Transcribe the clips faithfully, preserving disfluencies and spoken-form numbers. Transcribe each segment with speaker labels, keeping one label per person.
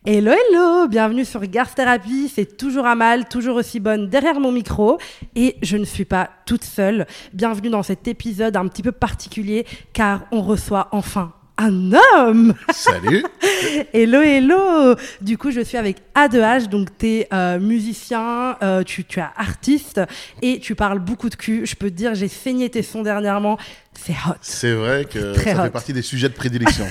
Speaker 1: Hello, hello, bienvenue sur Garth Therapy, c'est toujours Amal, toujours aussi bonne derrière mon micro et je ne suis pas toute seule. Bienvenue dans cet épisode un petit peu particulier car on reçoit enfin un homme.
Speaker 2: Salut.
Speaker 1: Hello, hello. Du coup, je suis avec A deux H, donc tu es euh, musicien, euh, tu, tu es artiste et tu parles beaucoup de cul. Je peux te dire, j'ai saigné tes sons dernièrement, c'est hot.
Speaker 2: C'est vrai que
Speaker 1: Très
Speaker 2: ça
Speaker 1: hot.
Speaker 2: fait partie des sujets de prédilection.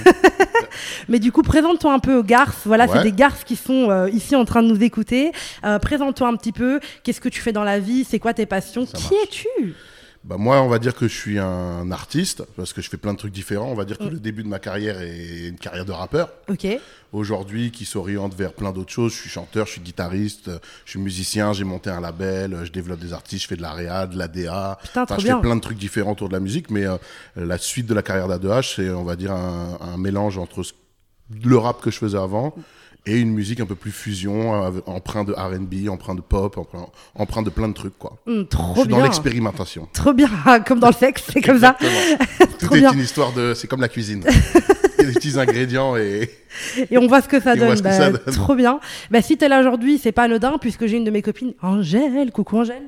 Speaker 1: Mais du coup, présente-toi un peu aux garces. Voilà,
Speaker 2: Ouais.
Speaker 1: c'est des garces qui sont euh, ici en train de nous écouter. Euh, présente-toi un petit peu. Qu'est-ce que tu fais dans la vie? C'est quoi tes passions?
Speaker 2: Ça
Speaker 1: Qui
Speaker 2: marche.
Speaker 1: es-tu?
Speaker 2: Bah moi, on va dire que je suis un artiste parce que je fais plein de trucs différents. On va dire que mm. le début de ma carrière est une carrière de rappeur.
Speaker 1: Ok.
Speaker 2: Aujourd'hui, qui s'oriente vers plein d'autres choses. Je suis chanteur, je suis guitariste, je suis musicien, j'ai monté un label, je développe des artistes, je fais de la réa, de la D A.
Speaker 1: Putain, trop
Speaker 2: enfin, je
Speaker 1: bien.
Speaker 2: fais plein de trucs différents autour de la musique, mais euh, la suite de la carrière d'A deux H, c'est, on va dire, un, un mélange entre ce- le rap que je faisais avant et une musique un peu plus fusion, euh, empreint de R and B, empreint de pop, empreint, empreint de plein de trucs, quoi.
Speaker 1: Hum,
Speaker 2: Je
Speaker 1: trop
Speaker 2: suis
Speaker 1: bien.
Speaker 2: dans l'expérimentation.
Speaker 1: Trop bien. Comme dans le sexe, c'est comme ça.
Speaker 2: Tout
Speaker 1: Trop
Speaker 2: est
Speaker 1: bien.
Speaker 2: une histoire de... C'est comme la cuisine. Il y a des petits ingrédients et...
Speaker 1: Et on voit ce que ça
Speaker 2: Et on
Speaker 1: donne.
Speaker 2: voit ce que
Speaker 1: Bah,
Speaker 2: ça donne.
Speaker 1: Trop bien. Bah, si t'es là aujourd'hui, c'est pas anodin puisque j'ai une de mes copines, Angèle, coucou Angèle,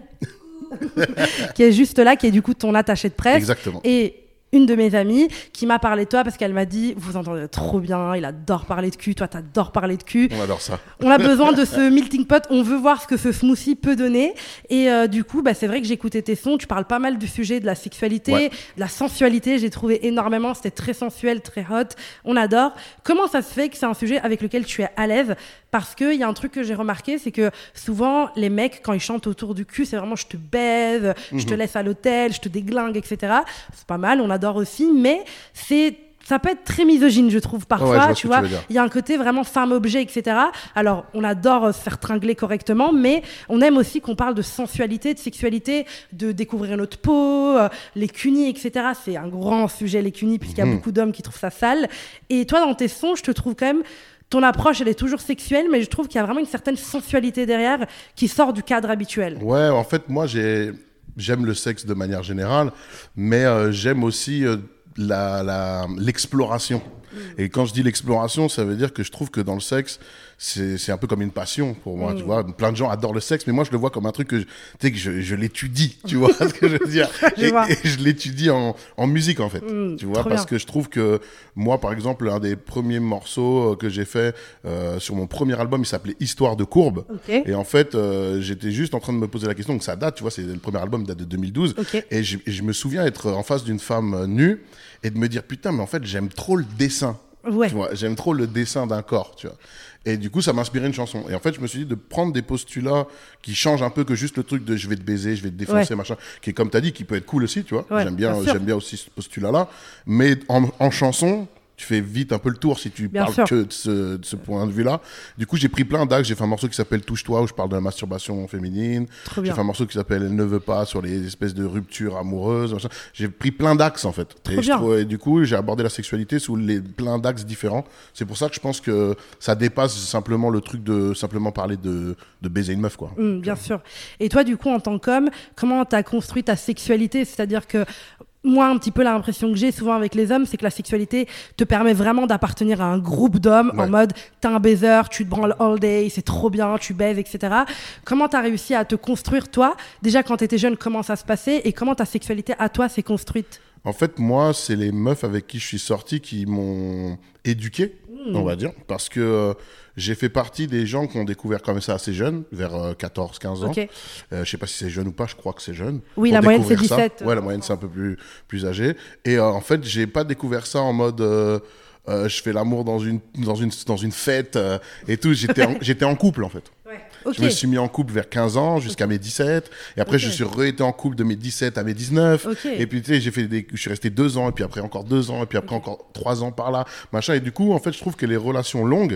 Speaker 1: qui est juste là, qui est du coup ton attaché de presse.
Speaker 2: Exactement.
Speaker 1: Et une de mes amies qui m'a parlé de toi parce qu'elle m'a dit, vous entendez trop bien, il adore parler de cul, toi t'adores parler de cul.
Speaker 2: On adore ça.
Speaker 1: On a besoin de ce melting pot, on veut voir ce que ce smoothie peut donner. Et euh, du coup, bah, c'est vrai que j'ai écouté tes sons, tu parles pas mal du sujet de la sexualité,
Speaker 2: Ouais.
Speaker 1: de la sensualité, j'ai trouvé énormément, c'était très sensuel, très hot, on adore. Comment ça se fait que c'est un sujet avec lequel tu es à l'aise? Parce qu'il y a un truc que j'ai remarqué, c'est que souvent, les mecs, quand ils chantent autour du cul, c'est vraiment je te baise, je te laisse à l'hôtel, je te déglingue, et cetera. C'est pas mal, on adore aussi, mais c'est... ça peut être très misogyne, je trouve, parfois,
Speaker 2: Ouais, je vois ce
Speaker 1: tu
Speaker 2: que
Speaker 1: vois.
Speaker 2: tu veux dire.
Speaker 1: Il y a un côté vraiment femme-objet, et cetera. Alors, on adore euh, se faire tringler correctement, mais on aime aussi qu'on parle de sensualité, de sexualité, de découvrir notre peau, euh, les cunis, et cetera. C'est un grand sujet, les cunis, puisqu'il y a
Speaker 2: Mhm.
Speaker 1: beaucoup d'hommes qui trouvent ça sale. Et toi, dans tes sons, je te trouve quand même... Ton approche, elle est toujours sexuelle, mais je trouve qu'il y a vraiment une certaine sensualité derrière qui sort du cadre habituel.
Speaker 2: Ouais, en fait, moi, j'ai... j'aime le sexe de manière générale, mais euh, j'aime aussi euh, la, la... l'exploration. Mm. Et quand je dis l'exploration, ça veut dire que je trouve que dans le sexe, c'est, c'est un peu comme une passion pour moi, mm. tu vois. Plein de gens adorent le sexe, mais moi, je le vois comme un truc que, je, tu sais, que je, je l'étudie, tu vois ce que je veux dire.
Speaker 1: je
Speaker 2: et,
Speaker 1: vois.
Speaker 2: et je l'étudie en, en musique, en fait,
Speaker 1: mm,
Speaker 2: tu vois, parce bien. Que je trouve que moi, par exemple, un des premiers morceaux que j'ai fait euh, sur mon premier album, il s'appelait Histoire de courbe.
Speaker 1: Okay.
Speaker 2: Et en fait, euh, j'étais juste en train de me poser la question, donc ça date, tu vois, c'est le premier album, il date de deux mille douze.
Speaker 1: Okay.
Speaker 2: Et, je, et je me souviens être en face d'une femme nue et de me dire, putain, mais en fait, j'aime trop le dessin.
Speaker 1: Ouais.
Speaker 2: Tu vois, j'aime trop le dessin d'un corps, tu vois. Et du coup, ça m'a inspiré une chanson. Et en fait, je me suis dit de prendre des postulats qui changent un peu que juste le truc de je vais te baiser, je vais te défoncer, ouais. machin, qui est comme tu as dit, qui peut être cool aussi, tu vois.
Speaker 1: Ouais,
Speaker 2: j'aime bien,
Speaker 1: bien
Speaker 2: j'aime bien aussi ce postulat-là. Mais en, en chanson, tu fais vite un peu le tour si tu
Speaker 1: bien
Speaker 2: parles
Speaker 1: sûr.
Speaker 2: que de ce, de ce point de vue-là. Du coup, j'ai pris plein d'axes. J'ai fait un morceau qui s'appelle Touche-toi, où je parle de la masturbation féminine.
Speaker 1: Trop
Speaker 2: j'ai
Speaker 1: bien.
Speaker 2: fait un morceau qui s'appelle Elle ne veut pas, sur les espèces de ruptures amoureuses. Machin. J'ai pris plein d'axes, en fait.
Speaker 1: Trop
Speaker 2: Et,
Speaker 1: bien.
Speaker 2: je trouve, et du coup, j'ai abordé la sexualité sous les, plein d'axes différents. C'est pour ça que je pense que ça dépasse simplement le truc de simplement parler de, de baiser une meuf, quoi.
Speaker 1: Mmh, bien sûr. Et toi, du coup, en tant qu'homme, comment tu as construit ta sexualité? C'est-à-dire que moi, un petit peu l'impression que j'ai souvent avec les hommes, c'est que la sexualité te permet vraiment d'appartenir à un groupe d'hommes, ouais. en mode t'es un baiser, tu te branles all day, c'est trop bien, tu baises, et cetera. Comment t'as réussi à te construire, toi? Déjà, quand t'étais jeune, comment ça se passait? Et comment ta sexualité, à toi, s'est construite?
Speaker 2: En fait, moi, c'est les meufs avec qui je suis sorti qui m'ont éduqué, mmh. on va dire, parce que euh, j'ai fait partie des gens qui ont découvert comme ça assez jeune, vers euh, quatorze quinze ans.
Speaker 1: Okay.
Speaker 2: Euh, je sais pas si c'est jeune ou pas, je crois que c'est jeune.
Speaker 1: Oui, la moyenne c'est dix-sept.
Speaker 2: Ça. Ouais, la moyenne c'est un peu plus, plus âgé. Et euh, en fait, j'ai pas découvert ça en mode... Euh, euh, je fais l'amour dans une, dans une, dans une fête euh, et tout. J'étais en, j'étais en couple, en fait.
Speaker 1: Ouais. Okay.
Speaker 2: Je me suis mis en couple vers quinze ans jusqu'à okay. mes dix-sept. Et après, okay. je suis re-été en couple de mes dix-sept à mes dix-neuf.
Speaker 1: Okay.
Speaker 2: Et puis, tu sais, j'ai fait des... je suis resté deux ans, et puis après encore deux ans, et puis après okay. encore trois ans par là, machin. Et du coup, en fait, je trouve que les relations longues,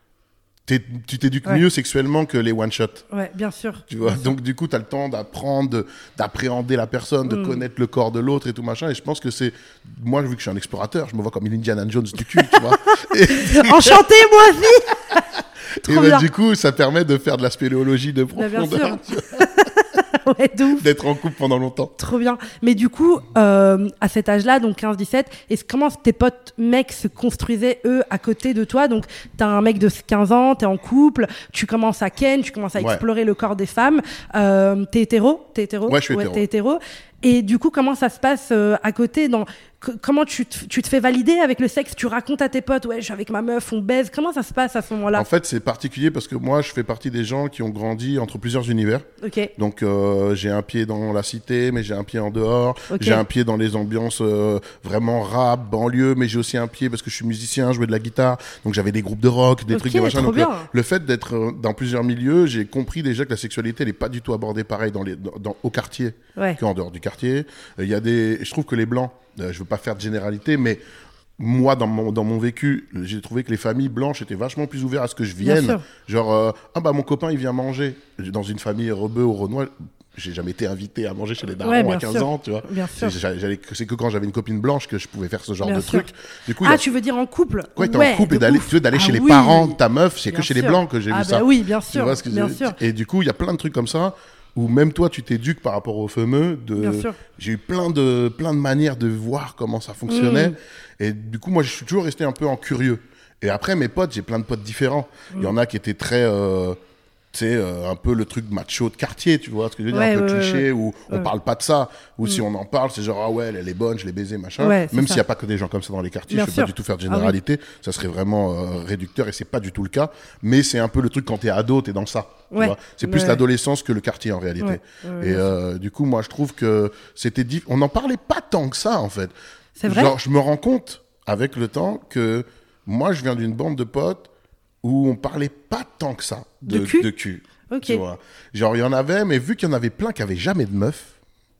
Speaker 2: T'es, tu t'éduques ouais. mieux sexuellement que les one-shots.
Speaker 1: Ouais, bien sûr.
Speaker 2: Tu vois,
Speaker 1: bien
Speaker 2: donc
Speaker 1: sûr.
Speaker 2: Du coup, tu as le temps d'apprendre, de, d'appréhender la personne, de mm. connaître le corps de l'autre et tout machin. Et je pense que c'est... Moi, vu que je suis un explorateur, je me vois comme Indiana Jones du cul, tu vois. Et...
Speaker 1: Enchanté, moi aussi.
Speaker 2: Et bah, du coup, ça permet de faire de la spéléologie de profondeur.
Speaker 1: Bah, bien sûr. Ouais, de ouf.
Speaker 2: d'être en couple pendant longtemps.
Speaker 1: Trop bien. Mais du coup, euh, à cet âge-là, donc quinze dix-sept, est-ce, comment tes potes mecs se construisaient, eux, à côté de toi? Donc, t'as un mec de quinze ans, t'es en couple, tu commences à ken, tu commences à
Speaker 2: Ouais.
Speaker 1: explorer le corps des femmes. Euh, t'es hétéro? T'es hétéro?
Speaker 2: Ouais, je suis hétéro.
Speaker 1: T'es hétéro. Et du coup, comment ça se passe euh, à côté dans... C- comment tu te, tu te fais valider avec le sexe? Tu racontes à tes potes, ouais, je suis avec ma meuf, on baise. Comment ça se passe à ce moment-là?
Speaker 2: En fait, c'est particulier parce que moi, je fais partie des gens qui ont grandi entre plusieurs univers.
Speaker 1: Ok.
Speaker 2: Donc, euh, j'ai un pied dans la cité, mais j'ai un pied en dehors.
Speaker 1: Ok.
Speaker 2: J'ai un pied dans les ambiances euh, vraiment rap, banlieue, mais j'ai aussi un pied parce que je suis musicien, je jouais de la guitare. Donc, j'avais des groupes de rock, des
Speaker 1: Ok,
Speaker 2: trucs, des machins.
Speaker 1: trop
Speaker 2: Donc, le,
Speaker 1: bien.
Speaker 2: le fait d'être euh, dans plusieurs milieux, j'ai compris déjà que la sexualité, elle est pas du tout abordée pareil dans les, dans, dans- au quartier
Speaker 1: Ouais.
Speaker 2: qu'en dehors du quartier. Il y a des, je trouve que les blancs, euh, je veux pas faire de généralité, mais moi, dans mon, dans mon vécu, j'ai trouvé que les familles blanches étaient vachement plus ouvertes à ce que je
Speaker 1: Bien
Speaker 2: vienne.
Speaker 1: sûr.
Speaker 2: Genre, euh, ah bah mon copain, il vient manger. Dans une famille rebeu au Renoir, j'ai jamais été invité à manger chez les darons
Speaker 1: Ouais, bien
Speaker 2: à quinze
Speaker 1: sûr.
Speaker 2: ans, tu vois.
Speaker 1: Bien sûr.
Speaker 2: C'est, j'allais- j'allais- c'est que quand j'avais une copine blanche que je pouvais faire ce genre
Speaker 1: Bien
Speaker 2: de
Speaker 1: sûr.
Speaker 2: truc. Du coup, il y
Speaker 1: Ah,
Speaker 2: a-
Speaker 1: tu veux dire en couple?
Speaker 2: ouais, t'es
Speaker 1: Ouais,
Speaker 2: en couple et
Speaker 1: de
Speaker 2: d'aller,
Speaker 1: ouf.
Speaker 2: tu veux, d'aller
Speaker 1: Ah
Speaker 2: chez les
Speaker 1: oui.
Speaker 2: parents de ta meuf, c'est
Speaker 1: Bien
Speaker 2: que chez les
Speaker 1: sûr.
Speaker 2: blancs que j'ai
Speaker 1: ah
Speaker 2: vu
Speaker 1: bah
Speaker 2: ça.
Speaker 1: oui, bien
Speaker 2: Tu
Speaker 1: sûr.
Speaker 2: vois ce que je
Speaker 1: bien
Speaker 2: veux
Speaker 1: sûr.
Speaker 2: dire. Et du coup, il y a plein de trucs comme ça où même toi, tu t'éduques par rapport aux fameux. De...
Speaker 1: Bien sûr.
Speaker 2: J'ai eu plein de, plein de manières de voir comment ça fonctionnait.
Speaker 1: Mm.
Speaker 2: Et du coup, moi, je suis toujours resté un peu en curieux. Et après, mes potes, j'ai plein de potes différents. Il y en a qui étaient très... euh, tu sais, euh, un peu le truc macho de quartier, tu vois ce que je veux dire,
Speaker 1: Ouais,
Speaker 2: un peu
Speaker 1: ouais,
Speaker 2: cliché,
Speaker 1: ouais.
Speaker 2: où on
Speaker 1: Ouais.
Speaker 2: parle pas de ça, ou si on en parle, c'est genre, ah ouais, elle, elle est bonne, je l'ai baisée, machin.
Speaker 1: Ouais, c'est
Speaker 2: Même
Speaker 1: ça.
Speaker 2: s'il n'y a pas que des gens comme ça dans les quartiers,
Speaker 1: Bien
Speaker 2: je ne veux
Speaker 1: sûr.
Speaker 2: pas du tout faire de
Speaker 1: Ah oui.
Speaker 2: généralité, ça serait vraiment euh, réducteur, et c'est pas du tout le cas. Mais c'est un peu le truc quand t'es ado, t'es dans ça. tu
Speaker 1: Ouais.
Speaker 2: vois. C'est plus
Speaker 1: Ouais.
Speaker 2: l'adolescence que le quartier en réalité.
Speaker 1: Ouais. Ouais,
Speaker 2: Et
Speaker 1: bien
Speaker 2: euh, du coup, moi, je trouve que c'était... diff- on n'en parlait pas tant que ça, en fait.
Speaker 1: C'est vrai?
Speaker 2: Genre, je me rends compte, avec le temps, que moi, je viens d'une bande de potes où on parlait pas tant que ça
Speaker 1: De cul
Speaker 2: de cul.
Speaker 1: Ok.
Speaker 2: Tu vois. Genre, il y en avait, mais vu qu'il y en avait plein qui avaient jamais de meuf,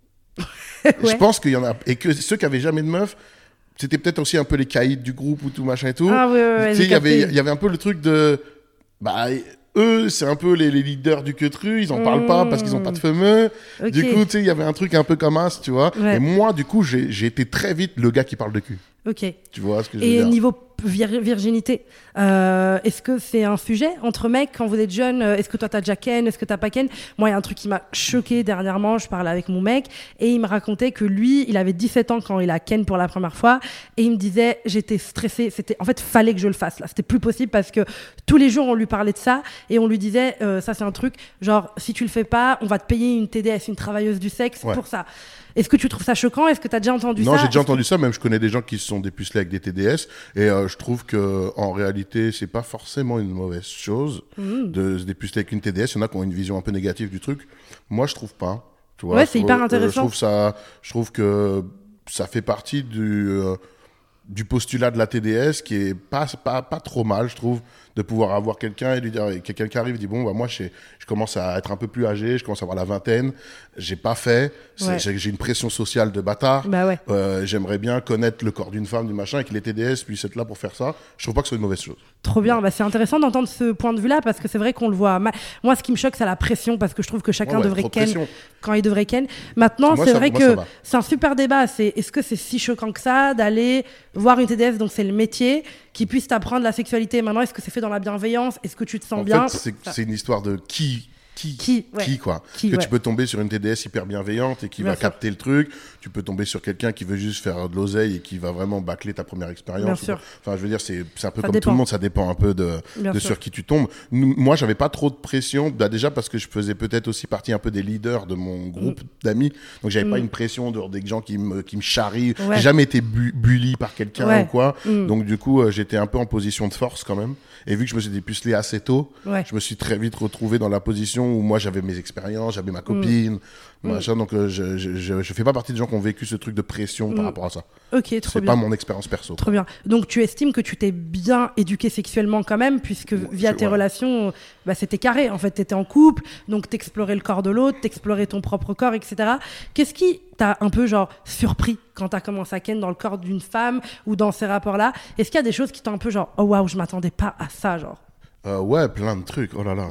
Speaker 1: Ouais.
Speaker 2: je pense qu'il y en a. Et que ceux qui avaient jamais de meuf, c'était peut-être aussi un peu les caïds du groupe ou tout machin et tout.
Speaker 1: Ah ouais, ouais, ouais,
Speaker 2: Tu
Speaker 1: j'ai
Speaker 2: sais, il y avait,
Speaker 1: capté.
Speaker 2: il y avait un peu le truc de. Bah, eux, c'est un peu les, les leaders du queutru, ils en parlent pas parce qu'ils ont pas de fameux.
Speaker 1: Ok.
Speaker 2: Du coup, tu sais, il y avait un truc un peu comme as, tu vois.
Speaker 1: Ouais.
Speaker 2: Et moi, du coup, j'ai j'ai été très vite le gars qui parle de cul.
Speaker 1: Ok.
Speaker 2: Tu vois ce que je veux
Speaker 1: Et
Speaker 2: dire?
Speaker 1: niveau vir- virginité, euh, est-ce que c'est un sujet entre mecs quand vous êtes jeunes? euh, Est-ce que toi t'as déjà ken? Est-ce que t'as pas ken? Moi, il y a un truc qui m'a choqué dernièrement. Je parlais avec mon mec et il me racontait que lui, il avait dix-sept ans quand il a ken pour la première fois et il me disait j'étais stressé. C'était en fait fallait que je le fasse là. C'était plus possible parce que tous les jours on lui parlait de ça et on lui disait euh, ça c'est un truc genre si tu le fais pas, on va te payer une T D S, une travailleuse du sexe
Speaker 2: Ouais.
Speaker 1: pour ça. Est-ce que tu trouves ça choquant? Est-ce que tu as déjà entendu
Speaker 2: Non,
Speaker 1: ça?
Speaker 2: j'ai déjà entendu ça. Même je connais des gens qui se sont dépucelés avec des T D S, et euh, je trouve que en réalité, c'est pas forcément une mauvaise chose
Speaker 1: Mmh.
Speaker 2: de se dépuceler avec une T D S. Il y en a qui ont une vision un peu négative du truc. Moi, je trouve pas. Tu vois,
Speaker 1: Ouais,
Speaker 2: je
Speaker 1: c'est
Speaker 2: trouve-
Speaker 1: hyper
Speaker 2: euh,
Speaker 1: intéressant.
Speaker 2: je trouve ça. Je trouve que ça fait partie du euh, du postulat de la T D S qui est pas pas pas trop mal, je trouve, de pouvoir avoir quelqu'un et lui dire, et quelqu'un qui arrive et dit bon bah moi je, je commence à être un peu plus âgé, je commence à avoir la vingtaine, j'ai pas fait, c'est-
Speaker 1: Ouais.
Speaker 2: j'ai j'ai une pression sociale de bâtard.
Speaker 1: Bah ouais.
Speaker 2: Euh, j'aimerais bien connaître le corps d'une femme, du machin, et que les T D S puissent être là pour faire ça. Je trouve pas que ce soit une mauvaise chose.
Speaker 1: Trop bien, bah, c'est intéressant d'entendre ce point de vue-là parce que c'est vrai qu'on le voit mal. Moi, ce qui me choque, c'est la pression parce que je trouve que chacun
Speaker 2: Ouais, ouais,
Speaker 1: devrait
Speaker 2: trop de
Speaker 1: ken
Speaker 2: pression.
Speaker 1: quand il devrait ken. Maintenant,
Speaker 2: Moi,
Speaker 1: c'est
Speaker 2: ça-
Speaker 1: vrai
Speaker 2: moi, ça
Speaker 1: que
Speaker 2: va.
Speaker 1: c'est un super débat. C'est est-ce que c'est si choquant que ça d'aller voir une T D S, donc c'est le métier, qui puisse t'apprendre la sexualité. Maintenant, est-ce que c'est fait dans la bienveillance? Est-ce que tu te sens
Speaker 2: En
Speaker 1: bien?
Speaker 2: fait, c'est
Speaker 1: Ça.
Speaker 2: c'est une histoire de qui. Qui,
Speaker 1: Qui, ouais.
Speaker 2: quoi.
Speaker 1: Qui,
Speaker 2: que
Speaker 1: ouais.
Speaker 2: tu peux tomber sur une T D S hyper bienveillante et qui
Speaker 1: Bien
Speaker 2: va
Speaker 1: sûr.
Speaker 2: capter le truc. Tu peux tomber sur quelqu'un qui veut juste faire de l'oseille et qui va vraiment bâcler ta première expérience.
Speaker 1: Bien
Speaker 2: ou
Speaker 1: sûr.
Speaker 2: quoi. Enfin, je veux dire, c'est c'est un peu
Speaker 1: Ça
Speaker 2: comme
Speaker 1: dépend.
Speaker 2: tout le monde, ça dépend un peu de,
Speaker 1: Bien
Speaker 2: de
Speaker 1: sûr.
Speaker 2: sur qui tu tombes. Nous, moi, j'avais pas trop de pression, bah, déjà parce que je faisais peut-être aussi partie un peu des leaders de mon groupe d'amis. Donc, j'avais pas une pression de, des gens qui me, qui me charrient.
Speaker 1: Ouais.
Speaker 2: J'ai jamais été bu, bully par quelqu'un
Speaker 1: Ouais.
Speaker 2: ou quoi.
Speaker 1: Mm.
Speaker 2: Donc, du coup, euh, j'étais un peu en position de force quand même. Et vu que je me suis dépucelé assez tôt,
Speaker 1: Ouais.
Speaker 2: je me suis très vite retrouvé dans la position où moi j'avais mes expériences, j'avais ma copine, machin. Donc euh, je, je, je, je fais pas partie des gens qui ont vécu ce truc de pression par rapport à ça.
Speaker 1: Ok, trop
Speaker 2: C'est
Speaker 1: bien.
Speaker 2: pas mon expérience perso.
Speaker 1: Trop bien. Donc tu estimes que tu t'es bien éduqué sexuellement quand même, puisque via
Speaker 2: c'est-
Speaker 1: tes
Speaker 2: ouais.
Speaker 1: relations, bah, c'était carré. En fait, t'étais en couple, donc t'explorais le corps de l'autre, t'explorais ton propre corps, et cetera. Qu'est-ce qui t'a un peu genre surpris quand t'as commencé à ken dans le corps d'une femme ou dans ces rapports-là? Est-ce qu'il y a des choses qui t'ont un peu genre oh waouh, je m'attendais pas à ça, genre?
Speaker 2: Euh, ouais, plein de trucs. Oh là là.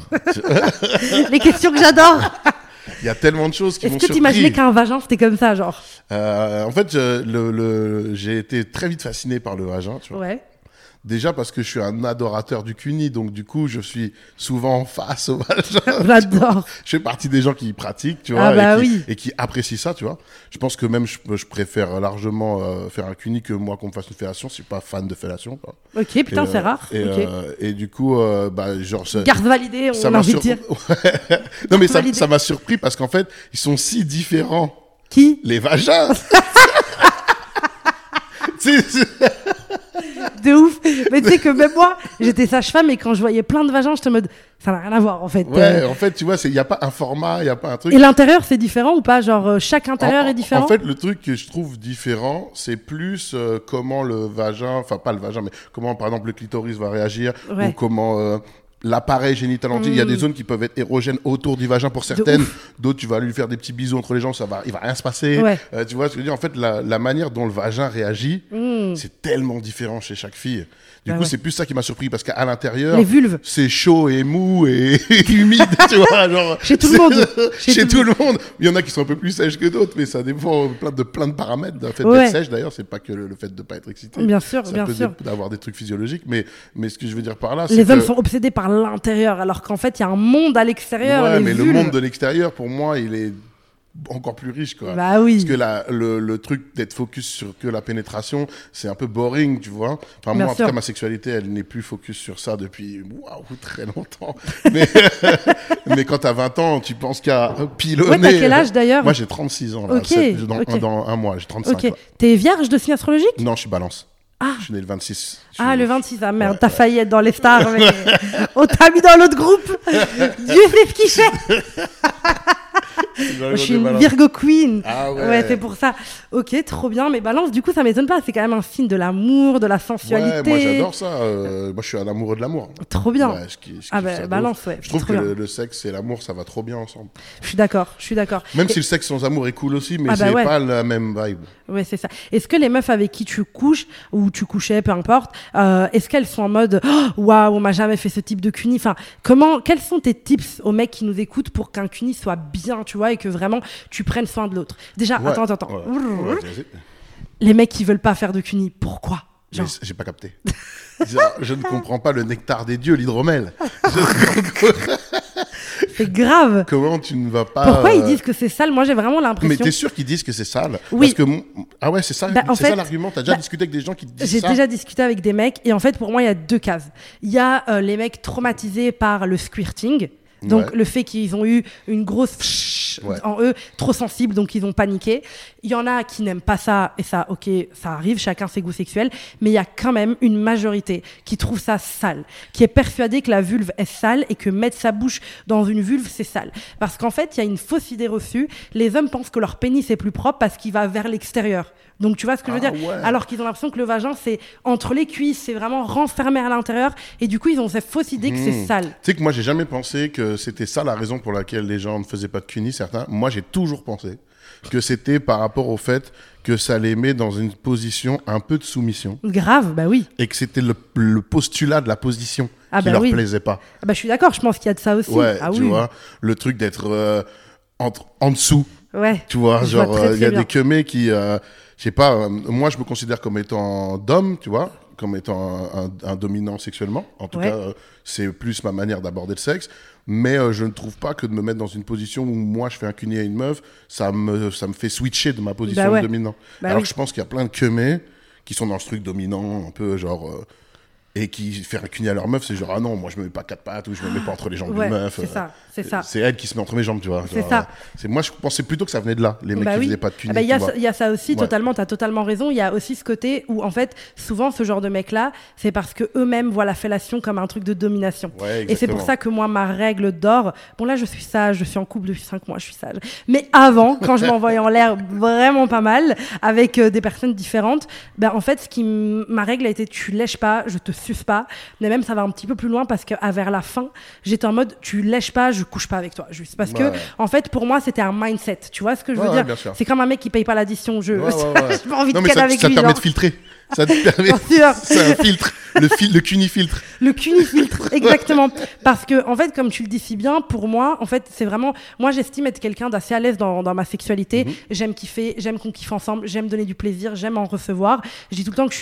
Speaker 1: Les questions que j'adore.
Speaker 2: Il y a tellement de choses qui m'ont
Speaker 1: Est-ce que
Speaker 2: surpris.
Speaker 1: t'imaginais qu'un vagin c'était comme ça, genre?
Speaker 2: Euh, en fait, je- le, le, j'ai été très vite fasciné par le vagin. Tu vois.
Speaker 1: Ouais.
Speaker 2: Déjà parce que je suis un adorateur du cuni, donc du coup, je suis souvent face au vagin.
Speaker 1: J'adore.
Speaker 2: Je fais partie des gens qui pratiquent, tu vois,
Speaker 1: Ah bah
Speaker 2: et, qui,
Speaker 1: oui.
Speaker 2: et qui apprécient ça, tu vois. Je pense que même je, je préfère largement euh, faire un cuni que moi qu'on me fasse une fellation. Je suis pas fan de fellation. Quoi.
Speaker 1: Ok, putain,
Speaker 2: et,
Speaker 1: c'est
Speaker 2: euh,
Speaker 1: rare.
Speaker 2: Et,
Speaker 1: okay.
Speaker 2: euh, et du coup, euh, bah, genre... Ça,
Speaker 1: garde validée, on
Speaker 2: ça
Speaker 1: a
Speaker 2: m'a
Speaker 1: envie
Speaker 2: sur...
Speaker 1: de dire.
Speaker 2: non, mais ça, ça m'a surpris parce qu'en fait, ils sont si différents.
Speaker 1: Qui?
Speaker 2: Les vagins. c'est, c'est...
Speaker 1: De ouf. Mais tu sais que même moi, j'étais sage-femme et quand je voyais plein de vagins, j'étais en mode, ça n'a rien à voir en fait.
Speaker 2: Ouais,
Speaker 1: euh...
Speaker 2: en fait, tu vois, il n'y a pas un format, il n'y a pas un truc.
Speaker 1: Et l'intérieur, c'est différent ou pas? Genre, euh, chaque intérieur
Speaker 2: en,
Speaker 1: est différent?
Speaker 2: En fait, le truc que je trouve différent, c'est plus euh, comment le vagin, enfin pas le vagin, mais comment par exemple le clitoris va réagir,
Speaker 1: ouais.
Speaker 2: ou comment... Euh, l'appareil génital entier, mmh. il y a des zones qui peuvent être érogènes autour du vagin pour certaines, d'autres tu vas lui faire des petits bisous entre les jambes, ça va, il va rien se passer.
Speaker 1: Ouais.
Speaker 2: Euh, tu vois ce que je veux dire? En fait, la, la manière dont le vagin réagit, mmh. c'est tellement différent chez chaque fille. Du bah coup, ouais. c'est plus ça qui m'a surpris parce qu'à l'intérieur,
Speaker 1: les vulves,
Speaker 2: c'est chaud et mou et humide, tu vois, genre.
Speaker 1: Chez tout le monde.
Speaker 2: Chez, chez tout, tout le monde. Il y en a qui sont un peu plus sèches que d'autres, mais ça dépend plein de plein de paramètres. Le fait ouais. d'être sèche, d'ailleurs, c'est pas que le, le fait de pas être excité.
Speaker 1: Bien sûr,
Speaker 2: ça
Speaker 1: bien
Speaker 2: peut
Speaker 1: sûr.
Speaker 2: D'avoir des trucs physiologiques, mais mais ce que je veux dire par là, c'est
Speaker 1: les
Speaker 2: que...
Speaker 1: hommes sont obsédés par l'intérieur, alors qu'en fait, il y a un monde à l'extérieur.
Speaker 2: Ouais,
Speaker 1: les
Speaker 2: mais
Speaker 1: vulves.
Speaker 2: le monde de l'extérieur, pour moi, il est encore plus riche, quoi.
Speaker 1: Bah oui.
Speaker 2: Parce que la, le, le truc d'être focus sur que la pénétration, c'est un peu boring, tu vois. Enfin, moi, en tout cas, ma sexualité, elle n'est plus focus sur ça depuis, waouh, très longtemps. mais, mais quand t'as vingt ans, tu pences qu'à pilonner.
Speaker 1: Ouais, t'as quel âge, d'ailleurs?
Speaker 2: Moi, j'ai trente-six ans, là.
Speaker 1: Ok.
Speaker 2: sept, dans,
Speaker 1: okay.
Speaker 2: dans un mois, j'ai trente-cinq.
Speaker 1: Ok. T'es vierge de signe astrologique?
Speaker 2: Non, je suis balance.
Speaker 1: Ah.
Speaker 2: Je suis né le vingt-six.
Speaker 1: Ah,
Speaker 2: suis...
Speaker 1: le vingt-six, ah merde,
Speaker 2: ouais,
Speaker 1: t'as
Speaker 2: ouais.
Speaker 1: failli être dans les stars, mais on t'a mis dans l'autre groupe. Dieu sait ce qu'il fait. Je suis une Virgo Queen.
Speaker 2: Ah ouais.
Speaker 1: Ouais, c'est pour ça. Ok, trop bien. Mais balance, du coup, ça m'étonne pas. C'est quand même un signe de l'amour, de la sensualité.
Speaker 2: Ouais, moi j'adore ça. Euh, moi je suis un amoureux de l'amour.
Speaker 1: Trop bien.
Speaker 2: Ouais, je, je, je
Speaker 1: ah bah, balance, ouais.
Speaker 2: Je trouve que le, le sexe et l'amour, ça va trop bien ensemble.
Speaker 1: Je suis d'accord, je suis d'accord.
Speaker 2: Même
Speaker 1: et...
Speaker 2: si le sexe sans amour est cool aussi, mais
Speaker 1: ah bah
Speaker 2: c'est
Speaker 1: ouais.
Speaker 2: pas la même vibe.
Speaker 1: Ouais, c'est ça. Est-ce que les meufs avec qui tu couches, ou tu couchais, peu importe, euh, est-ce qu'elles sont en mode waouh, wow, on m'a jamais fait ce type de cuni? Enfin, comment, quels sont tes tips aux mecs qui nous écoutent pour qu'un cuni soit bien, tu vois, et que vraiment tu prennes soin de l'autre? Déjà,
Speaker 2: ouais.
Speaker 1: attends, attends, attends.
Speaker 2: Ouais. Ouais,
Speaker 1: les mecs qui veulent pas faire de cuni, pourquoi? Genre...
Speaker 2: J'ai pas capté. Je ne comprends pas le nectar des dieux, l'hydromel.
Speaker 1: C'est grave.
Speaker 2: Comment tu ne vas pas...
Speaker 1: Pourquoi ils disent que c'est sale? Moi, j'ai vraiment l'impression...
Speaker 2: Mais t'es sûr qu'ils disent que c'est sale?
Speaker 1: Oui.
Speaker 2: Parce que mon... Ah ouais, c'est ça,
Speaker 1: bah,
Speaker 2: c'est
Speaker 1: fait,
Speaker 2: ça l'argument? T'as déjà
Speaker 1: bah,
Speaker 2: discuté avec des gens qui te disent
Speaker 1: j'ai
Speaker 2: ça?
Speaker 1: J'ai déjà discuté avec des mecs, et en fait, pour moi, il y a deux cases. Il y a euh, les mecs traumatisés par le squirting. Donc, ouais. le fait qu'ils ont eu une grosse ouais. en eux, trop sensible, donc ils ont paniqué. Il y en a qui n'aiment pas ça, et ça, ok, ça arrive, chacun ses goûts sexuels, mais il y a quand même une majorité qui trouve ça sale, qui est persuadée que la vulve est sale et que mettre sa bouche dans une vulve, c'est sale. Parce qu'en fait, il y a une fausse idée reçue. Les hommes pensent que leur pénis est plus propre parce qu'il va vers l'extérieur. Donc, tu vois ce que je veux
Speaker 2: ah,
Speaker 1: dire?
Speaker 2: ouais.
Speaker 1: Alors qu'ils ont l'impression que le vagin, c'est entre les cuisses, c'est vraiment renfermé à l'intérieur. Et du coup, ils ont cette fausse idée que mmh. c'est sale.
Speaker 2: Tu sais que moi, j'ai jamais pensé que c'était ça la raison pour laquelle les gens ne faisaient pas de cuni, certains. Moi, j'ai toujours pensé que c'était par rapport au fait que ça les met dans une position un peu de soumission.
Speaker 1: Grave, bah oui.
Speaker 2: Et que c'était le, le postulat de la position
Speaker 1: ah,
Speaker 2: qui
Speaker 1: bah
Speaker 2: leur
Speaker 1: oui.
Speaker 2: plaisait pas.
Speaker 1: Ah bah, je suis d'accord, je pense qu'il y a de ça aussi.
Speaker 2: Ouais,
Speaker 1: ah,
Speaker 2: tu
Speaker 1: oui.
Speaker 2: vois, le truc d'être euh, entre, en dessous.
Speaker 1: Ouais.
Speaker 2: Tu vois,
Speaker 1: je
Speaker 2: genre, il y a
Speaker 1: bien.
Speaker 2: des queumés qui... Euh, je sais pas, euh, moi je me considère comme étant d'homme, tu vois, comme étant un, un, un dominant sexuellement. En tout
Speaker 1: ouais.
Speaker 2: cas, euh, c'est plus ma manière d'aborder le sexe. Mais euh, je ne trouve pas que de me mettre dans une position où moi je fais un cuni à une meuf, ça me, ça me fait switcher de ma position
Speaker 1: bah ouais.
Speaker 2: de dominant.
Speaker 1: Bah
Speaker 2: Alors
Speaker 1: oui.
Speaker 2: que je pense qu'il y a plein de queumés qui sont dans ce truc dominant, un peu genre... Euh, et qui faire un cuni à leur meuf, c'est genre, ah non, moi je me mets pas quatre pattes ou je me mets pas entre les jambes
Speaker 1: ouais,
Speaker 2: d'une meuf.
Speaker 1: C'est euh, ça, c'est ça.
Speaker 2: C'est elle qui se met entre mes jambes, tu vois.
Speaker 1: C'est ça.
Speaker 2: Euh, c'est, moi je pensais plutôt que ça venait de là, les mecs
Speaker 1: bah
Speaker 2: qui
Speaker 1: oui.
Speaker 2: faisaient pas de cuni.
Speaker 1: Il ah bah, y, y a ça aussi, ouais. totalement, t'as totalement raison. Il y a aussi ce côté où, en fait, souvent ce genre de mecs-là, c'est parce qu'eux-mêmes voient la fellation comme un truc de domination.
Speaker 2: Ouais,
Speaker 1: et c'est pour ça que moi, ma règle d'or, bon là je suis sage, je suis en couple depuis cinq mois, je suis sage. Mais avant, quand je m'envoyais en l'air vraiment pas mal, avec euh, des personnes différentes, ben en fait, ce qui m... ma règle a été tu lèches pas, je te suce pas. Mais même ça va un petit peu plus loin parce qu'à vers la fin, j'étais en mode tu lèches pas, je couche pas avec toi. Juste parce ouais. que, en fait, pour moi, c'était un mindset. Tu vois ce que je veux
Speaker 2: ouais,
Speaker 1: dire?
Speaker 2: ouais,
Speaker 1: c'est comme un mec qui paye pas l'addition. Je
Speaker 2: ouais, ouais, ouais.
Speaker 1: j'ai pas envie
Speaker 2: non,
Speaker 1: de
Speaker 2: ken avec
Speaker 1: ça
Speaker 2: lui. Ça te permet de filtrer. Ça te permet. C'est un filtre. Le, fil, le cunifiltre.
Speaker 1: Le cunifiltre, exactement. Parce que, en fait, comme tu le dis si bien, pour moi, en fait, c'est vraiment. Moi, j'estime être quelqu'un d'assez à l'aise dans, dans ma sexualité. Mm-hmm. J'aime kiffer, j'aime qu'on kiffe ensemble, j'aime donner du plaisir, j'aime en recevoir. Je dis tout le temps que je suis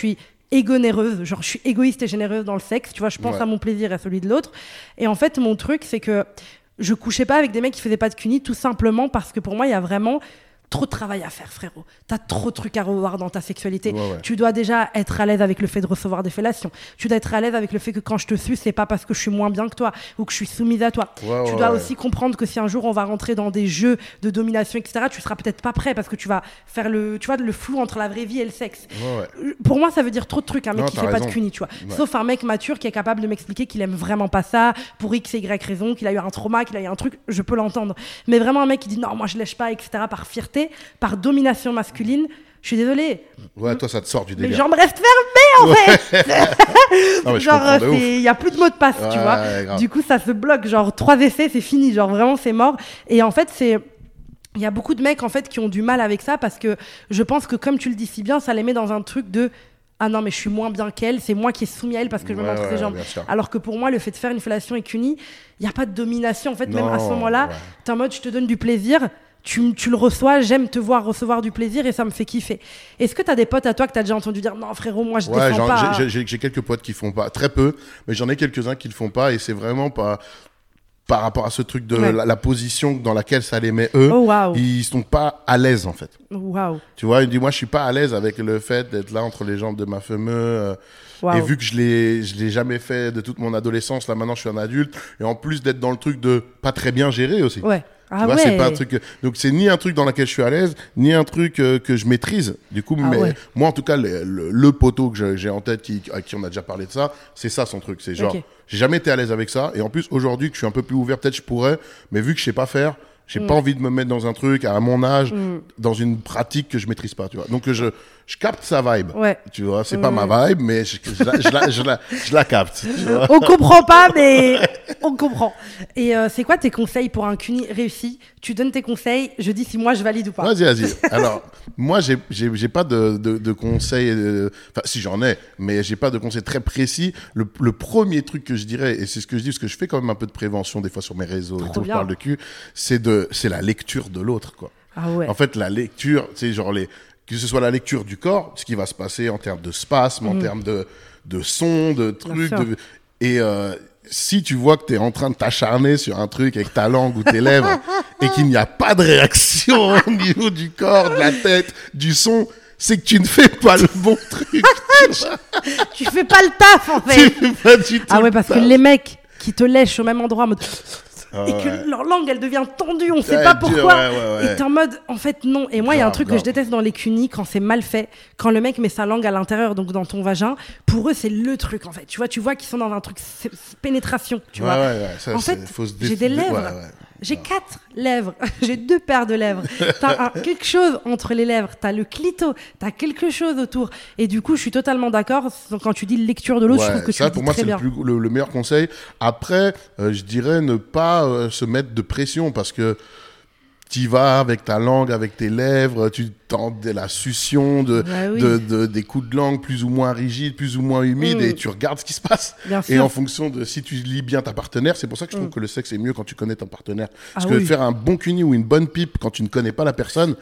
Speaker 1: égonéreuse, genre je suis égoïste et généreuse dans le sexe, tu vois, je pense ouais. à mon plaisir et à celui de l'autre. Et en fait, mon truc, c'est que je couchais pas avec des mecs qui faisaient pas de cuni, tout simplement parce que pour moi, il y a vraiment trop de travail à faire, frérot. T'as trop de trucs à revoir dans ta sexualité.
Speaker 2: Ouais, ouais.
Speaker 1: Tu dois déjà être à l'aise avec le fait de recevoir des fellations. Tu dois être à l'aise avec le fait que quand je te suce, c'est pas parce que je suis moins bien que toi ou que je suis soumise à toi.
Speaker 2: Ouais,
Speaker 1: tu
Speaker 2: ouais,
Speaker 1: dois
Speaker 2: ouais.
Speaker 1: aussi comprendre que si un jour on va rentrer dans des jeux de domination, et cetera, tu seras peut-être pas prêt parce que tu vas faire le, tu vois, le flou entre la vraie vie et le sexe.
Speaker 2: Ouais, ouais.
Speaker 1: Pour moi, ça veut dire trop de trucs, un mec
Speaker 2: Non,
Speaker 1: qui
Speaker 2: t'as
Speaker 1: fait
Speaker 2: raison.
Speaker 1: pas de cuni, tu vois.
Speaker 2: Ouais.
Speaker 1: Sauf un mec mature qui est capable de m'expliquer qu'il aime vraiment pas ça, pour X et Y raison, qu'il a eu un trauma, qu'il a eu un truc, je peux l'entendre. Mais vraiment un mec qui dit non, moi je lèche pas, et cetera, par fierté, par domination masculine, je suis désolée.
Speaker 2: Ouais, toi, ça te sort du délire.
Speaker 1: Les jambes restent fermées, en fait.
Speaker 2: Non, mais je
Speaker 1: genre,
Speaker 2: comprends de ouf.
Speaker 1: il y a plus de mot de passe,
Speaker 2: Ouais,
Speaker 1: tu vois.
Speaker 2: ouais, grave.
Speaker 1: Du coup, ça se bloque. Genre, trois essais, c'est fini. Genre, vraiment, c'est mort. Et en fait, c'est... Il y a beaucoup de mecs, en fait, qui ont du mal avec ça parce que je pense que, comme tu le dis si bien, ça les met dans un truc de... Ah non, mais je suis moins bien qu'elle, c'est moi qui est soumis à elle parce que je me
Speaker 2: Ouais,
Speaker 1: mets entre
Speaker 2: ouais,
Speaker 1: ses jambes.
Speaker 2: bien sûr.
Speaker 1: Alors que pour moi, le fait de faire une fellation avec une i, il n'y a pas de domination. En fait,
Speaker 2: Non,
Speaker 1: même à ce moment-là,
Speaker 2: ouais.
Speaker 1: t'es en mode, je te donne du plaisir, tu, tu le reçois, j'aime te voir recevoir du plaisir et ça me fait kiffer. Est-ce que t'as des potes à toi que t'as déjà entendu dire non, frérot, moi je
Speaker 2: Ouais,
Speaker 1: défends
Speaker 2: genre,
Speaker 1: pas.
Speaker 2: j'ai, j'ai, j'ai quelques potes qui font pas, très peu, mais j'en ai quelques-uns qui le font pas et c'est vraiment pas par rapport à ce truc de
Speaker 1: Ouais.
Speaker 2: la, la position dans laquelle ça les met eux.
Speaker 1: Oh, waouh.
Speaker 2: Ils sont pas à l'aise en fait.
Speaker 1: Waouh.
Speaker 2: Tu vois, il dit moi je suis pas à l'aise avec le fait d'être là entre les jambes de ma fameuse. euh,
Speaker 1: Waouh.
Speaker 2: Et vu que je l'ai, je l'ai jamais fait de toute mon adolescence, là maintenant je suis un adulte, et en plus d'être dans le truc de pas très bien gérer aussi.
Speaker 1: Ouais. Ah
Speaker 2: Tu vois,
Speaker 1: ouais.
Speaker 2: c'est pas un truc. que- Donc c'est ni un truc dans lequel je suis à l'aise, ni un truc euh, que je maîtrise. Du coup,
Speaker 1: Ah
Speaker 2: mais
Speaker 1: ouais.
Speaker 2: moi en tout cas, le, le, le poteau que je- j'ai en tête, qui, à qui on a déjà parlé de ça, c'est ça son truc. C'est genre,
Speaker 1: Ok.
Speaker 2: j'ai jamais été à l'aise avec ça, et en plus aujourd'hui que je suis un peu plus ouvert, peut-être je pourrais, mais vu que je sais pas faire, j'ai
Speaker 1: Mm.
Speaker 2: pas envie de me mettre dans un truc à mon âge,
Speaker 1: Mm.
Speaker 2: dans une pratique que je maîtrise pas. Tu vois. Donc je je capte sa vibe.
Speaker 1: Ouais.
Speaker 2: Tu vois, c'est
Speaker 1: Ouais,
Speaker 2: pas
Speaker 1: ouais.
Speaker 2: ma vibe, mais je, je, la, je, la, je, la, je la capte. Tu vois.
Speaker 1: On comprend pas, mais on comprend. Et euh, c'est quoi tes conseils pour un cuni réussi? Tu donnes tes conseils, je dis si moi je valide ou pas.
Speaker 2: Vas-y, vas-y. Alors, moi, j'ai, j'ai, j'ai pas de, de, de conseils. euh, Enfin, si j'en ai, mais j'ai pas de conseils très précis. Le, le premier truc que je dirais, et c'est ce que je dis, parce que je fais quand même un peu de prévention des fois sur mes réseaux
Speaker 1: Trop
Speaker 2: et tout, je
Speaker 1: bien.
Speaker 2: parle de cul, c'est de, c'est la lecture de l'autre, quoi.
Speaker 1: Ah ouais.
Speaker 2: En fait, la lecture, tu sais, genre les, que ce soit la lecture du corps, ce qui va se passer en termes de spasme, en termes de, de son, de trucs,
Speaker 1: sûr.
Speaker 2: de, et euh, si tu vois que tu es en train de t'acharner sur un truc avec ta langue ou tes lèvres et qu'il n'y a pas de réaction au niveau du corps, de la tête, du son, c'est que tu ne fais pas le bon truc. Tu vois.
Speaker 1: Tu fais pas le taf en
Speaker 2: Tu
Speaker 1: fait.
Speaker 2: fais pas du tout
Speaker 1: Ah ouais,
Speaker 2: le
Speaker 1: parce que
Speaker 2: taf.
Speaker 1: les mecs qui te lèchent au même endroit en mode...
Speaker 2: Ah
Speaker 1: et que
Speaker 2: ouais.
Speaker 1: leur langue elle devient tendue, on sait
Speaker 2: Ouais,
Speaker 1: pas
Speaker 2: dur,
Speaker 1: pourquoi.
Speaker 2: ouais, ouais, ouais.
Speaker 1: Et t'es en mode, en fait non. Et moi il y a un
Speaker 2: Grave,
Speaker 1: truc que
Speaker 2: grave.
Speaker 1: je déteste dans les cunis quand c'est mal fait, quand le mec met sa langue à l'intérieur, donc dans ton vagin. Pour eux c'est le truc en fait. Tu vois, tu vois qu'ils sont dans un truc c'est- c'est pénétration. Tu
Speaker 2: Ouais,
Speaker 1: vois.
Speaker 2: ouais, ouais, ça,
Speaker 1: En
Speaker 2: c'est-
Speaker 1: fait,
Speaker 2: faut se
Speaker 1: j'ai
Speaker 2: dé-
Speaker 1: des
Speaker 2: dé-
Speaker 1: lèvres.
Speaker 2: ouais, ouais.
Speaker 1: J'ai quatre lèvres, j'ai deux paires de lèvres. T'as un- quelque chose entre les lèvres, t'as le clito, t'as quelque chose autour. Et du coup, je suis totalement d'accord. Quand tu dis lecture de l'eau, je
Speaker 2: Ouais,
Speaker 1: trouve que
Speaker 2: ça,
Speaker 1: tu le
Speaker 2: pour
Speaker 1: dis
Speaker 2: moi,
Speaker 1: très
Speaker 2: c'est
Speaker 1: bien.
Speaker 2: le, plus- le- le meilleur conseil. Après, euh, je dirais ne pas euh, se mettre de pression parce que tu vas avec ta langue, avec tes lèvres, tu tends de la succion, de,
Speaker 1: Ouais, oui.
Speaker 2: de, de- des coups de langue plus ou moins rigides, plus ou moins humides,
Speaker 1: Mm.
Speaker 2: et tu regardes ce qui se passe.
Speaker 1: Bien
Speaker 2: Et
Speaker 1: sûr.
Speaker 2: en fonction de si tu lis bien ta partenaire, c'est pour ça que je trouve que le sexe est mieux quand tu connais ton partenaire. Parce
Speaker 1: Ah
Speaker 2: que
Speaker 1: oui.
Speaker 2: faire un bon cuni ou une bonne pipe quand tu ne connais pas la personne,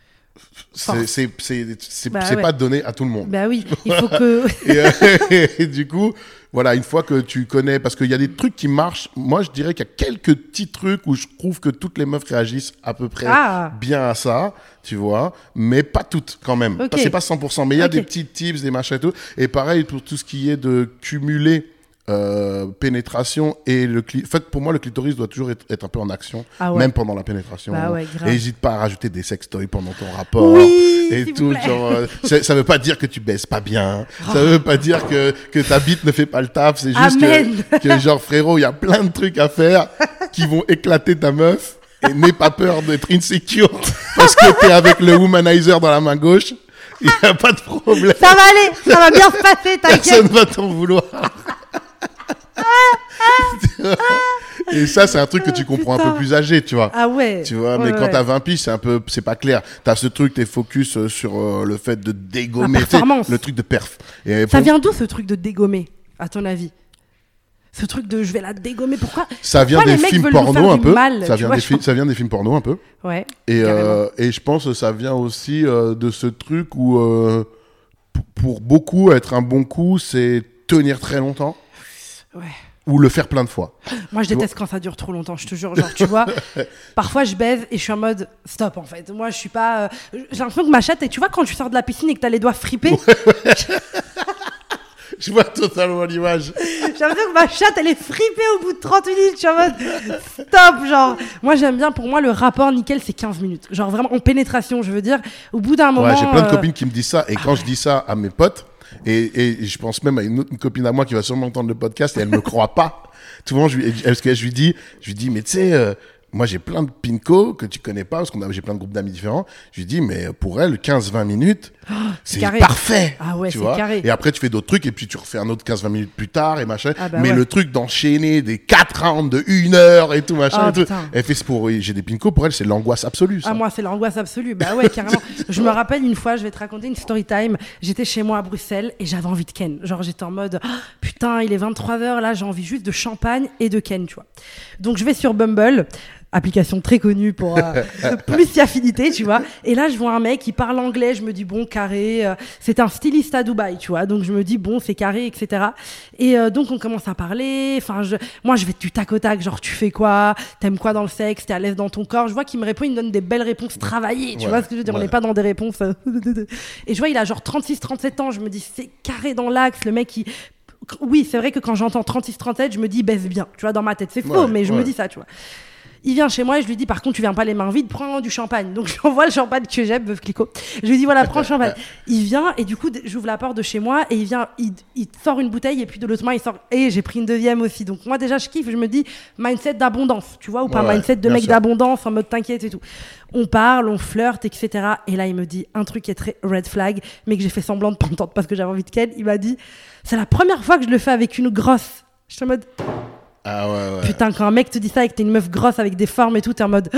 Speaker 2: c'est
Speaker 1: Force.
Speaker 2: c'est- c'est- c'est-
Speaker 1: Bah
Speaker 2: c'est
Speaker 1: ouais.
Speaker 2: pas donné à tout le monde.
Speaker 1: Bah oui, il faut que.
Speaker 2: Et, euh, et du coup, voilà, une fois que tu connais, parce qu'il y a des trucs qui marchent, moi je dirais qu'il y a quelques petits trucs où je trouve que toutes les meufs réagissent à peu près
Speaker 1: Ah.
Speaker 2: bien à ça, tu vois, mais pas toutes quand même.
Speaker 1: Ok.
Speaker 2: Parce que c'est pas cent pour cent, mais il y a
Speaker 1: Ok.
Speaker 2: des petits tips, des machins et tout. Et pareil pour tout ce qui est de cumuler euh, pénétration et le cli... En fait, pour moi, le clitoris doit toujours être, être un peu en action,
Speaker 1: Ah ouais.
Speaker 2: même pendant la pénétration.
Speaker 1: Bah ouais, grave.
Speaker 2: Et n'hésite pas à rajouter des sextoys pendant ton rapport.
Speaker 1: Oui,
Speaker 2: et
Speaker 1: s'il
Speaker 2: tout,
Speaker 1: vous plaît.
Speaker 2: genre, euh, ça, ça veut pas dire que tu baisses pas bien. Ça veut pas dire que, que ta bite ne fait pas le taf. C'est juste
Speaker 1: Amen.
Speaker 2: que, que, genre, frérot, il y a plein de trucs à faire qui vont éclater ta meuf. Et n'aie pas peur d'être insecure parce que t'es avec le womanizer dans la main gauche. Il n'y a pas de problème.
Speaker 1: Ça va aller, ça va bien se passer, t'inquiète.
Speaker 2: Personne va t'en vouloir. Et ça, c'est un truc que tu comprends un
Speaker 1: Putain.
Speaker 2: peu plus âgé, tu vois.
Speaker 1: Ah ouais.
Speaker 2: Tu vois, mais
Speaker 1: Ouais,
Speaker 2: quand
Speaker 1: ouais.
Speaker 2: t'as vingt piges, c'est un peu, c'est pas clair. T'as ce truc, t'es focus euh, sur euh, le fait de dégommer,
Speaker 1: La
Speaker 2: tu sais,
Speaker 1: performance.
Speaker 2: le truc de perf. Et
Speaker 1: Ça
Speaker 2: pour-
Speaker 1: vient d'où ce truc de dégommer, à ton avis? Ce truc de je vais la dégommer, pourquoi?
Speaker 2: ça vient
Speaker 1: Pourquoi
Speaker 2: des
Speaker 1: les mecs
Speaker 2: films
Speaker 1: veulent nous
Speaker 2: porno
Speaker 1: faire
Speaker 2: un
Speaker 1: du
Speaker 2: peu.
Speaker 1: mal,
Speaker 2: ça
Speaker 1: tu
Speaker 2: vient
Speaker 1: vois,
Speaker 2: des
Speaker 1: je
Speaker 2: films, ça vient des films porno un peu.
Speaker 1: Ouais.
Speaker 2: Et
Speaker 1: carrément.
Speaker 2: euh, et je pense que ça vient aussi euh, de ce truc où euh, p- pour beaucoup, être un bon coup, c'est tenir très longtemps.
Speaker 1: Ouais.
Speaker 2: Ou le faire plein de fois.
Speaker 1: Moi, je déteste quand ça dure trop longtemps, je te jure. Genre, tu vois, parfois, je baise et je suis en mode stop, en fait. Moi, je suis pas... Euh, j'ai l'impression que ma chatte... Et tu vois, quand tu sors de la piscine et que t'as les doigts fripés... Ouais, ouais.
Speaker 2: Je vois totalement l'image.
Speaker 1: J'ai l'impression que ma chatte, elle est fripée au bout de trente minutes. Je suis en mode stop, genre. Moi, j'aime bien, pour moi, le rapport nickel, c'est quinze minutes. Genre, vraiment, en pénétration, je veux dire. Au bout d'un moment...
Speaker 2: Ouais, j'ai plein de
Speaker 1: euh...
Speaker 2: copines qui me disent ça. Et quand je dis ça à mes potes, et, et je pense même à une autre une copine à moi qui va sûrement entendre le podcast et elle me croit pas. Souvent, je lui, parce que je lui dis, je lui dis, mais tu sais, euh, moi j'ai plein de pinko que tu connais pas parce qu'on a, j'ai plein de groupes d'amis différents. Je lui dis, mais pour elle, quinze vingt minutes, oh, c'est, c'est parfait.
Speaker 1: Ah ouais,
Speaker 2: tu
Speaker 1: c'est
Speaker 2: vois.
Speaker 1: Carré.
Speaker 2: Et après, tu fais d'autres trucs et puis tu refais un autre quinze vingt minutes plus tard et machin.
Speaker 1: Ah bah
Speaker 2: mais
Speaker 1: ouais.
Speaker 2: le truc d'enchaîner des quatre rounds de une heure et tout machin.
Speaker 1: Oh,
Speaker 2: et tout. Elle fait ce pour, j'ai des pinko pour elle, c'est l'angoisse absolue. Ça.
Speaker 1: Ah, moi, c'est l'angoisse absolue. Bah ouais, carrément. Je me rappelle une fois, je vais te raconter une story time. J'étais chez moi à Bruxelles et j'avais envie de Ken. Genre, j'étais en mode, oh, putain, il est vingt-trois heures, là, j'ai envie juste de champagne et de Ken, tu vois. Donc, je vais sur Bumble. Application très connue pour euh, plus y affinité, tu vois. Et là, je vois un mec qui parle anglais. Je me dis, bon, carré. Euh, c'est un styliste à Dubaï, tu vois. Donc, je me dis, bon, c'est carré, et cetera. Et euh, donc, on commence à parler. Enfin, je... moi, je vais du tac au tac. Genre, tu fais quoi? T'aimes quoi dans le sexe? T'es à l'aise dans ton corps? Je vois qu'il me répond, il me donne des belles réponses travaillées. Tu ouais, vois ce que je veux dire? Ouais. On n'est pas dans des réponses. Et je vois, il a genre trente-six trente-sept ans. Je me dis, c'est carré dans l'axe. Le mec, il... Oui, c'est vrai que quand j'entends trente-six trente-sept, je me dis, baisse bien. Tu vois, dans ma tête, c'est faux, ouais, mais je ouais. me dis ça, tu vois. Il vient chez moi et je lui dis, par contre, tu viens pas les mains vides, prends du champagne. Donc, je lui envoie le champagne que j'aime, Veuve Clicquot. Je lui dis, voilà, prends le champagne. Il vient et du coup, j'ouvre la porte de chez moi et il vient, il, il sort une bouteille et puis de l'autre main, il sort, et j'ai pris une deuxième aussi. Donc, moi, déjà, je kiffe, je me dis, mindset d'abondance, tu vois, ou pas ouais, mindset de mec sûr. d'abondance en mode t'inquiète et tout. On parle, on flirte, et cetera. Et là, il me dit un truc qui est très red flag, mais que j'ai fait semblant de pas entendre parce que j'avais envie de ken. Il m'a dit, c'est la première fois que je le fais avec une grosse. Je suis en mode.
Speaker 2: Ah ouais, ouais.
Speaker 1: Putain, quand un mec te dit ça et que t'es une meuf grosse avec des formes et tout, t'es en mode.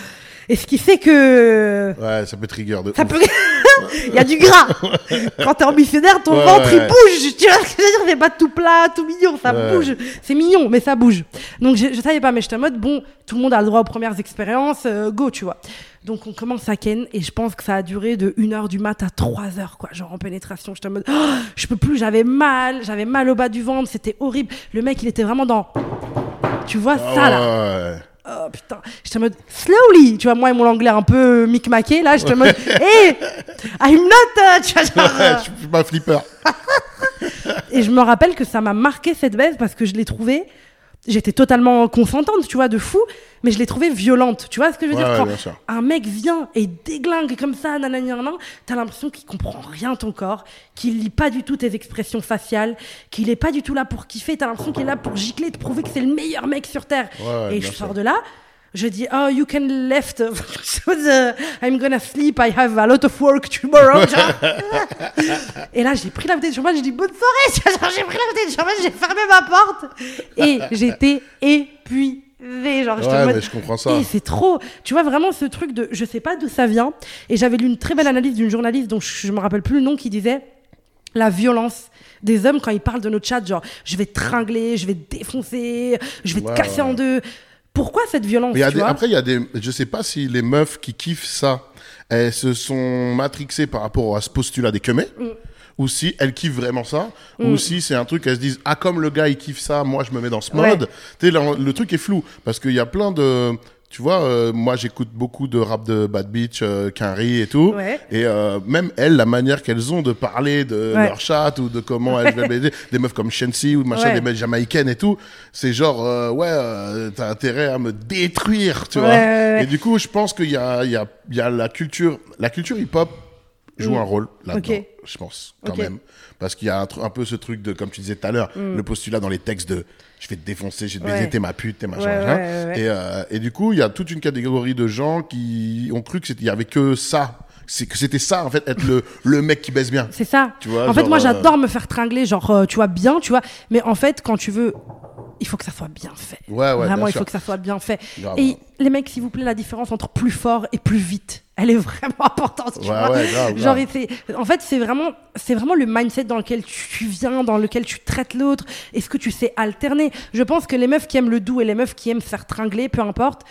Speaker 1: Et ce qui fait que.
Speaker 2: Ouais, ça peut trigger de
Speaker 1: ça
Speaker 2: ouf.
Speaker 1: Peut... Il y a du gras. Quand t'es ambissionnaire, ton ouais, ventre ouais. il bouge. Tu vois ce que je veux dire? C'est pas tout plat, tout mignon, ça ouais. bouge. C'est mignon, mais ça bouge. Donc je, je savais pas, mais j'étais en mode bon, tout le monde a le droit aux premières expériences, euh, go, tu vois. Donc on commence à ken et je pense que ça a duré de une heure du mat à trois heures, quoi, genre en pénétration. J'étais en mode, oh, je peux plus, j'avais mal, j'avais mal au bas du ventre, c'était horrible. Le mec, il était vraiment dans, tu vois oh, ça là.
Speaker 2: Ouais.
Speaker 1: Oh putain, j'étais en mode slowly, tu vois, moi et mon anglais un peu micmaqué, là, j'étais en mode, hey, I'm not, uh, tu vois, genre,
Speaker 2: euh... je suis pas un flipper.
Speaker 1: Et je me rappelle que ça m'a marqué cette baisse parce que je l'ai trouvée. J'étais totalement consentante, tu vois, de fou, mais je l'ai trouvée violente. Tu vois ce que je veux
Speaker 2: ouais,
Speaker 1: dire?
Speaker 2: ouais,
Speaker 1: Quand un mec vient et déglingue comme ça, nanana, t'as l'impression qu'il comprend rien ton corps, qu'il lit pas du tout tes expressions faciales, qu'il est pas du tout là pour kiffer. T'as l'impression qu'il est là pour gicler, te prouver que c'est le meilleur mec sur Terre.
Speaker 2: Ouais,
Speaker 1: et je sors de là. Je dis, oh, you can left. I'm gonna sleep. I have a lot of work tomorrow. Et là, j'ai pris la bouteille de champagne. J'ai dit, bonne soirée. J'ai pris la bouteille de champagne. J'ai fermé ma porte. Et j'étais épuisée. Genre,
Speaker 2: ouais, mode, mais je comprends ça.
Speaker 1: Et c'est trop. Tu vois, vraiment, ce truc de, je sais pas d'où ça vient. Et j'avais lu une très belle analyse d'une journaliste dont je, je me rappelle plus le nom qui disait, la violence des hommes quand ils parlent de notre chat. Genre, je vais te tringler, je vais te défoncer, je vais te ouais, casser ouais. en deux. Pourquoi cette violence?
Speaker 2: Mais y a
Speaker 1: tu
Speaker 2: des,
Speaker 1: vois
Speaker 2: après, il y a des. Je sais pas si les meufs qui kiffent ça, elles se sont matrixées par rapport à ce postulat des queumets, mm. ou si elles kiffent vraiment ça, mm. ou si c'est un truc qu'elles se disent, ah, comme le gars il kiffe ça, moi je me mets dans ce mode. Ouais. Tu sais, le, le truc est flou parce qu'il y a plein de. Tu vois, euh, moi j'écoute beaucoup de rap de Bad Bitch, euh, Quinry et tout.
Speaker 1: Ouais.
Speaker 2: Et euh, même elles, la manière qu'elles ont de parler de ouais. leur chat ou de comment elles veulent baiser, des meufs comme Shensi ou machin, ouais. des meufs jamaïcaines et tout, c'est genre, euh, ouais, euh, t'as intérêt à me détruire, tu
Speaker 1: ouais,
Speaker 2: vois.
Speaker 1: Ouais, ouais.
Speaker 2: Et du coup, je pense qu'il y a, il y a, il y a la culture, la culture hip-hop joue mmh. un rôle là-dedans, okay. je pense, quand okay. même. Parce qu'il y a un, un peu ce truc de, comme tu disais tout à l'heure, mmh. le postulat dans les textes de je vais te défoncer, je vais te baiser, ouais. t'es ma pute, t'es machin.
Speaker 1: Ouais,
Speaker 2: machin.
Speaker 1: ouais, ouais.
Speaker 2: Et, euh, et du coup, il y a toute une catégorie de gens qui ont cru qu'il y avait que ça. C'est que c'était ça, en fait, être le, le mec qui baisse bien.
Speaker 1: C'est ça.
Speaker 2: Tu vois,
Speaker 1: en
Speaker 2: genre,
Speaker 1: fait, moi,
Speaker 2: euh...
Speaker 1: j'adore me faire tringler, genre, euh, tu vois, bien, tu vois. Mais en fait, quand tu veux, il faut que ça soit bien fait.
Speaker 2: Ouais, ouais,
Speaker 1: vraiment, il
Speaker 2: sûr.
Speaker 1: faut que ça soit bien fait.
Speaker 2: Grave.
Speaker 1: Et les mecs, s'il vous plaît, la différence entre plus fort et plus vite, elle est vraiment importante. Tu
Speaker 2: ouais,
Speaker 1: vois
Speaker 2: ouais, grave,
Speaker 1: genre,
Speaker 2: grave.
Speaker 1: C'est, en fait, c'est vraiment, c'est vraiment le mindset dans lequel tu viens, dans lequel tu traites l'autre. Est-ce que tu sais alterner? Je pense que les meufs qui aiment le doux et les meufs qui aiment se faire tringler, peu importe,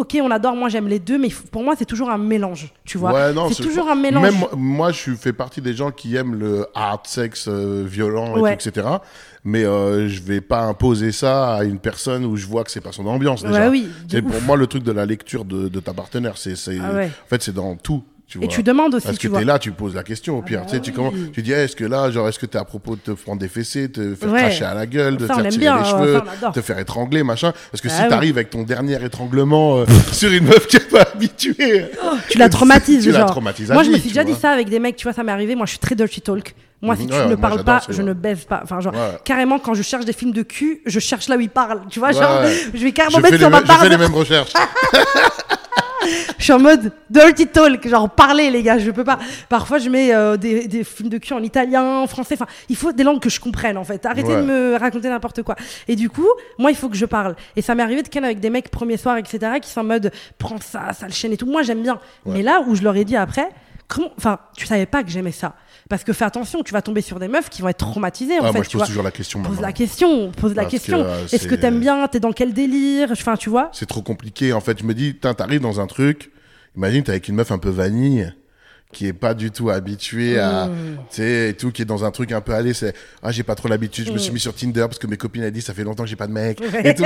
Speaker 1: ok, on adore, moi j'aime les deux, mais pour moi c'est toujours un mélange, tu vois.
Speaker 2: Ouais, non,
Speaker 1: c'est,
Speaker 2: c'est
Speaker 1: toujours
Speaker 2: pas...
Speaker 1: un mélange.
Speaker 2: Même moi, moi, je fais partie des gens qui aiment le hard sex euh, violent, et,
Speaker 1: ouais.
Speaker 2: tout, et cetera. Mais euh, je vais pas imposer ça à une personne où je vois que c'est pas son ambiance déjà.
Speaker 1: Ouais, oui,
Speaker 2: c'est pour moi le truc de la lecture de, de ta partenaire, c'est, c'est...
Speaker 1: Ah ouais.
Speaker 2: en fait c'est dans tout. Tu
Speaker 1: et
Speaker 2: vois.
Speaker 1: tu demandes aussi,
Speaker 2: parce
Speaker 1: tu
Speaker 2: que
Speaker 1: vois.
Speaker 2: t'es là, tu poses la question au pire.
Speaker 1: Ah bah
Speaker 2: tu sais, tu,
Speaker 1: oui.
Speaker 2: comment, tu dis, hey, est-ce que là, genre, est-ce que t'es à propos de te prendre des fessées, te faire
Speaker 1: ouais.
Speaker 2: cracher à la gueule, de
Speaker 1: ça,
Speaker 2: te faire tirer
Speaker 1: bien,
Speaker 2: les cheveux,
Speaker 1: ça,
Speaker 2: te faire étrangler, machin. Parce que
Speaker 1: ah
Speaker 2: si
Speaker 1: oui.
Speaker 2: t'arrives avec ton dernier étranglement euh, sur une meuf qui est pas habituée,
Speaker 1: oh, tu la traumatises.
Speaker 2: tu
Speaker 1: genre.
Speaker 2: la traumatises à
Speaker 1: moi, je me
Speaker 2: vie,
Speaker 1: suis
Speaker 2: tu
Speaker 1: déjà
Speaker 2: vois.
Speaker 1: dit ça avec des mecs, tu vois, ça m'est arrivé. Moi, je suis très dirty talk. Moi, si
Speaker 2: ouais,
Speaker 1: tu
Speaker 2: ouais,
Speaker 1: ne
Speaker 2: moi,
Speaker 1: parles pas,
Speaker 2: ça,
Speaker 1: je
Speaker 2: ouais.
Speaker 1: ne baise pas. Enfin, genre,
Speaker 2: ouais.
Speaker 1: carrément, quand je cherche des films de cul, je cherche là où ils parlent. Tu vois,
Speaker 2: Ouais,
Speaker 1: genre,
Speaker 2: ouais.
Speaker 1: je vais carrément
Speaker 2: je
Speaker 1: mettre
Speaker 2: fais
Speaker 1: sur
Speaker 2: les
Speaker 1: ma
Speaker 2: mêmes-
Speaker 1: barre.
Speaker 2: Je fais
Speaker 1: de-
Speaker 2: les mêmes recherches.
Speaker 1: Je suis en mode dirty talk, genre parler, les gars, je peux pas. Parfois, je mets euh, des, des films de cul en italien, en français. Enfin, il faut des langues que je comprenne, en fait. Arrêtez
Speaker 2: Ouais.
Speaker 1: de me raconter n'importe quoi. Et du coup, moi, il faut que je parle. Et ça m'est arrivé de ken avec des mecs premier soir, et cetera, qui sont en mode prends ça, ça le chaîne et tout. Moi, j'aime bien.
Speaker 2: Ouais.
Speaker 1: Mais là où je leur ai dit après, comment, enfin, tu savais pas que j'aimais ça. Parce que fais attention, tu vas tomber sur des meufs qui vont être traumatisées, en
Speaker 2: Ah,
Speaker 1: fait.
Speaker 2: moi, je
Speaker 1: tu
Speaker 2: pose
Speaker 1: vois.
Speaker 2: toujours la question.
Speaker 1: Pose
Speaker 2: maintenant.
Speaker 1: la question, pose la
Speaker 2: Parce
Speaker 1: question.
Speaker 2: que, euh,
Speaker 1: Est-ce que
Speaker 2: c'est-
Speaker 1: t'aimes bien, t'es dans quel délire, enfin, tu vois.
Speaker 2: C'est trop compliqué. En fait, je me dis, tain, t'arrives dans un truc. Imagine, t'es avec une meuf un peu vanille, qui est pas du tout habituée à,
Speaker 1: Mmh.
Speaker 2: tu sais, et tout, qui est dans un truc un peu, allez, c'est, ah, j'ai pas trop l'habitude, je me suis mis sur Tinder parce que mes copines ont dit, ça fait longtemps que j'ai pas de mec.
Speaker 1: Ouais.
Speaker 2: Et tout.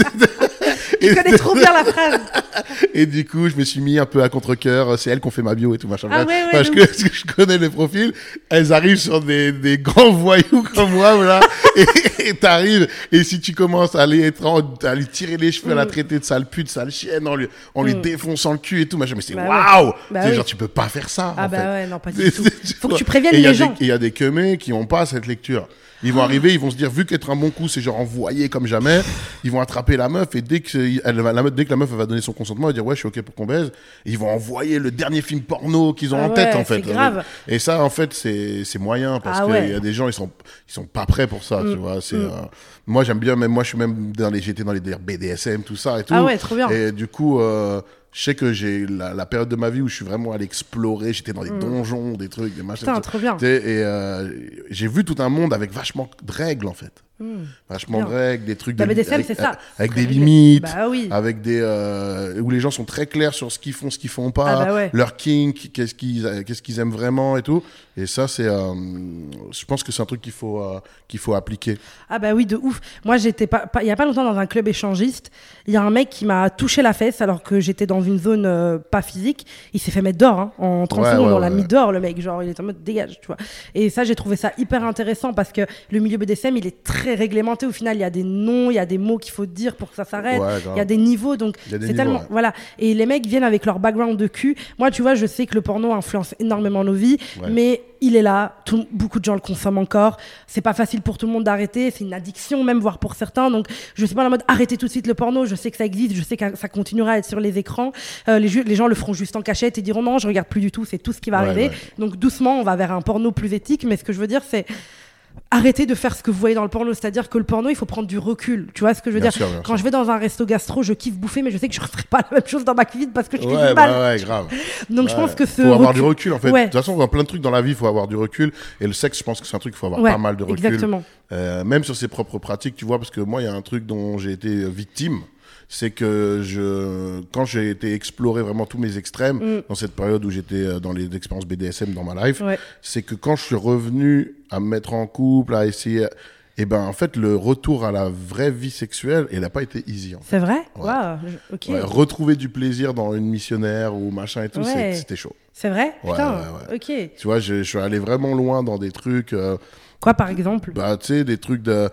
Speaker 1: Tu connais trop bien la phrase.
Speaker 2: Et du coup, je me suis mis un peu à contre-cœur. C'est elle qu'on fait ma bio et tout, machin.
Speaker 1: Ah
Speaker 2: Bref.
Speaker 1: ouais, ouais,
Speaker 2: parce,
Speaker 1: donc-
Speaker 2: que, parce que je connais les profils. Elles arrivent sur des, des grands voyous comme moi, voilà. Et t'arrives. Et si tu commences à aller être en- à lui tirer les cheveux, à la
Speaker 1: Mm.
Speaker 2: traiter de sale pute, sale chienne, en lui, en lui
Speaker 1: Mm.
Speaker 2: défonçant le cul et tout, machin. Mais c'est
Speaker 1: Bah
Speaker 2: waouh!
Speaker 1: ouais. Bah
Speaker 2: C'est
Speaker 1: oui.
Speaker 2: genre, tu peux pas faire ça.
Speaker 1: Ah
Speaker 2: en
Speaker 1: bah
Speaker 2: fait.
Speaker 1: ouais, non, pas du tout. Faut que tu
Speaker 2: Et
Speaker 1: préviennes
Speaker 2: il y a
Speaker 1: les
Speaker 2: des-
Speaker 1: gens.
Speaker 2: et il y a des queumés qui ont pas cette lecture. Ils vont arriver, ils vont se dire, vu qu'être un bon coup, c'est genre envoyé comme jamais, ils vont attraper la meuf et dès que, elle va- la, meuf- dès que la meuf elle va donner son consentement, elle va dire, ouais, je suis ok pour qu'on baise. Et ils vont envoyer le dernier film porno qu'ils ont
Speaker 1: Ah
Speaker 2: en tête,
Speaker 1: ouais,
Speaker 2: en fait.
Speaker 1: c'est grave.
Speaker 2: Et ça, en fait, c'est, c'est moyen parce
Speaker 1: Ah
Speaker 2: qu'il
Speaker 1: ouais.
Speaker 2: y a des gens, ils sont, ils sont pas prêts pour ça,
Speaker 1: Mm.
Speaker 2: tu vois. C'est,
Speaker 1: Mm.
Speaker 2: euh, moi, j'aime bien, même moi, je suis même dans les, j'étais dans les B D S M, tout ça et tout.
Speaker 1: Ah ouais, trop bien.
Speaker 2: Et du coup, euh, je sais que j'ai la, la période de ma vie où je suis vraiment allé explorer, j'étais dans des donjons, des trucs, des machins.
Speaker 1: Putain,
Speaker 2: tout-
Speaker 1: trop bien.
Speaker 2: tu sais, Et euh, j'ai vu tout un monde avec vachement de règles, en fait.
Speaker 1: Mmh.
Speaker 2: Vachement
Speaker 1: Bien.
Speaker 2: de règles, des trucs
Speaker 1: La
Speaker 2: de
Speaker 1: B D S M,
Speaker 2: avec,
Speaker 1: c'est ça.
Speaker 2: avec
Speaker 1: Très
Speaker 2: des
Speaker 1: réglé.
Speaker 2: limites,
Speaker 1: Bah oui.
Speaker 2: avec des euh, où les gens sont très clairs sur ce qu'ils font, ce qu'ils font pas,
Speaker 1: Ah bah ouais.
Speaker 2: leur kink, qu'est-ce qu'ils qu'est-ce qu'ils aiment vraiment et tout. Et ça, c'est, euh, je pense que c'est un truc qu'il faut euh, qu'il faut appliquer.
Speaker 1: Ah bah oui, de ouf. Moi, j'étais pas, pas- il y a pas longtemps dans un club échangiste. Il y a un mec qui m'a touché la fesse alors que j'étais dans une zone euh, pas physique. Il s'est fait mettre dehors hein. En trente
Speaker 2: Ouais,
Speaker 1: secondes.
Speaker 2: ouais,
Speaker 1: on l'a
Speaker 2: ouais.
Speaker 1: mis dehors, le mec. Genre, il est en mode dégage, tu vois. Et ça, j'ai trouvé ça hyper intéressant parce que le milieu B D S M, il est très réglementé. Au final, il y a des noms, il y a des mots qu'il faut dire pour que ça s'arrête.
Speaker 2: Ouais,
Speaker 1: Il
Speaker 2: grave.
Speaker 1: y a des niveaux, donc
Speaker 2: Il y a des
Speaker 1: c'est
Speaker 2: niveaux,
Speaker 1: tellement
Speaker 2: ouais.
Speaker 1: voilà. Et les mecs viennent avec leur background de cul. Moi, tu vois, je sais que le porno influence énormément nos vies,
Speaker 2: Ouais.
Speaker 1: mais il est là. Tout, beaucoup de gens le consomment encore. C'est pas facile pour tout le monde d'arrêter. C'est une addiction même, voire pour certains. Donc, je suis pas en mode arrêtez tout de suite le porno. Je sais que ça existe. Je sais que ça continuera à être sur les écrans. Euh, les, ju- les gens le feront juste en cachette et diront non, je regarde plus du tout. C'est tout ce qui va
Speaker 2: Ouais,
Speaker 1: arriver.
Speaker 2: ouais.
Speaker 1: Donc, doucement, on va vers un porno plus éthique. Mais ce que je veux dire, c'est arrêtez de faire ce que vous voyez dans le porno, c'est-à-dire que le porno, il faut prendre du recul. Tu vois ce que je veux
Speaker 2: Bien
Speaker 1: dire
Speaker 2: sûr, bien
Speaker 1: Quand
Speaker 2: sûr.
Speaker 1: je vais dans un resto gastro, je kiffe bouffer, mais je sais que je ne referai pas la même chose dans ma cuisine parce que je fais
Speaker 2: Ouais,
Speaker 1: du mal.
Speaker 2: bah ouais, grave.
Speaker 1: Donc je
Speaker 2: Ouais.
Speaker 1: pense que ce
Speaker 2: faut avoir
Speaker 1: recul-
Speaker 2: du recul en fait.
Speaker 1: Ouais.
Speaker 2: De toute façon, dans plein de trucs dans la vie, il faut avoir du recul. Et le sexe, je pense que c'est un truc qu'il faut avoir
Speaker 1: Ouais,
Speaker 2: pas mal de recul.
Speaker 1: exactement.
Speaker 2: Euh, même sur ses propres pratiques, tu vois, parce que moi, il y a un truc dont j'ai été victime. C'est que je, quand j'ai été explorer vraiment tous mes extrêmes,
Speaker 1: Mm.
Speaker 2: dans cette période où j'étais euh, dans les expériences B D S M dans ma life,
Speaker 1: Ouais.
Speaker 2: c'est que quand je suis revenu à me mettre en couple, à essayer, et ben en fait, le retour à la vraie vie sexuelle, il n'a pas été easy. En fait.
Speaker 1: C'est vrai
Speaker 2: Ouais.
Speaker 1: Waouh, je- ok.
Speaker 2: Ouais, retrouver du plaisir dans une missionnaire ou machin et tout,
Speaker 1: Ouais.
Speaker 2: c'est- c'était chaud.
Speaker 1: C'est vrai
Speaker 2: Ouais,
Speaker 1: Putain,
Speaker 2: ouais, ouais.
Speaker 1: ok.
Speaker 2: Tu vois, je, je suis allé vraiment loin dans des trucs, euh,
Speaker 1: Quoi par exemple
Speaker 2: bah, tu sais, des trucs de,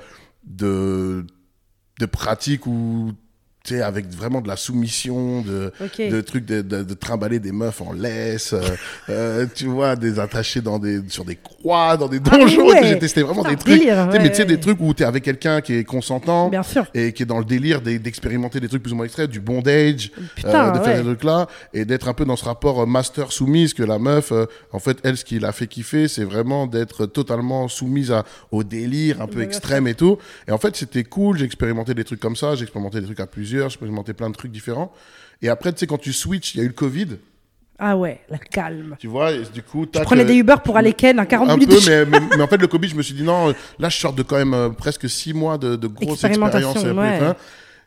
Speaker 2: de, de pratiques où, tu sais, avec vraiment de la soumission, de,
Speaker 1: Ok.
Speaker 2: de trucs de, de, de trimballer des meufs en laisse, euh, euh, tu vois, des attachés dans des, sur des croix, dans des
Speaker 1: Ah,
Speaker 2: donjons.
Speaker 1: ouais.
Speaker 2: J'ai testé vraiment
Speaker 1: Putain,
Speaker 2: des trucs.
Speaker 1: délire,
Speaker 2: tu sais, mais
Speaker 1: ouais,
Speaker 2: tu sais, des
Speaker 1: ouais.
Speaker 2: trucs où t'es avec quelqu'un qui est consentant.
Speaker 1: Bien sûr.
Speaker 2: Et qui est dans le délire d'e- d'expérimenter des trucs plus ou moins extraits, du bondage,
Speaker 1: Putain,
Speaker 2: euh, de faire
Speaker 1: ouais.
Speaker 2: des trucs là, et d'être un peu dans ce rapport euh, master-soumise que la meuf, euh, en fait, elle, ce qui l'a fait kiffer, c'est vraiment d'être totalement soumise à, au délire un peu
Speaker 1: Bien
Speaker 2: extrême et tout. Et en fait, c'était cool, j'ai expérimenté des trucs comme ça, j'ai expérimenté des trucs à plusieurs, j'ai expérimenté plein de trucs différents. Et après, tu sais, quand tu switches, il y a eu le Covid,
Speaker 1: Ah ouais, la calme.
Speaker 2: tu vois, et du coup,
Speaker 1: Tu prenais des Uber pour aller ken à quarante
Speaker 2: un
Speaker 1: minutes.
Speaker 2: peu,
Speaker 1: de-
Speaker 2: mais, mais, mais en fait, le Covid, je me suis dit non, euh, là, je sors de quand même euh, presque six mois de, de grosses
Speaker 1: Expérimentation,
Speaker 2: expériences. un peu,
Speaker 1: ouais.
Speaker 2: hein.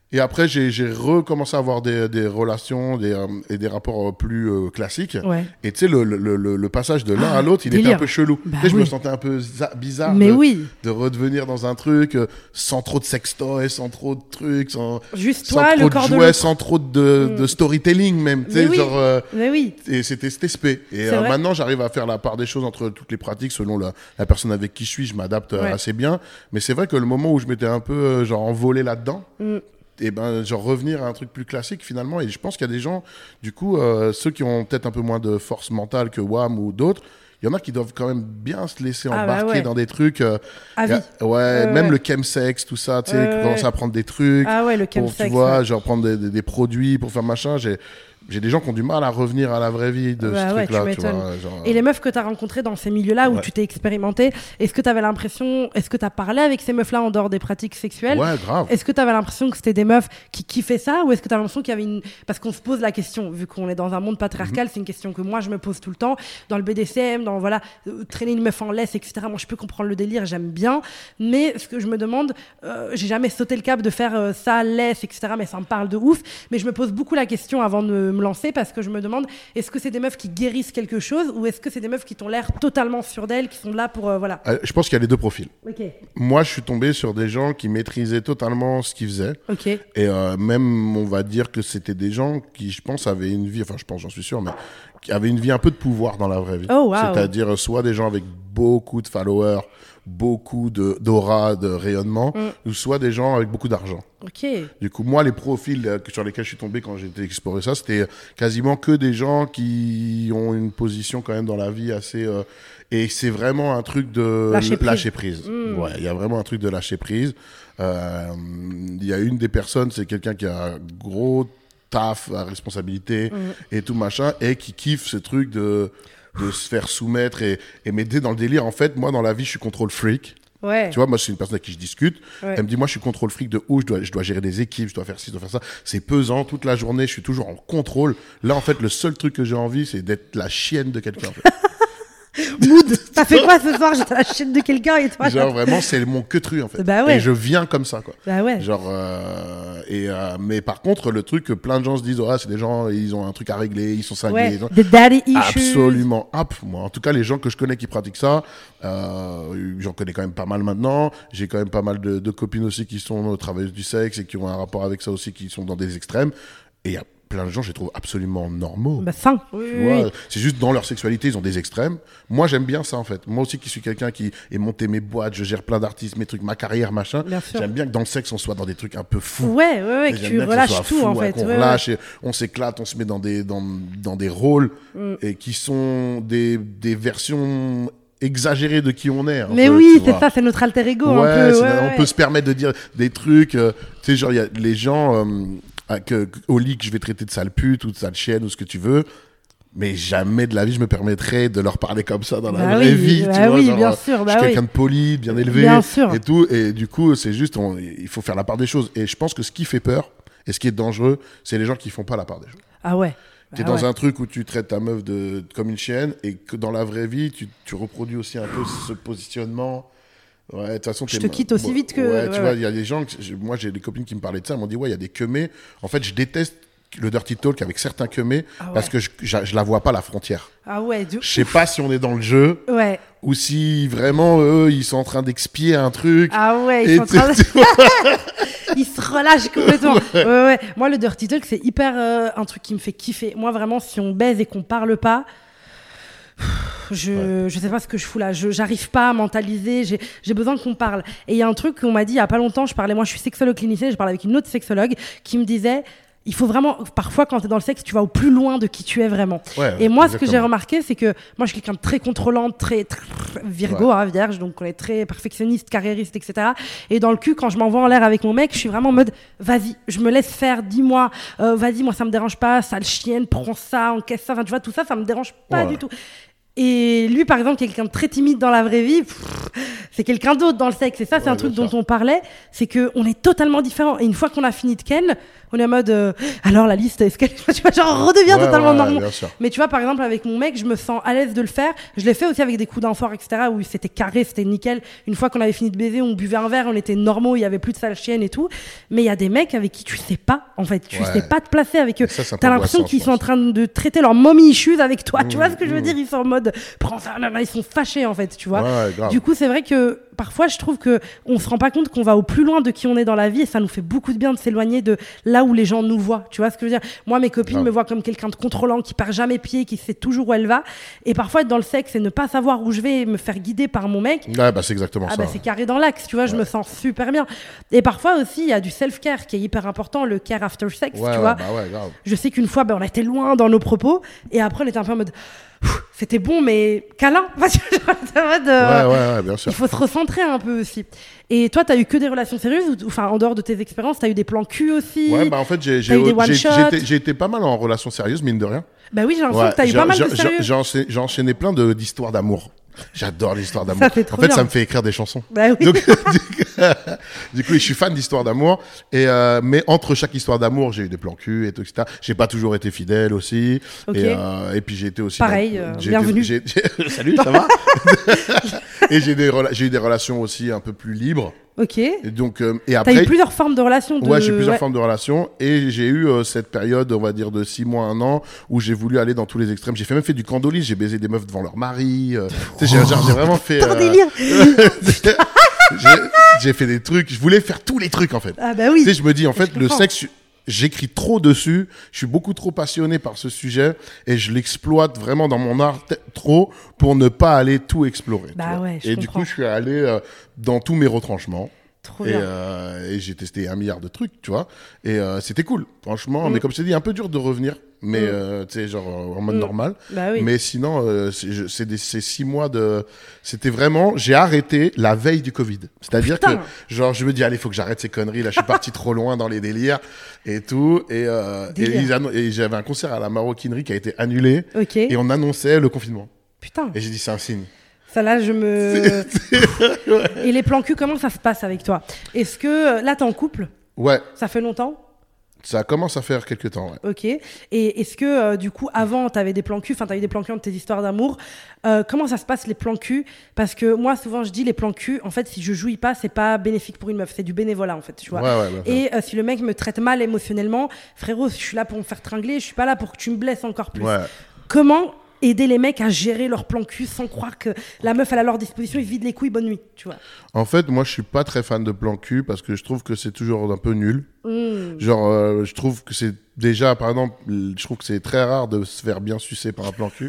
Speaker 2: Et après, j'ai, j'ai recommencé à avoir des, des relations des, euh, et des rapports euh, plus euh, classiques.
Speaker 1: Ouais.
Speaker 2: Et tu sais, le, le, le, le passage de l'un
Speaker 1: Ah,
Speaker 2: à l'autre, il
Speaker 1: délire.
Speaker 2: était un peu chelou.
Speaker 1: Bah
Speaker 2: Tu sais, je
Speaker 1: oui.
Speaker 2: me sentais un peu za- bizarre
Speaker 1: Mais
Speaker 2: de,
Speaker 1: oui.
Speaker 2: de redevenir dans un truc euh, sans trop de sextoys, sans trop de trucs, sans,
Speaker 1: Juste
Speaker 2: sans
Speaker 1: toi,
Speaker 2: trop
Speaker 1: le
Speaker 2: de
Speaker 1: corps de
Speaker 2: jouets,
Speaker 1: l'autre.
Speaker 2: sans trop de,
Speaker 1: Mm.
Speaker 2: de storytelling même. Tu sais,
Speaker 1: Mais oui.
Speaker 2: genre... euh,
Speaker 1: Mais oui.
Speaker 2: Et c'était c'était spé. Et
Speaker 1: C'est
Speaker 2: euh,
Speaker 1: vrai.
Speaker 2: maintenant, j'arrive à faire la part des choses entre toutes les pratiques selon la, la personne avec qui je suis. Je m'adapte euh,
Speaker 1: Ouais.
Speaker 2: assez bien. Mais c'est vrai que le moment où je m'étais un peu euh, genre envolé là-dedans,
Speaker 1: Mm.
Speaker 2: et ben genre revenir à un truc plus classique finalement. Et je pense qu'il y a des gens, du coup, euh, ceux qui ont peut-être un peu moins de force mentale que W A M ou d'autres. Il y en a qui doivent quand même bien se laisser
Speaker 1: Ah bah
Speaker 2: embarquer
Speaker 1: ouais.
Speaker 2: dans des trucs. euh,
Speaker 1: À
Speaker 2: y a-
Speaker 1: vie.
Speaker 2: ouais,
Speaker 1: Ouais,
Speaker 2: même
Speaker 1: ouais.
Speaker 2: le chemsex, tout ça, tu sais,
Speaker 1: Ouais, ouais.
Speaker 2: commencer à prendre des trucs.
Speaker 1: Ah ouais, le
Speaker 2: pour,
Speaker 1: chemsex.
Speaker 2: tu vois,
Speaker 1: ouais.
Speaker 2: genre prendre des, des, des produits pour faire machin. J'ai, j'ai des gens qui ont du mal à revenir à la vraie vie de
Speaker 1: Bah
Speaker 2: ce
Speaker 1: ouais,
Speaker 2: truc-là,
Speaker 1: tu
Speaker 2: tu
Speaker 1: m'étonnes.
Speaker 2: vois. Genre,
Speaker 1: Et les meufs que tu as rencontrées dans ces milieux-là où
Speaker 2: Ouais.
Speaker 1: tu t'es expérimenté, est-ce que tu avais l'impression, est-ce que tu as parlé avec ces meufs-là en dehors des pratiques sexuelles?
Speaker 2: ouais, grave.
Speaker 1: Est-ce que tu avais l'impression que c'était des meufs qui kiffaient ça ou est-ce que tu as l'impression qu'il y avait une... Parce qu'on se pose la question, vu qu'on est dans un monde patriarcal, c'est une question que moi je me pose tout le temps. Dans le B D C M, dans voilà, euh, traîner une meuf en laisse, et cetera. Moi je peux comprendre le délire, j'aime bien. Mais ce que je me demande, euh, j'ai jamais sauté le cap de faire euh, ça, laisse, et cetera. Mais ça me parle de ouf. Mais je me pose beaucoup la question avant de me lancer parce que je me demande, est-ce que c'est des meufs qui guérissent quelque chose ou est-ce que c'est des meufs qui t'ont l'air totalement sûres d'elles, qui sont là pour... euh, voilà.
Speaker 2: Euh, Je pense qu'il y a les deux profils.
Speaker 1: Ok,
Speaker 2: Moi, je suis tombé sur des gens qui maîtrisaient totalement ce qu'ils faisaient.
Speaker 1: ok.
Speaker 2: Et euh, même, on va dire que c'était des gens qui, je pense, avaient une vie, enfin, je pense, j'en suis sûr, mais qui avaient une vie un peu de pouvoir dans la vraie vie.
Speaker 1: Oh, wow.
Speaker 2: C'est-à-dire, euh, soit des gens avec beaucoup de followers, beaucoup de, d'aura, de rayonnement,
Speaker 1: Mm.
Speaker 2: ou soit des gens avec beaucoup d'argent.
Speaker 1: Ok.
Speaker 2: Du coup, moi, les profils euh, sur lesquels je suis tombé quand j'ai été explorer ça, c'était quasiment que des gens qui ont une position quand même dans la vie assez... euh, et c'est vraiment un truc de
Speaker 1: Lâcher prise.
Speaker 2: lâcher prise.
Speaker 1: Mm.
Speaker 2: Ouais, il y a vraiment un truc de lâcher prise. Euh, Il y a une des personnes, c'est quelqu'un qui a un gros taf à responsabilité
Speaker 1: Mm.
Speaker 2: et tout machin, et qui kiffe ce truc de, de se faire soumettre et, et m'aider dans le délire. En fait, moi, dans la vie, je suis contrôle freak.
Speaker 1: Ouais.
Speaker 2: Tu vois, moi, c'est une personne avec qui je discute.
Speaker 1: Ouais.
Speaker 2: Elle me dit, moi, je suis contrôle fric de ouf, je dois, je dois gérer des équipes, je dois faire ci, je dois faire ça. C'est pesant toute la journée, je suis toujours en contrôle. Là, en fait, le seul truc que j'ai envie, c'est d'être la chienne de quelqu'un. En fait.
Speaker 1: Mood, t'as fait quoi ce soir? J'étais à la chaîne de quelqu'un et toi?
Speaker 2: Genre, vraiment, c'est mon queutru, en fait.
Speaker 1: Bah ouais.
Speaker 2: Et je viens comme ça, quoi.
Speaker 1: Bah ouais.
Speaker 2: Genre, euh, et, euh, mais par contre, le truc que plein de gens se disent, oh, c'est des gens, ils ont un truc à régler, ils sont cinglés.
Speaker 1: Ouais.
Speaker 2: ils ont-
Speaker 1: Des daddy issues.
Speaker 2: Absolument. Ah, pff, moi, en tout cas, les gens que je connais qui pratiquent ça, euh, j'en connais quand même pas mal maintenant. J'ai quand même pas mal de, de copines aussi qui sont euh, travailleuses du sexe et qui ont un rapport avec ça aussi, qui sont dans des extrêmes. Et il y a plein de gens, je les trouve absolument normaux.
Speaker 1: Bah, sain. Oui,
Speaker 2: Tu
Speaker 1: oui,
Speaker 2: vois,
Speaker 1: oui.
Speaker 2: c'est juste dans leur sexualité, ils ont des extrêmes. Moi, j'aime bien ça, en fait. Moi aussi, qui suis quelqu'un qui est monté mes boîtes, je gère plein d'artistes, mes trucs, ma carrière, machin.
Speaker 1: Bien sûr.
Speaker 2: J'aime bien que dans le sexe, on soit dans des trucs un peu fous.
Speaker 1: Ouais, ouais, ouais,
Speaker 2: Et
Speaker 1: que
Speaker 2: j'aime
Speaker 1: tu
Speaker 2: bien que ce
Speaker 1: relâches
Speaker 2: soit
Speaker 1: tout
Speaker 2: fou,
Speaker 1: en
Speaker 2: ouais,
Speaker 1: fait.
Speaker 2: qu'on
Speaker 1: Ouais, ouais.
Speaker 2: relâche et on s'éclate, on se met dans des, dans, dans des rôles
Speaker 1: Mm.
Speaker 2: et qui sont des, des versions exagérées de qui on est. un
Speaker 1: Mais
Speaker 2: peu,
Speaker 1: oui,
Speaker 2: tu
Speaker 1: c'est
Speaker 2: vois.
Speaker 1: ça, c'est notre alter ego
Speaker 2: Ouais,
Speaker 1: un peu.
Speaker 2: c'est-
Speaker 1: Ouais,
Speaker 2: on
Speaker 1: ouais.
Speaker 2: peut se permettre de dire des trucs. euh, tu sais, genre, il y a les gens euh, à- que, que- au lit que je vais traiter de sale pute ou de sale chienne ou ce que tu veux. Mais jamais de la vie je me permettrais de leur parler comme ça dans la
Speaker 1: Bah
Speaker 2: vraie
Speaker 1: oui,
Speaker 2: vie.
Speaker 1: bah
Speaker 2: tu vois,
Speaker 1: oui,
Speaker 2: genre,
Speaker 1: bien
Speaker 2: euh,
Speaker 1: sûr,
Speaker 2: je
Speaker 1: bah
Speaker 2: suis
Speaker 1: oui.
Speaker 2: quelqu'un de poli, bien élevé
Speaker 1: Bien sûr.
Speaker 2: et tout. Et du coup, c'est juste, on- il faut faire la part des choses. Et je pense que ce qui fait peur et ce qui est dangereux, c'est les gens qui font pas la part des choses.
Speaker 1: Ah ouais.
Speaker 2: T'es
Speaker 1: Ah
Speaker 2: dans
Speaker 1: ouais.
Speaker 2: un truc où tu traites ta meuf de, comme une chienne et que dans la vraie vie, tu, tu reproduis aussi un peu ce positionnement. Ouais, de toute façon,
Speaker 1: Je
Speaker 2: t'es-
Speaker 1: te quitte aussi
Speaker 2: moi-
Speaker 1: vite que-
Speaker 2: Ouais,
Speaker 1: ouais,
Speaker 2: tu vois,
Speaker 1: ouais.
Speaker 2: il y a des gens. que je- moi, j'ai des copines qui me parlaient de ça. Elles m'ont dit, ouais, il y a des queumés. En fait, je déteste le dirty talk avec certains queumés
Speaker 1: Ah ouais.
Speaker 2: parce que je, je, je la vois pas la frontière.
Speaker 1: Ah ouais, du...
Speaker 2: Je sais pas si on est dans le jeu
Speaker 1: Ouais.
Speaker 2: ou si vraiment eux, ils sont en train d'expier un truc.
Speaker 1: Ah ouais, ils
Speaker 2: Et
Speaker 1: sont en train de...
Speaker 2: tu- tu vois,
Speaker 1: Ils se relâchent complètement. Ouais, ouais. Moi, le dirty talk, c'est hyper euh, un truc qui me fait kiffer. Moi, vraiment, si on baise et qu'on parle pas, je je sais pas ce que je fous là. Je j'arrive pas à mentaliser. J'ai j'ai besoin qu'on parle. Et il y a un truc qu'on m'a dit il y a pas longtemps. Je parlais, moi, je suis sexologue clinicienne. Je parlais avec une autre sexologue qui me disait. Il faut vraiment, parfois, quand tu es dans le sexe, tu vas au plus loin de qui tu es vraiment.
Speaker 2: Ouais,
Speaker 1: et moi, ce que j'ai
Speaker 2: exactement.
Speaker 1: remarqué, c'est que moi, je suis quelqu'un de très contrôlant, très, très Virgo,
Speaker 2: Ouais.
Speaker 1: hein, vierge, donc on est très perfectionniste, carriériste, et cetera. Et dans le cul, quand je m'envoie en l'air avec mon mec, je suis vraiment en mode, vas-y, je me laisse faire, dis-moi, euh, vas-y, moi, ça me dérange pas, sale chienne, prends ça, encaisse ça, enfin, tu vois, tout ça, ça me dérange pas
Speaker 2: Ouais.
Speaker 1: du tout. Et lui, par exemple, quelqu'un de très timide dans la vraie vie, pff, c'est quelqu'un d'autre dans le sexe. Et ça, c'est
Speaker 2: ouais,
Speaker 1: un truc
Speaker 2: sûr.
Speaker 1: dont on parlait, c'est qu'on est totalement différents. Et une fois qu'on a fini de ken, on est en mode, euh, alors la liste, est-ce qu'elle, tu vois, genre, on redevient
Speaker 2: ouais,
Speaker 1: totalement
Speaker 2: ouais,
Speaker 1: normal.
Speaker 2: bien sûr.
Speaker 1: Mais tu vois, par exemple, avec mon mec, je me sens à l'aise de le faire. Je l'ai fait aussi avec des coups d'enfort, et cetera, où c'était carré, c'était nickel. Une fois qu'on avait fini de baiser, on buvait un verre, on était normaux, il y avait plus de sale chienne et tout. Mais il y a des mecs avec qui tu sais pas, en fait, tu
Speaker 2: Ouais.
Speaker 1: sais pas te placer avec eux.
Speaker 2: Ça, c'est un peu
Speaker 1: T'as l'impression
Speaker 2: angoissant,
Speaker 1: qu'ils
Speaker 2: je
Speaker 1: sont en
Speaker 2: pense.
Speaker 1: train de traiter leur mommy issues avec toi.
Speaker 2: Mmh,
Speaker 1: tu vois ce que je veux
Speaker 2: mmh.
Speaker 1: dire? Ils sont en mode, prends ça, là, là, ils sont fâchés, en fait, tu vois.
Speaker 2: Ouais, grave.
Speaker 1: Du coup, c'est vrai que parfois, je trouve que on se rend pas compte qu'on va au plus loin de qui on est dans la vie et ça nous fait beaucoup de bien de s'éloigner de là où les gens nous voient. Tu vois ce que je veux dire? Moi, mes copines
Speaker 2: Grave.
Speaker 1: me voient comme quelqu'un de contrôlant, qui perd jamais pied, qui sait toujours où elle va. Et parfois, être dans le sexe et ne pas savoir où je vais et me faire guider par mon mec.
Speaker 2: Ouais, bah, c'est exactement
Speaker 1: Ah
Speaker 2: ça.
Speaker 1: bah c'est carré dans l'axe, tu vois, je
Speaker 2: Ouais.
Speaker 1: me sens super bien. Et parfois aussi, il y a du self-care qui est hyper important, le care after sex,
Speaker 2: Ouais,
Speaker 1: tu
Speaker 2: ouais,
Speaker 1: vois.
Speaker 2: bah ouais, grave.
Speaker 1: Je sais qu'une fois, ben, on a été loin dans nos propos, et après, on était un peu en mode, Pff, c'était bon, mais câlin. Enfin, tu vois, genre, en mode, euh,
Speaker 2: Ouais, ouais, ouais, bien sûr.
Speaker 1: il faut se recentrer un peu aussi. Et toi, t'as eu que des relations sérieuses, ou, enfin, en dehors de tes expériences, t'as eu des plans cul aussi?
Speaker 2: Ouais, bah en fait, j'ai, j'ai,
Speaker 1: T'as eu des one
Speaker 2: j'ai,
Speaker 1: shot?
Speaker 2: j'ai été, j'ai été pas mal en relation sérieuse, mine de rien.
Speaker 1: Bah oui, j'ai l'impression
Speaker 2: Ouais,
Speaker 1: que t'as eu
Speaker 2: j'ai-
Speaker 1: pas mal
Speaker 2: j'ai-
Speaker 1: de
Speaker 2: j'ai-
Speaker 1: sérieux.
Speaker 2: J'ai enchaîné, j'ai enchaîné plein de, d'histoires d'amour. J'adore l'histoire d'amour.
Speaker 1: Ça fait trop
Speaker 2: en fait,
Speaker 1: bien.
Speaker 2: ça me fait écrire des chansons.
Speaker 1: Bah oui.
Speaker 2: Donc, du coup, du coup, je suis fan d'histoires d'amour. Et euh, mais entre chaque histoire d'amour, j'ai eu des plans cul et tout, et cetera. J'ai pas toujours été fidèle aussi.
Speaker 1: Ok.
Speaker 2: Et, euh, et puis j'ai été aussi.
Speaker 1: Pareil,
Speaker 2: dans-
Speaker 1: euh,
Speaker 2: j'ai
Speaker 1: bienvenue.
Speaker 2: Été, j'ai- j'ai- Salut, ça va? Et j'ai, des rela- j'ai eu des relations aussi un peu plus libres.
Speaker 1: Ok.
Speaker 2: Et donc, euh, et
Speaker 1: T'as
Speaker 2: après.
Speaker 1: eu plusieurs formes de relations. De...
Speaker 2: Ouais, j'ai plusieurs
Speaker 1: ouais.
Speaker 2: formes de relations et j'ai eu euh, cette période, on va dire, de six mois, un an, où j'ai voulu aller dans tous les extrêmes. J'ai fait même fait du candolis, j'ai baisé des meufs devant leur mari. euh, tu sais, j'ai, genre, j'ai vraiment fait.
Speaker 1: Ton
Speaker 2: euh,
Speaker 1: délire.
Speaker 2: j'ai, j'ai fait des trucs. Je voulais faire tous les trucs en fait.
Speaker 1: Ah bah oui.
Speaker 2: Tu sais, je me dis en fait,
Speaker 1: Je
Speaker 2: le
Speaker 1: comprends.
Speaker 2: sexe, j'écris trop dessus. Je suis beaucoup trop passionné par ce sujet et je l'exploite vraiment dans mon art t- trop pour ne pas aller tout explorer. tu
Speaker 1: Bah
Speaker 2: vois.
Speaker 1: ouais, je
Speaker 2: et du
Speaker 1: comprends.
Speaker 2: coup, je suis allé euh, dans tous mes retranchements.
Speaker 1: Trop
Speaker 2: Et,
Speaker 1: bien.
Speaker 2: euh, et j'ai testé un milliard de trucs, tu vois. Et euh, c'était cool, franchement.
Speaker 1: Mm.
Speaker 2: Mais comme je t'ai dit, un peu dur de revenir. Mais
Speaker 1: Mm.
Speaker 2: euh, tu sais, genre en mode
Speaker 1: Mm.
Speaker 2: normal.
Speaker 1: Bah oui.
Speaker 2: Mais sinon, euh, c'est, je- c'est des, ces six mois de. C'était vraiment. J'ai arrêté la veille du Covid. C'est-à-dire
Speaker 1: Putain.
Speaker 2: que, genre, je me dis, allez, faut que j'arrête ces conneries. Là, je suis parti trop loin dans les délires et tout. Et, euh, et,
Speaker 1: Délire.
Speaker 2: ils annon- et j'avais un concert à la maroquinerie qui a été annulé.
Speaker 1: Ok.
Speaker 2: Et on annonçait le confinement.
Speaker 1: Putain.
Speaker 2: Et j'ai dit, c'est un signe.
Speaker 1: Ça là, je me. Et les plans cul, comment ça se passe avec toi? Est-ce que là, t'es en couple?
Speaker 2: Ouais,
Speaker 1: Ça fait longtemps?
Speaker 2: ça commence à faire quelques temps, ouais.
Speaker 1: Ok. Et est-ce que euh, du coup, avant, t'avais des plans cul, enfin, t'avais des plans cul de tes histoires d'amour. Euh, comment ça se passe les plans cul? Parce que moi, souvent, je dis les plans cul. En fait, si je jouis pas, c'est pas bénéfique pour une meuf. C'est du bénévolat, en fait, tu vois.
Speaker 2: Ouais, ouais, ouais, ouais.
Speaker 1: Et euh, si le mec me traite mal émotionnellement, frérot, je suis là pour me faire tringler. Je suis pas là pour que tu me blesses encore plus.
Speaker 2: Ouais.
Speaker 1: Comment aider les mecs à gérer leur plan cul sans croire que la meuf elle a à leur disposition, ils vident les couilles, bonne nuit, tu vois.
Speaker 2: En fait, moi, je suis pas très fan de plan cul parce que je trouve que c'est toujours un peu nul.
Speaker 1: Mmh.
Speaker 2: Genre, euh, je trouve que c'est déjà, par exemple, je trouve que c'est très rare de se faire bien sucer par un plan cul.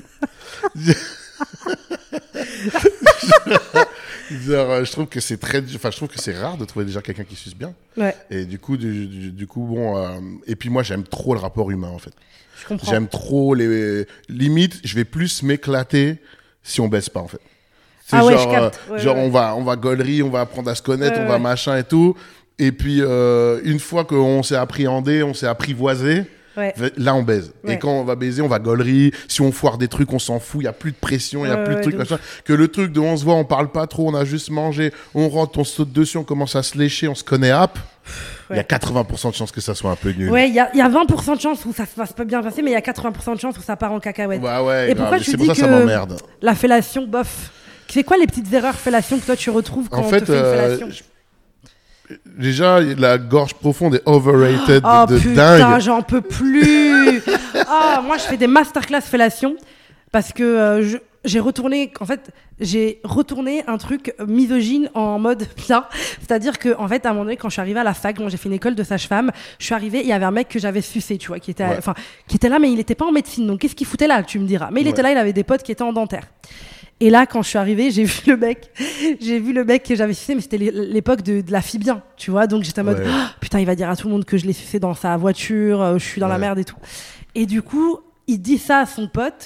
Speaker 2: Genre, euh, je trouve que c'est très, enfin, je trouve que c'est rare de trouver déjà quelqu'un qui suce bien.
Speaker 1: Ouais,
Speaker 2: Et du coup, du, du, du coup, bon, euh, et puis moi, j'aime trop le rapport humain, en fait.
Speaker 1: je comprends.
Speaker 2: J'aime trop les limites. Je vais plus m'éclater si on baisse pas, en fait. C'est
Speaker 1: Ah ouais,
Speaker 2: genre,
Speaker 1: je capte.
Speaker 2: euh,
Speaker 1: Ouais,
Speaker 2: genre
Speaker 1: ouais.
Speaker 2: on va, on va gaulerie, on va apprendre à se connaître,
Speaker 1: Ouais,
Speaker 2: on va
Speaker 1: ouais.
Speaker 2: machin et tout. Et puis euh, une fois qu'on s'est appréhendé, on s'est apprivoisé,
Speaker 1: Ouais.
Speaker 2: là on baise.
Speaker 1: Ouais.
Speaker 2: Et quand on va baiser, on va gaulerie. Si on foire des trucs, on s'en fout. Il y a plus de pression, il y a
Speaker 1: Ouais,
Speaker 2: plus de
Speaker 1: ouais,
Speaker 2: trucs
Speaker 1: de
Speaker 2: machin. Que le truc de on se voit, on parle pas trop, on a juste mangé, on rentre, on saute dessus, on commence à se lécher, on se connaît hop. Il y a
Speaker 1: Ouais.
Speaker 2: quatre-vingts pour cent de chances que ça soit un peu nul.
Speaker 1: Ouais, il y a, il y a vingt pour cent de chance où ça se passe pas bien passer, mais il y a quatre-vingts pour cent de chance où ça part en cacahuète.
Speaker 2: Bah ouais,
Speaker 1: Et
Speaker 2: grave.
Speaker 1: pourquoi tu
Speaker 2: C'est pour
Speaker 1: dis
Speaker 2: ça que ça
Speaker 1: que-
Speaker 2: m'emmerde.
Speaker 1: La fellation, bof. C'est quoi les petites erreurs fellation que toi tu retrouves quand
Speaker 2: En
Speaker 1: on
Speaker 2: fait,
Speaker 1: te fait une
Speaker 2: euh,
Speaker 1: fellation?
Speaker 2: je- déjà, la gorge profonde est overrated
Speaker 1: Oh
Speaker 2: de
Speaker 1: putain,
Speaker 2: dingue.
Speaker 1: j'en peux plus. Ah, moi, je fais des masterclass fellation parce que euh, je- j'ai retourné, en fait, j'ai retourné un truc misogyne en mode bien. C'est-à-dire que, en fait, à un moment donné, quand je suis arrivée à la fac, moi, j'ai fait une école de sage-femme. Je suis arrivée, il y avait un mec que j'avais sucé, tu vois, qui était,
Speaker 2: Ouais.
Speaker 1: enfin, qui était là, mais il était pas en médecine. Donc, qu'est-ce qu'il foutait là, tu me diras. Mais il
Speaker 2: Ouais.
Speaker 1: était là, il avait des potes qui étaient en dentaire. Et là, quand je suis arrivée, j'ai vu le mec, j'ai vu le mec que j'avais sucé, mais c'était l'é- l'époque de, de la fille bien, tu vois. Donc j'étais en mode,
Speaker 2: Ouais.
Speaker 1: Ah, putain, il va dire à tout le monde que je l'ai sucé dans sa voiture, euh, je suis dans la
Speaker 2: Ouais.
Speaker 1: merde et tout. Et du coup, il dit ça à son pote,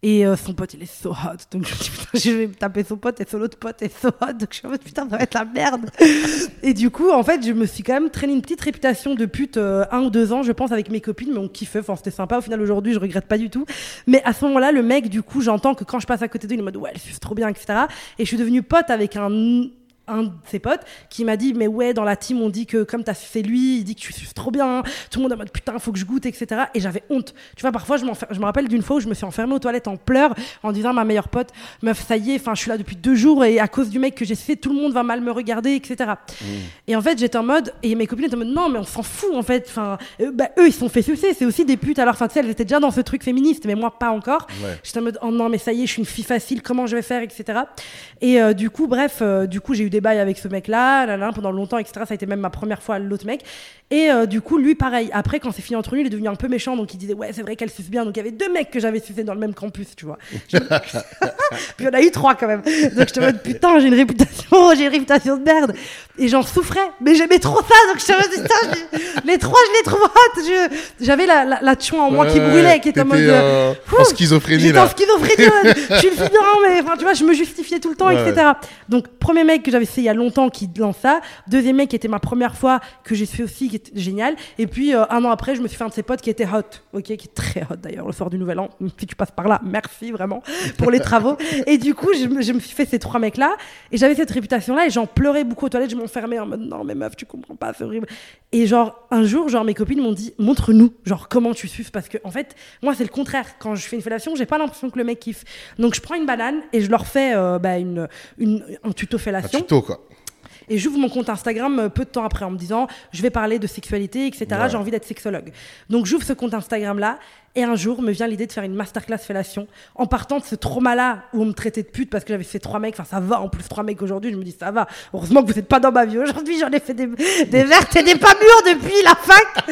Speaker 1: Et euh, son pote, il est so hot. Donc je me dis, putain, je vais me taper son pote et son autre pote est so hot. Donc je suis en mode, putain, ça va être la merde. Et du coup, en fait, je me suis quand même traîné une petite réputation de pute euh, un ou deux ans, je pense, avec mes copines, mais on kiffait. Enfin, c'était sympa. Au final, aujourd'hui, je regrette pas du tout. Mais à ce moment-là, le mec, du coup, j'entends que quand je passe à côté d'eux, il est en mode, ouais, elle suce trop bien, et cetera. Et je suis devenue pote avec un. un de ses potes qui m'a dit mais ouais dans la team on dit que comme t'as fait lui il dit que tu suces trop bien tout le monde est en mode putain faut que je goûte etc et j'avais honte tu vois parfois je, je me rappelle d'une fois où je me suis enfermée aux toilettes en pleurs en disant à ma meilleure pote meuf ça y est enfin je suis là depuis deux jours et à cause du mec que j'ai fait tout le monde va mal me regarder etc mmh. Et en fait j'étais en mode et mes copines étaient en mode non mais on s'en fout en fait enfin euh, bah, eux ils se sont fait sucer c'est aussi des putes alors enfin tu sais elles étaient déjà dans ce truc féministe mais moi pas encore ouais. J'étais en mode oh non mais ça y est je suis une fille facile comment je vais faire etc et euh, du coup bref euh, du coup j'ai eu des bails avec ce mec là, là, là pendant longtemps etc ça a été même ma première fois à l'autre mec et euh, du coup lui pareil après quand c'est fini entre nous il est devenu un peu méchant donc il disait ouais c'est vrai qu'elle suce bien donc il y avait deux mecs que j'avais sucé dans le même campus tu vois puis il y en a eu trois quand même donc je te mode putain j'ai une réputation j'ai une réputation de merde et j'en souffrais mais j'aimais trop ça donc je te mode putain je... les trois je les trouve hot je... j'avais la, la, la tchouin en moi ouais, qui brûlait qui était en mode
Speaker 2: euh, en schizophrénie
Speaker 1: j'étais
Speaker 2: là
Speaker 1: en schizophrénie je suis une fille bien mais enfin tu vois je me justifiais tout le temps ouais. etc donc premier mec que j'avais fait il y a longtemps qui lance ça deuxième mec qui était ma première fois que j'ai fait aussi qui était génial et puis euh, un an après je me suis fait un de ses potes qui était hot ok qui est très hot d'ailleurs le soir du nouvel an si tu passes par là merci vraiment pour les travaux et du coup je, je me suis fait ces trois mecs là et j'avais cette réputation là et j'en pleurais beaucoup aux toilettes je m'enfermais en mode non mais meuf tu comprends pas c'est horrible et genre un jour genre mes copines m'ont dit montre-nous genre comment tu suces parce que en fait moi c'est le contraire quand je fais une fellation j'ai pas l'impression que le mec kiffe donc je prends une banane et je leur fais euh, bah, une, une, un tuto fellation
Speaker 2: un tuto quoi.
Speaker 1: Et j'ouvre mon compte Instagram peu de temps après en me disant je vais parler de sexualité, et cetera. Ouais. J'ai envie d'être sexologue. Donc j'ouvre ce compte Instagram-là et un jour me vient l'idée de faire une masterclass fellation en partant de ce trauma-là où on me traitait de pute parce que j'avais fait trois mecs. Enfin ça va en plus trois mecs aujourd'hui. Je me dis ça va. Heureusement que vous n'êtes pas dans ma vie aujourd'hui. J'en ai fait des, des vertes et des pas mûres depuis la fac.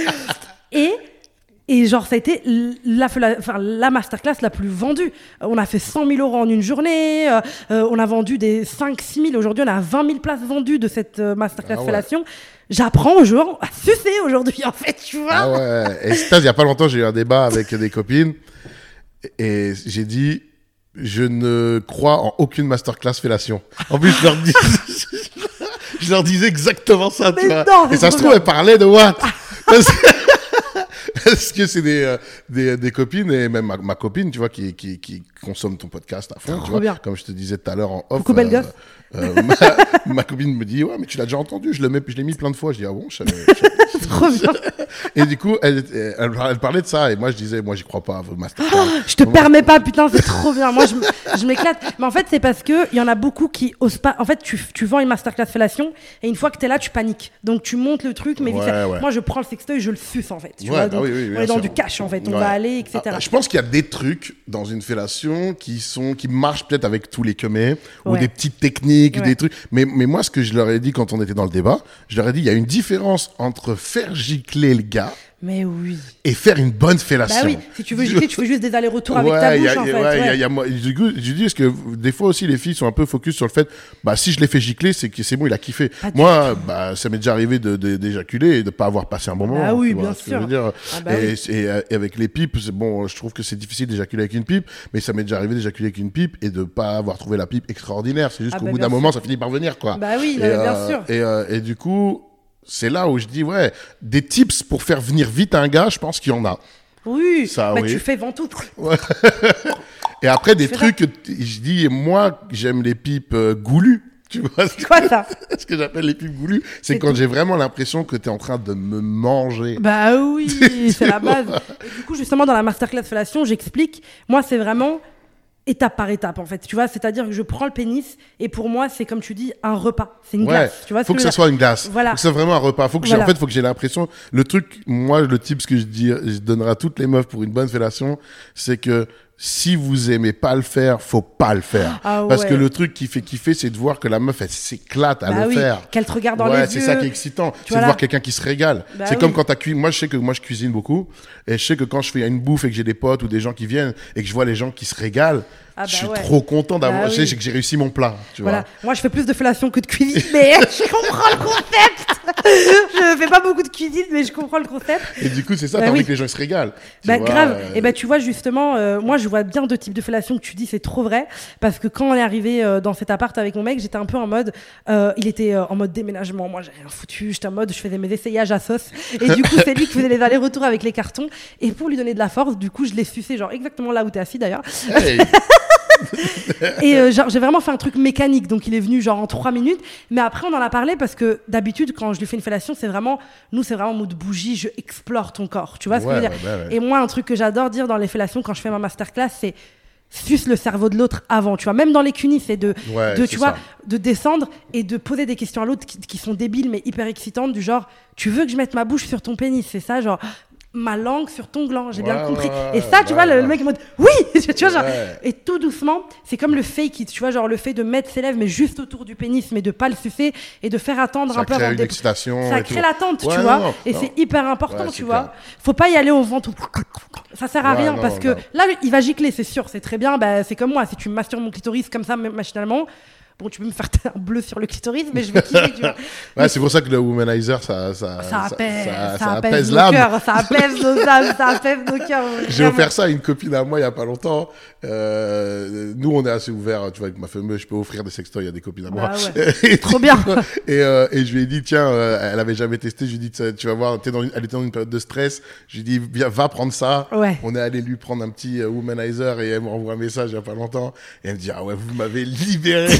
Speaker 1: Et Et genre, ça a été la, la, enfin, la masterclass la plus vendue. On a fait cent mille euros en une journée. Euh, euh, on a vendu des cinq à six mille. Aujourd'hui, on a vingt mille places vendues de cette euh, masterclass ah ouais. fellation. J'apprends aux gens à sucer aujourd'hui, en fait, tu vois.
Speaker 2: Ah ouais. Et c'est il y a pas longtemps, j'ai eu un débat avec des copines. Et j'ai dit, je ne crois en aucune masterclass fellation. En plus, je leur dis... je leur disais exactement ça, tu vois. Non, et ça se trouve, elle parlait de what parce que... Parce que c'est des, euh, des, des copines et même ma, ma copine, tu vois, qui, qui, qui consomme ton podcast à fond,
Speaker 1: Trop
Speaker 2: tu vois.
Speaker 1: Bien.
Speaker 2: Comme je te disais tout à l'heure en off.
Speaker 1: Coucou, belle gosse.
Speaker 2: Euh, ma, ma copine me dit, ouais, mais tu l'as déjà entendu, je, le mets, je l'ai mis plein de fois. Je dis, ah bon, je savais. Je savais.
Speaker 1: Trop bien.
Speaker 2: Et du coup, elle, elle, elle parlait de ça et moi, je disais, moi, j'y crois pas à vos masterclass.
Speaker 1: Oh, je te permets pas, putain, c'est trop bien. Moi, je, je m'éclate. Mais en fait, c'est parce qu'il y en a beaucoup qui osent pas. En fait, tu, tu vends une masterclass fellation et une fois que t'es là, tu paniques. Donc, tu montes le truc, mais
Speaker 2: ouais, ouais.
Speaker 1: moi, je prends le sextoy et je le suce, en fait. Tu
Speaker 2: ouais,
Speaker 1: vois, donc,
Speaker 2: ah oui, oui,
Speaker 1: on est dans
Speaker 2: sûr.
Speaker 1: du cash, en fait. On
Speaker 2: ouais.
Speaker 1: va aller, et cetera.
Speaker 2: Ah, je pense qu'il y a des trucs dans une fellation qui, sont, qui marchent peut-être avec tous les queumés ouais. ou des petites techniques, ouais. des trucs. Mais, mais moi, ce que je leur ai dit quand on était dans le débat, je leur ai dit, il y a une différence entre faire gicler le gars.
Speaker 1: Mais oui.
Speaker 2: Et faire une bonne fellation.
Speaker 1: Bah oui, si tu veux gicler, tu fais juste des allers-retours avec ouais, ta bouche, a, en fait.
Speaker 2: Ouais,
Speaker 1: ouais.
Speaker 2: y a, y a, moi, je, je dis, parce que des fois aussi, les filles sont un peu focus sur le fait, bah, si je l'ai fait gicler, c'est que c'est bon, il a kiffé. Pas moi, bah, ça m'est déjà arrivé de, de, d'éjaculer et de pas avoir passé un bon moment.
Speaker 1: Ah oui, bien sûr.
Speaker 2: Je veux dire.
Speaker 1: Ah bah
Speaker 2: et,
Speaker 1: oui.
Speaker 2: et, et avec les pipes, c'est bon, je trouve que c'est difficile d'éjaculer avec une pipe, mais ça m'est déjà arrivé d'éjaculer avec une pipe et de pas avoir trouvé la pipe extraordinaire. C'est juste ah qu'au bah bout d'un sûr. moment, ça finit par venir, quoi.
Speaker 1: Bah oui,
Speaker 2: et,
Speaker 1: bien
Speaker 2: euh,
Speaker 1: sûr.
Speaker 2: Et, euh, et du coup, c'est là où je dis, ouais, des tips pour faire venir vite un gars, je pense qu'il y en a.
Speaker 1: Oui,
Speaker 2: ça,
Speaker 1: bah
Speaker 2: oui.
Speaker 1: tu fais ventoux.
Speaker 2: Ouais. Et après, des trucs, que je dis, moi, j'aime les pipes euh, goulues. Tu vois
Speaker 1: c'est quoi ça?
Speaker 2: Ce que j'appelle les pipes goulues, c'est, c'est quand tout. J'ai vraiment l'impression que tu es en train de me manger.
Speaker 1: Bah oui, c'est la base. Et du coup, justement, dans la masterclass fellation, j'explique, moi, c'est vraiment... étape par étape en fait, tu vois, c'est-à-dire que je prends le pénis et pour moi c'est comme tu dis un repas, c'est une
Speaker 2: ouais,
Speaker 1: glace, tu vois.
Speaker 2: Faut que, que ça soit une glace,
Speaker 1: voilà.
Speaker 2: Faut que ça soit vraiment un repas, faut que voilà. j'ai, en fait faut que j'ai l'impression, le truc, moi le tip que je dis, je donnerai à toutes les meufs pour une bonne fellation, c'est que si vous aimez pas le faire, faut pas le faire.
Speaker 1: Ah ouais.
Speaker 2: Parce que le truc qui fait kiffer, c'est de voir que la meuf, elle s'éclate à
Speaker 1: bah
Speaker 2: le
Speaker 1: oui,
Speaker 2: faire.
Speaker 1: Qu'elle te regarde dans
Speaker 2: ouais,
Speaker 1: les
Speaker 2: c'est
Speaker 1: yeux.
Speaker 2: C'est ça qui est excitant. C'est
Speaker 1: voilà.
Speaker 2: de voir quelqu'un qui se régale.
Speaker 1: Bah
Speaker 2: c'est
Speaker 1: oui.
Speaker 2: comme quand t'as cuit. Moi, je sais que moi, je cuisine beaucoup. Et je sais que quand je fais une bouffe et que j'ai des potes ou des gens qui viennent et que je vois les gens qui se régalent,
Speaker 1: Ah bah
Speaker 2: je suis
Speaker 1: ouais.
Speaker 2: trop content d'avoir,
Speaker 1: Bah
Speaker 2: je sais
Speaker 1: oui.
Speaker 2: que j'ai réussi mon plat, tu
Speaker 1: Voilà.
Speaker 2: vois.
Speaker 1: Moi, je fais plus de fellation que de cuisine, mais je comprends le concept. Je fais pas beaucoup de cuisine, mais je comprends le concept.
Speaker 2: Et du coup, c'est ça,
Speaker 1: Bah
Speaker 2: t'as
Speaker 1: oui.
Speaker 2: envie que les gens ils se régalent. tu
Speaker 1: Bah
Speaker 2: vois,
Speaker 1: grave.
Speaker 2: euh,
Speaker 1: Et bah tu vois justement, euh, moi je vois bien deux types de fellations que tu dis, c'est trop vrai. Parce que quand on est arrivé euh, dans cet appart avec mon mec, j'étais un peu en mode, euh, il était euh, en mode déménagement. Moi j'ai rien foutu, j'étais en mode, je faisais mes essayages à sauce. Et du coup c'est lui qui faisait les allers-retours avec les cartons. Et pour lui donner de la force, du coup je l'ai sucé genre exactement là où t'es assis d'ailleurs.
Speaker 2: hey,
Speaker 1: Et euh, genre, j'ai vraiment fait un truc mécanique, donc il est venu genre en trois minutes. Mais après, on en a parlé parce que d'habitude, quand je lui fais une fellation, c'est vraiment, nous, c'est vraiment en mode bougie, je explore ton corps. Tu vois ce que je veux
Speaker 2: ouais,
Speaker 1: dire?
Speaker 2: ouais, ouais, ouais.
Speaker 1: Et moi, un truc que j'adore dire dans les fellations quand je fais ma masterclass, c'est suce le cerveau de l'autre avant, tu vois. Même dans les cunis, c'est de,
Speaker 2: Ouais,
Speaker 1: de
Speaker 2: c'est
Speaker 1: tu vois,
Speaker 2: ça.
Speaker 1: de descendre et de poser des questions à l'autre qui, qui sont débiles mais hyper excitantes, du genre, tu veux que je mette ma bouche sur ton pénis, c'est ça, genre. Ma langue sur ton gland, j'ai
Speaker 2: Ouais,
Speaker 1: bien compris.
Speaker 2: ouais,
Speaker 1: Et ça, tu
Speaker 2: ouais,
Speaker 1: vois, le,
Speaker 2: ouais.
Speaker 1: le mec en mode oui, tu vois, genre.
Speaker 2: Ouais.
Speaker 1: Et tout doucement, c'est comme le fake it, tu vois, genre le fait de mettre ses lèvres, mais juste autour du pénis, mais de pas le sucer et de faire attendre
Speaker 2: Ça
Speaker 1: un peu
Speaker 2: crée
Speaker 1: avant
Speaker 2: une
Speaker 1: de.
Speaker 2: excitation.
Speaker 1: Ça
Speaker 2: et
Speaker 1: crée
Speaker 2: tout.
Speaker 1: l'attente,
Speaker 2: Ouais,
Speaker 1: tu
Speaker 2: non,
Speaker 1: vois.
Speaker 2: non,
Speaker 1: et
Speaker 2: non.
Speaker 1: c'est hyper important,
Speaker 2: Ouais,
Speaker 1: tu
Speaker 2: c'est
Speaker 1: vois.
Speaker 2: clair.
Speaker 1: Faut pas y aller au ventre. Ça sert à
Speaker 2: Ouais,
Speaker 1: rien
Speaker 2: non,
Speaker 1: parce que
Speaker 2: non.
Speaker 1: là, il va gicler, c'est sûr, c'est très bien. Bah, c'est comme moi, si tu me masturbes mon clitoris comme ça, machinalement. Bon, tu peux me faire un bleu sur le clitoris, mais je vais kiffer, tu vois.
Speaker 2: Ouais, c'est pour ça que le womanizer, ça, ça,
Speaker 1: Ça apaise,
Speaker 2: ça,
Speaker 1: ça
Speaker 2: ça
Speaker 1: apaise
Speaker 2: apaise
Speaker 1: nos
Speaker 2: l'âme.
Speaker 1: cœurs, ça apaise nos âmes, ça apaise nos cœurs.
Speaker 2: J'ai
Speaker 1: vraiment.
Speaker 2: offert ça à une copine à moi il y a pas longtemps. Euh, nous, on est assez ouverts, tu vois, avec ma fameuse, je peux offrir des sextoys à des copines à moi.
Speaker 1: Ah ouais.
Speaker 2: Et
Speaker 1: Trop bien.
Speaker 2: Et, euh, et je lui ai dit, tiens, euh, elle avait jamais testé. Je lui ai dit, tu vas voir, t'es dans une, elle était dans une période de stress. Je lui ai dit, viens, va prendre ça.
Speaker 1: Ouais.
Speaker 2: On est allé lui prendre un petit euh, womanizer et elle me renvoie un message il y a pas longtemps. Et elle me dit, ah ouais, vous m'avez libéré.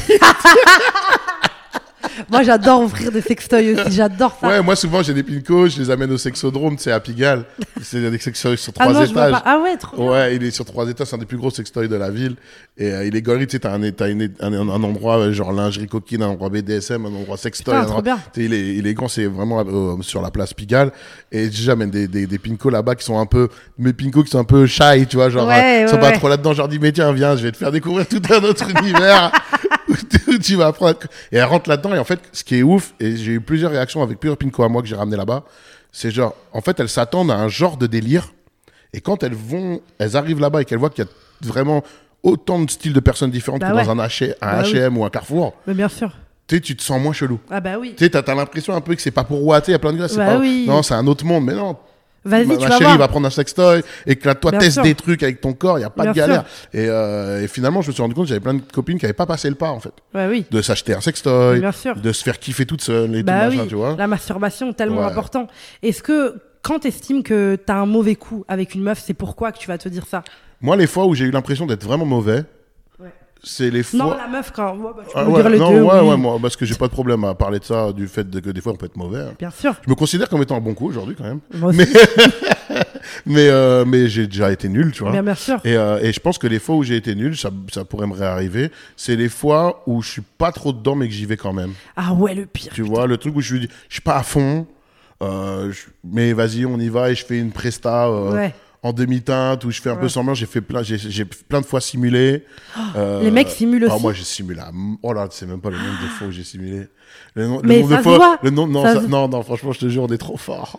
Speaker 1: Moi, j'adore offrir des sextoys aussi, j'adore ça.
Speaker 2: Ouais, moi souvent j'ai des pincos, je les amène au sexodrome, c'est à Pigalle. C'est des sextoys sur trois
Speaker 1: ah non, je vois
Speaker 2: étages.
Speaker 1: pas. Ah ouais, trop bien.
Speaker 2: Ouais, il est sur trois étages, c'est un des plus gros sextoys de la ville. Et euh, il est gaulerie, tu sais, t'as un, t'as une, un, un endroit euh, genre lingerie coquine, un endroit B D S M, un endroit sextoy.
Speaker 1: Putain,
Speaker 2: un
Speaker 1: trop
Speaker 2: endroit...
Speaker 1: bien.
Speaker 2: Tu sais, il est, il est grand, c'est vraiment euh, sur la place Pigalle. Et j'amène des, des, des pincos là-bas qui sont un peu, mes pincos qui sont un peu shy, tu vois, genre,
Speaker 1: Ouais,
Speaker 2: euh, sont
Speaker 1: ouais,
Speaker 2: pas
Speaker 1: ouais.
Speaker 2: trop là-dedans. Je leur dis, mais tiens, viens, je vais te faire découvrir tout un autre univers. Où tu vas apprendre. Et elle rentre là-dedans. Et en fait, ce qui est ouf, et j'ai eu plusieurs réactions avec plusieurs pincos à moi que j'ai ramené là-bas, c'est genre, en fait, elles s'attendent à un genre de délire. Et quand elles vont, elles arrivent là-bas et qu'elles voient qu'il y a vraiment autant de styles de personnes différentes
Speaker 1: Bah
Speaker 2: que
Speaker 1: ouais.
Speaker 2: dans un H- un
Speaker 1: Bah
Speaker 2: H et M ou un Carrefour,
Speaker 1: Mais bien sûr.
Speaker 2: tu sais, tu te sens moins chelou.
Speaker 1: Ah bah oui.
Speaker 2: Tu sais, t'as, t'as l'impression un peu que c'est pas pour Watt, il y a plein de gars, c'est
Speaker 1: Bah
Speaker 2: pas,
Speaker 1: oui.
Speaker 2: non, c'est un autre monde, mais non.
Speaker 1: Vas-y,
Speaker 2: ma,
Speaker 1: tu
Speaker 2: ma
Speaker 1: vas
Speaker 2: chérie
Speaker 1: voir.
Speaker 2: va prendre un sextoy et que là, toi,
Speaker 1: Bien
Speaker 2: teste
Speaker 1: sûr.
Speaker 2: des trucs avec ton corps, il n'y a pas
Speaker 1: Bien
Speaker 2: de galère. Et, euh, et finalement, je me suis rendu compte que j'avais plein de copines qui n'avaient pas passé le pas, en fait.
Speaker 1: Ouais, oui.
Speaker 2: De s'acheter un sextoy,
Speaker 1: Bien sûr.
Speaker 2: de se faire kiffer toute seule et
Speaker 1: Bah
Speaker 2: tout machin,
Speaker 1: oui.
Speaker 2: tu vois.
Speaker 1: La masturbation, tellement
Speaker 2: Ouais.
Speaker 1: important. Est-ce que quand t'estimes que t'as un mauvais coup avec une meuf, c'est pourquoi que tu vas te dire ça?
Speaker 2: Moi, les fois où j'ai eu l'impression d'être vraiment mauvais,
Speaker 1: Ouais.
Speaker 2: c'est les fois.
Speaker 1: Non, la meuf, quand. Ouais, bah, tu peux
Speaker 2: Ah
Speaker 1: me
Speaker 2: ouais,
Speaker 1: dire les
Speaker 2: non,
Speaker 1: deux.
Speaker 2: ouais,
Speaker 1: oui.
Speaker 2: ouais, moi, parce que j'ai pas de problème à parler de ça, du fait de, que des fois on peut être mauvais. hein.
Speaker 1: Bien sûr.
Speaker 2: Je me considère comme étant un bon coup aujourd'hui quand même.
Speaker 1: Moi aussi.
Speaker 2: Mais, mais, euh, mais j'ai déjà été nul, tu vois.
Speaker 1: Bien, bien sûr.
Speaker 2: Et, euh, et je pense que les fois où j'ai été nul, ça, ça pourrait me réarriver, c'est les fois où je suis pas trop dedans mais que j'y vais quand même.
Speaker 1: Ah ouais, le pire.
Speaker 2: Tu vois, le truc où je suis, je suis pas à fond, euh, je- mais vas-y, on y va et je fais une presta euh,
Speaker 1: Ouais.
Speaker 2: en demi-teinte où je fais un peu
Speaker 1: Ouais.
Speaker 2: semblant. J'ai fait plein, j'ai, j'ai plein de fois simulé. Euh,
Speaker 1: les mecs simulent
Speaker 2: ah,
Speaker 1: aussi.
Speaker 2: moi, j'ai simulé. à m- Oh là, c'est même pas le nombre de fois où j'ai simulé. Le, nom- le
Speaker 1: Mais
Speaker 2: nombre
Speaker 1: ça
Speaker 2: de
Speaker 1: se
Speaker 2: fois,
Speaker 1: voit.
Speaker 2: le nom, non,
Speaker 1: Ça
Speaker 2: ça-
Speaker 1: se-
Speaker 2: non, non, franchement, je te jure, on est trop fort.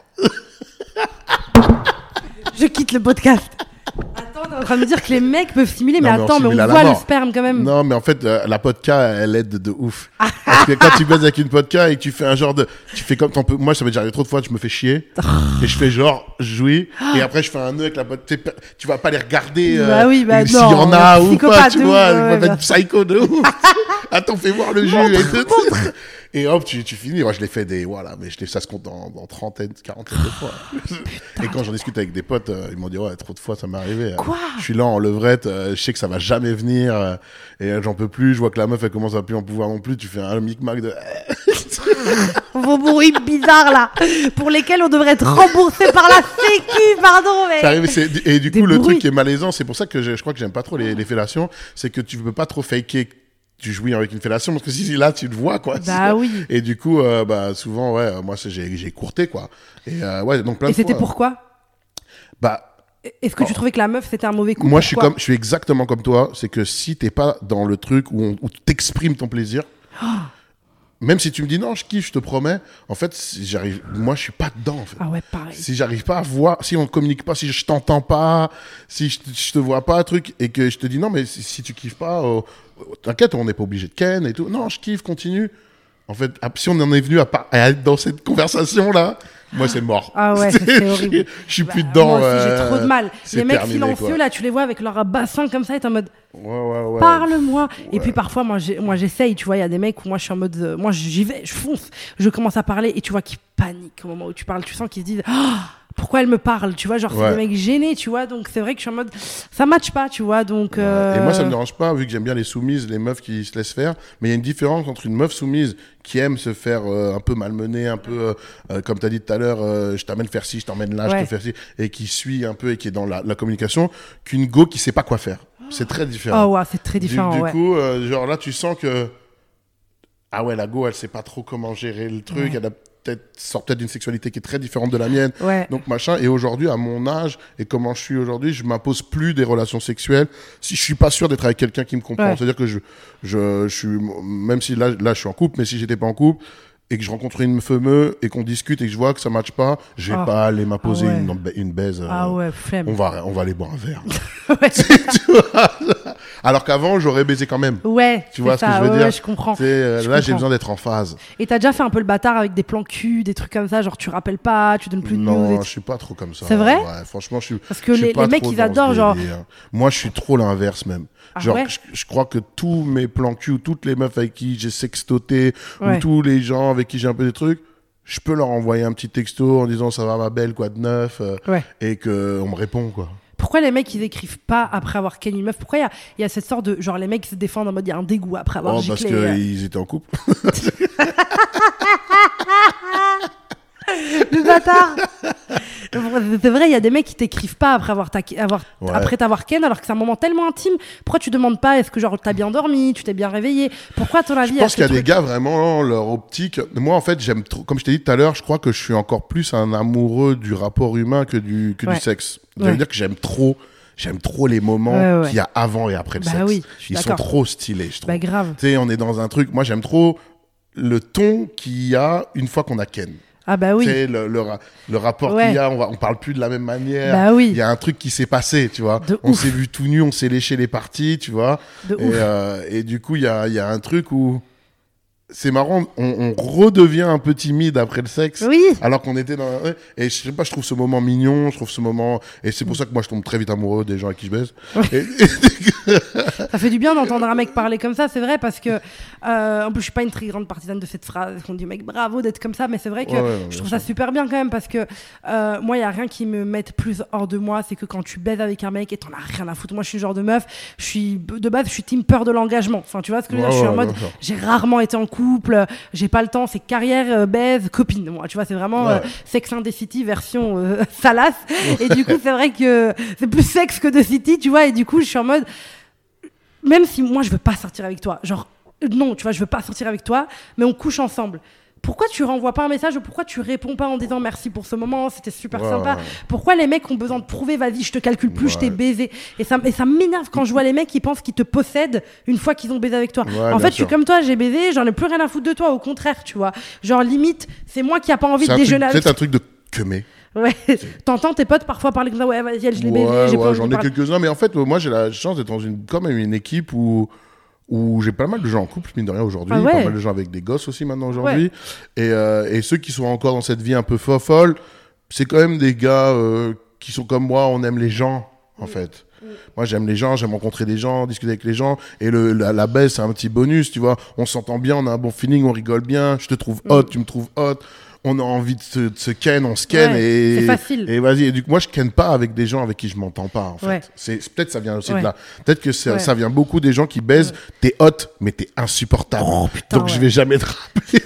Speaker 1: Je quitte le podcast. Attends, t'es en train de me dire que les mecs peuvent simuler, mais
Speaker 2: Non, mais on
Speaker 1: attends, mais on
Speaker 2: simule à la
Speaker 1: voit le
Speaker 2: mort.
Speaker 1: sperme quand même.
Speaker 2: Non, mais en fait, euh, la podca, elle aide de ouf. Parce que quand tu baises avec une podca et que tu fais un genre de, tu fais comme t'en peux. Moi, ça m'est déjà arrivé trop de fois, je me fais chier et je fais genre, je jouis et après je fais un nœud avec la podca. Tu sais, Tu vas pas les regarder. euh,
Speaker 1: Bah oui, bah
Speaker 2: s'il
Speaker 1: non,
Speaker 2: y en a
Speaker 1: euh,
Speaker 2: ou pas,
Speaker 1: psychopathe
Speaker 2: tu
Speaker 1: de
Speaker 2: vois.
Speaker 1: ouf,
Speaker 2: Ils
Speaker 1: ouais,
Speaker 2: vont
Speaker 1: bien
Speaker 2: être psycho de ouf. Attends, fais voir le jus et tout. Et hop, tu, tu finis. Moi, je l'ai fait des, voilà, mais je l'ai, ça se compte dans, dans trentaine, quarantaine de fois. Et quand j'en discute avec des potes, euh, ils m'ont dit, ouais, trop de fois, ça m'est arrivé.
Speaker 1: Quoi
Speaker 2: Je suis là en levrette, euh, je sais que ça va jamais venir, euh, et euh, j'en peux plus. Je vois que la meuf, elle commence à plus en pouvoir non plus. Tu fais un micmac de.
Speaker 1: Vos bruits bizarres là, pour lesquels on devrait être remboursé par la Sécu, pardon, mais.
Speaker 2: Ça arrive, c'est- et du
Speaker 1: Des
Speaker 2: coup, le
Speaker 1: bruits.
Speaker 2: truc qui est malaisant, c'est pour ça que je, je crois que j'aime pas trop les, les fellations, c'est que tu peux pas trop faker que tu jouis avec une fellation, parce que si là, tu le vois, quoi.
Speaker 1: Bah oui.
Speaker 2: Et du coup, euh, bah, souvent, ouais, moi, c'est- j'ai, j'ai courté, quoi. Et euh, ouais, donc plein
Speaker 1: Et
Speaker 2: de
Speaker 1: c'était
Speaker 2: fois.
Speaker 1: pourquoi?
Speaker 2: Bah,
Speaker 1: Est-ce que tu trouvais que la meuf c'était un mauvais coup?
Speaker 2: moi, je suis
Speaker 1: Pourquoi
Speaker 2: comme, je suis exactement comme toi. C'est que si t'es pas dans le truc où, on- où tu t'exprimes ton plaisir, même si tu me dis non, je kiffe, je te promets, en fait, si j'arrive, moi, je suis pas dedans, en fait.
Speaker 1: Ah ouais, pareil.
Speaker 2: Si j'arrive pas à voir, si on communique pas, si je t'entends pas, si je, je te vois pas, truc, et que je te dis non, mais si, si tu kiffes pas, euh, t'inquiète, on n'est pas obligé de ken et tout. Non, je kiffe, continue. En fait, si on en est venu à, pas, à être dans cette conversation-là, moi, c'est mort.
Speaker 1: Ah ouais, c'est, c'est horrible.
Speaker 2: Je, je suis
Speaker 1: bah,
Speaker 2: plus dedans.
Speaker 1: Moi aussi,
Speaker 2: euh,
Speaker 1: j'ai trop de mal. Les mecs
Speaker 2: terminé,
Speaker 1: silencieux,
Speaker 2: quoi.
Speaker 1: là, tu les vois avec leur bassin comme ça, et t'es en mode
Speaker 2: ouais, ouais, ouais.
Speaker 1: parle-moi.
Speaker 2: Ouais.
Speaker 1: Et puis parfois, moi, j'ai, moi, j'essaye, tu vois, il y a des mecs où moi, je suis en mode, euh, moi, j'y vais, je fonce, je commence à parler, et tu vois qu'ils paniquent au moment où tu parles. Tu sens qu'ils se disent, oh, pourquoi elle me parle, tu vois, genre,
Speaker 2: ouais.
Speaker 1: c'est des mecs gênés, tu vois. Donc, c'est vrai que je suis en mode, ça matche pas, tu vois. Donc,
Speaker 2: ouais.
Speaker 1: euh...
Speaker 2: Et moi, ça me dérange pas, vu que j'aime bien les soumises, les meufs qui se laissent faire. Mais il y a une différence entre une meuf soumise qui aime se faire euh, un peu malmener, un peu, euh, comme tu as dit tout à l'heure, euh, je t'amène faire ci, je t'emmène là, ouais. je te fais ci, et qui suit un peu et qui est dans la, la communication, qu'une go qui sait pas quoi faire. C'est très différent.
Speaker 1: Oh ouais, c'est très différent.
Speaker 2: Du, du
Speaker 1: ouais.
Speaker 2: coup, euh, genre là, tu sens que ah ouais, la go, elle sait pas trop comment gérer le truc. Ouais. Elle a peut-être sort peut-être d'une sexualité qui est très différente de la mienne.
Speaker 1: Ouais.
Speaker 2: Donc machin. Et aujourd'hui, à mon âge et comment je suis aujourd'hui, je m'impose plus des relations sexuelles si je suis pas sûr d'être avec quelqu'un qui me comprend. Ouais. C'est-à-dire que je, je, je suis, même si là, là, je suis en couple, mais si j'étais pas en couple et que je rencontre une fameux et qu'on discute et que je vois que ça matche pas, je vais oh. pas aller m'imposer ah ouais. une, une baise.
Speaker 1: Ah
Speaker 2: euh,
Speaker 1: ouais, flemme.
Speaker 2: On va, on va aller boire un verre.
Speaker 1: ouais.
Speaker 2: Tu vois. Alors qu'avant, j'aurais baisé quand même.
Speaker 1: Ouais.
Speaker 2: Tu vois
Speaker 1: ça,
Speaker 2: ce que je veux
Speaker 1: ouais,
Speaker 2: dire.
Speaker 1: Ouais, je comprends.
Speaker 2: Euh,
Speaker 1: je
Speaker 2: là,
Speaker 1: comprends.
Speaker 2: j'ai besoin d'être en phase.
Speaker 1: Et t'as déjà fait un peu le bâtard avec des plans cul, des trucs comme ça, genre tu rappelles pas, tu donnes plus de
Speaker 2: non,
Speaker 1: news.
Speaker 2: Non, je suis pas trop comme ça.
Speaker 1: C'est vrai.
Speaker 2: Ouais, franchement, je suis.
Speaker 1: Parce que
Speaker 2: je
Speaker 1: les,
Speaker 2: suis pas
Speaker 1: les mecs, ils adorent genre.
Speaker 2: Moi, je suis trop l'inverse même.
Speaker 1: Ah
Speaker 2: genre,
Speaker 1: ouais
Speaker 2: je, je crois que tous mes plans cul, ou toutes les meufs avec qui j'ai sextoté,
Speaker 1: ouais.
Speaker 2: ou tous les gens avec qui j'ai un peu des trucs. Je peux leur envoyer un petit texto en disant ça va ma belle, quoi de neuf, euh,
Speaker 1: ouais.
Speaker 2: et qu'on me répond, quoi.
Speaker 1: Pourquoi les mecs ils écrivent pas après avoir ken une meuf? Pourquoi il y, y a cette sorte de genre les mecs se défendent en mode il y a un dégoût après avoir
Speaker 2: oh,
Speaker 1: giclé?
Speaker 2: Parce qu'ils euh... étaient en couple.
Speaker 1: Le bâtard. C'est vrai, il y a des mecs qui t'écrivent pas après avoir, ta... avoir...
Speaker 2: Ouais.
Speaker 1: après t'avoir ken, alors que c'est un moment tellement intime. Pourquoi tu demandes pas est-ce que genre t'as bien dormi, tu t'es bien réveillé? Pourquoi à ton avis?
Speaker 2: Je pense qu'il y a
Speaker 1: truc...
Speaker 2: des gars vraiment leur optique. Moi en fait j'aime trop, comme je t'ai dit tout à l'heure, je crois que je suis encore plus un amoureux du rapport humain que du que ouais. du sexe. Ça veut ouais. dire que j'aime trop. J'aime trop les moments ouais, ouais. qu'il y a avant et après le
Speaker 1: bah
Speaker 2: sexe.
Speaker 1: Oui,
Speaker 2: ils sont trop stylés, je trouve.
Speaker 1: Bah grave.
Speaker 2: Tu sais, on est dans un truc. Moi j'aime trop le ton qu'il y a une fois qu'on a ken.
Speaker 1: Ah bah oui.
Speaker 2: Le, le, le rapport ouais. qu'il y a, on, va, on parle plus de la même manière.
Speaker 1: Bah oui.
Speaker 2: Il y a un truc qui s'est passé, tu vois.
Speaker 1: De
Speaker 2: on
Speaker 1: ouf.
Speaker 2: s'est vu tout nu, on s'est léché les parties, tu vois.
Speaker 1: De
Speaker 2: et,
Speaker 1: ouf.
Speaker 2: Euh, et du coup, il y a, y a un truc où c'est marrant, on, on redevient un peu timide après le sexe.
Speaker 1: Oui.
Speaker 2: Alors qu'on était dans. Et je sais pas, je trouve ce moment mignon, je trouve ce moment. Et c'est pour ça que moi, je tombe très vite amoureux des gens avec qui je baise.
Speaker 1: Ouais.
Speaker 2: Et, et...
Speaker 1: Ça fait du bien d'entendre un mec parler comme ça, c'est vrai, parce que. Euh, en plus, je suis pas une très grande partisane de cette phrase qu'on dit, mec, bravo d'être comme ça, mais c'est vrai que
Speaker 2: ouais, ouais,
Speaker 1: je trouve ça super bien quand même, parce que euh, moi, il y a rien qui me mette plus hors de moi, c'est que quand tu baises avec un mec et t'en as rien à foutre. Moi, je suis le genre de meuf, je suis de base, je suis team peur de l'engagement. Enfin, tu vois ce que je veux
Speaker 2: ouais,
Speaker 1: dire, je suis
Speaker 2: ouais,
Speaker 1: en mode, j'ai rarement été en couple, j'ai pas le temps, c'est carrière, euh, baise, copine. Moi, tu vois, c'est vraiment
Speaker 2: ouais.
Speaker 1: euh, Sex and the City version euh, salace. Et du coup, c'est vrai que c'est plus sexe que The City, tu vois. Et du coup, je suis en mode, même si moi, je veux pas sortir avec toi, genre, non, tu vois, je veux pas sortir avec toi, mais on couche ensemble. Pourquoi tu renvoies pas un message ou pourquoi tu réponds pas en disant merci pour ce moment, c'était super
Speaker 2: ouais,
Speaker 1: sympa.
Speaker 2: Ouais.
Speaker 1: Pourquoi les mecs ont besoin de prouver, vas-y, je te calcule plus, ouais. je t'ai baisé. Et ça, et ça m'énerve quand je vois les mecs qui pensent qu'ils te possèdent une fois qu'ils ont baisé avec toi.
Speaker 2: Ouais,
Speaker 1: en fait,
Speaker 2: sûr.
Speaker 1: je suis comme toi, j'ai baisé, j'en ai plus rien à foutre de toi, au contraire, tu vois. Genre, limite, c'est moi qui a pas envie
Speaker 2: c'est
Speaker 1: de déjeuner avec
Speaker 2: toi. C'est un truc de queumé.
Speaker 1: Ouais, t'entends tes potes parfois parler comme ça, ouais, vas-y, elle, je l'ai
Speaker 2: ouais,
Speaker 1: baisé, j'ai
Speaker 2: ouais,
Speaker 1: pas
Speaker 2: j'en ai quelques-uns, mais en fait, moi, j'ai la chance d'être dans une, quand même une équipe où. où j'ai pas mal de gens en couple, mine de rien, aujourd'hui.
Speaker 1: Ah ouais.
Speaker 2: Pas mal de gens avec des gosses aussi, maintenant, aujourd'hui. Ouais. Et, euh, et ceux qui sont encore dans cette vie un peu folle, c'est quand même des gars euh, qui sont comme moi, on aime les gens, en mmh. fait. Mmh. Moi, j'aime les gens, j'aime rencontrer des gens, discuter avec les gens. Et le, la, la baisse, c'est un petit bonus, tu vois. On s'entend bien, on a un bon feeling, on rigole bien. Je te trouve hot, mmh. tu me trouves hot. On a envie de se, de se ken, on se ken.
Speaker 1: Ouais,
Speaker 2: et
Speaker 1: c'est facile.
Speaker 2: Et vas-y. Et du coup, moi, je ken pas avec des gens avec qui je m'entends pas, en fait.
Speaker 1: Ouais.
Speaker 2: C'est, c'est, peut-être ça vient aussi
Speaker 1: ouais.
Speaker 2: de là. Peut-être que c'est,
Speaker 1: ouais.
Speaker 2: ça vient beaucoup des gens qui baisent. Ouais. T'es hot, mais t'es insupportable.
Speaker 1: Oh, putain,
Speaker 2: donc,
Speaker 1: ouais.
Speaker 2: je vais jamais te rappeler.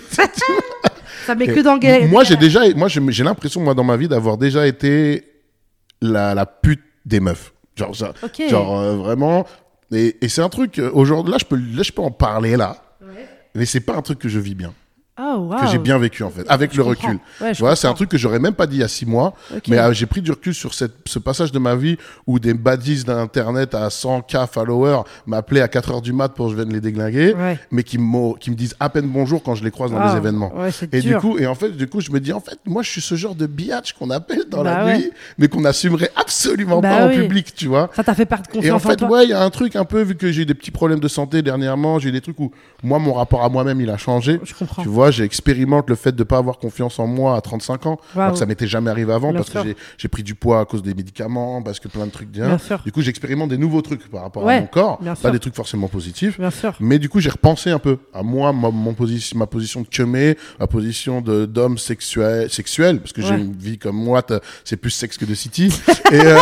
Speaker 1: Ça met que dans guerre.
Speaker 2: Moi, j'ai déjà, moi, j'ai, j'ai l'impression, moi, dans ma vie, d'avoir déjà été la, la pute des meufs. Genre, ça,
Speaker 1: okay.
Speaker 2: genre euh, vraiment. Et, et c'est un truc, euh, aujourd'hui, là je, peux, là, je peux en parler là. Ouais. Mais c'est pas un truc que je vis bien.
Speaker 1: Oh, wow.
Speaker 2: Que j'ai bien vécu en fait, avec
Speaker 1: je
Speaker 2: le
Speaker 1: comprends.
Speaker 2: recul.
Speaker 1: Ouais, je
Speaker 2: voilà, c'est un
Speaker 1: comprends.
Speaker 2: truc que j'aurais même pas dit il y a six mois,
Speaker 1: Okay.
Speaker 2: mais euh, j'ai pris du recul sur cette, ce passage de ma vie où des baddies d'internet à cent K followers m'appelaient à quatre heures du mat pour que je vienne les déglinguer,
Speaker 1: Ouais.
Speaker 2: mais qui, qui me disent à peine bonjour quand je les croise dans
Speaker 1: Wow.
Speaker 2: des événements.
Speaker 1: Ouais, c'est
Speaker 2: Et
Speaker 1: dur.
Speaker 2: du coup, et en fait, du coup, je me dis en fait, moi, je suis ce genre de biatch qu'on appelle dans
Speaker 1: Bah
Speaker 2: la
Speaker 1: ouais.
Speaker 2: nuit, mais qu'on n'assumerait absolument
Speaker 1: Bah
Speaker 2: pas
Speaker 1: oui.
Speaker 2: en public, tu vois.
Speaker 1: Ça t'a fait perdre confiance
Speaker 2: Et en
Speaker 1: en
Speaker 2: fait,
Speaker 1: toi.
Speaker 2: ouais, il y a un truc un peu, vu que j'ai eu des petits problèmes de santé dernièrement, j'ai eu des trucs où moi, mon rapport à moi-même, il a changé.
Speaker 1: Je comprends.
Speaker 2: Tu vois, j'expérimente le fait de pas avoir confiance en moi à trente-cinq ans,
Speaker 1: Wow.
Speaker 2: alors que ça m'était jamais arrivé avant,
Speaker 1: Bien
Speaker 2: parce
Speaker 1: sûr.
Speaker 2: que j'ai- j'ai pris du poids à cause des médicaments, parce que plein de trucs bien.
Speaker 1: Bien sûr.
Speaker 2: Du coup, j'expérimente des nouveaux trucs par rapport
Speaker 1: Ouais,
Speaker 2: à mon corps,
Speaker 1: bien
Speaker 2: pas
Speaker 1: sûr.
Speaker 2: des trucs forcément positifs.
Speaker 1: Bien sûr.
Speaker 2: Mais du coup, j'ai repensé un peu à moi, ma, mon position, ma position de chumé, ma position de d'homme sexuel, sexuel, parce que j'ai
Speaker 1: Ouais.
Speaker 2: une vie comme moi, t'as- c'est plus sexe que de city. et, euh,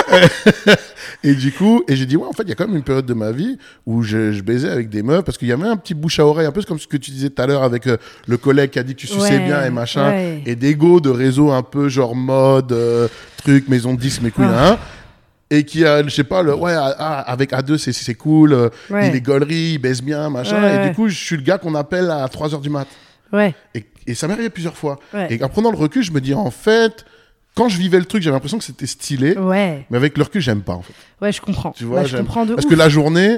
Speaker 2: et du coup, et j'ai dit ouais, en fait, il y a quand même une période de ma vie où je, je baisais avec des meufs, parce qu'il y avait un petit bouche à oreille, un peu comme ce que tu disais tout à l'heure avec euh, le collègue qui a dit que tu suçais
Speaker 1: Ouais,
Speaker 2: bien et machin,
Speaker 1: ouais.
Speaker 2: et d'ego de réseau un peu genre mode, euh, truc, maison de disques, mes couilles,
Speaker 1: Ah.
Speaker 2: hein. Et qui a, je sais pas, le, ouais, ah, ah, avec A deux, c'est, c'est cool, euh,
Speaker 1: Ouais.
Speaker 2: il est gaulerie, il baisse bien, machin.
Speaker 1: Ouais,
Speaker 2: et
Speaker 1: ouais.
Speaker 2: du coup, je suis le gars qu'on appelle à trois heures du mat.
Speaker 1: Ouais.
Speaker 2: Et, et ça m'est arrivé plusieurs fois.
Speaker 1: Ouais.
Speaker 2: Et en prenant le recul, je me dis, en fait, quand je vivais le truc, j'avais l'impression que c'était stylé.
Speaker 1: Ouais.
Speaker 2: Mais avec le recul, j'aime pas, en fait.
Speaker 1: Ouais, je comprends.
Speaker 2: Tu vois,
Speaker 1: Ouais, je
Speaker 2: j'aime.
Speaker 1: comprends de
Speaker 2: Parce
Speaker 1: ouf.
Speaker 2: que la journée,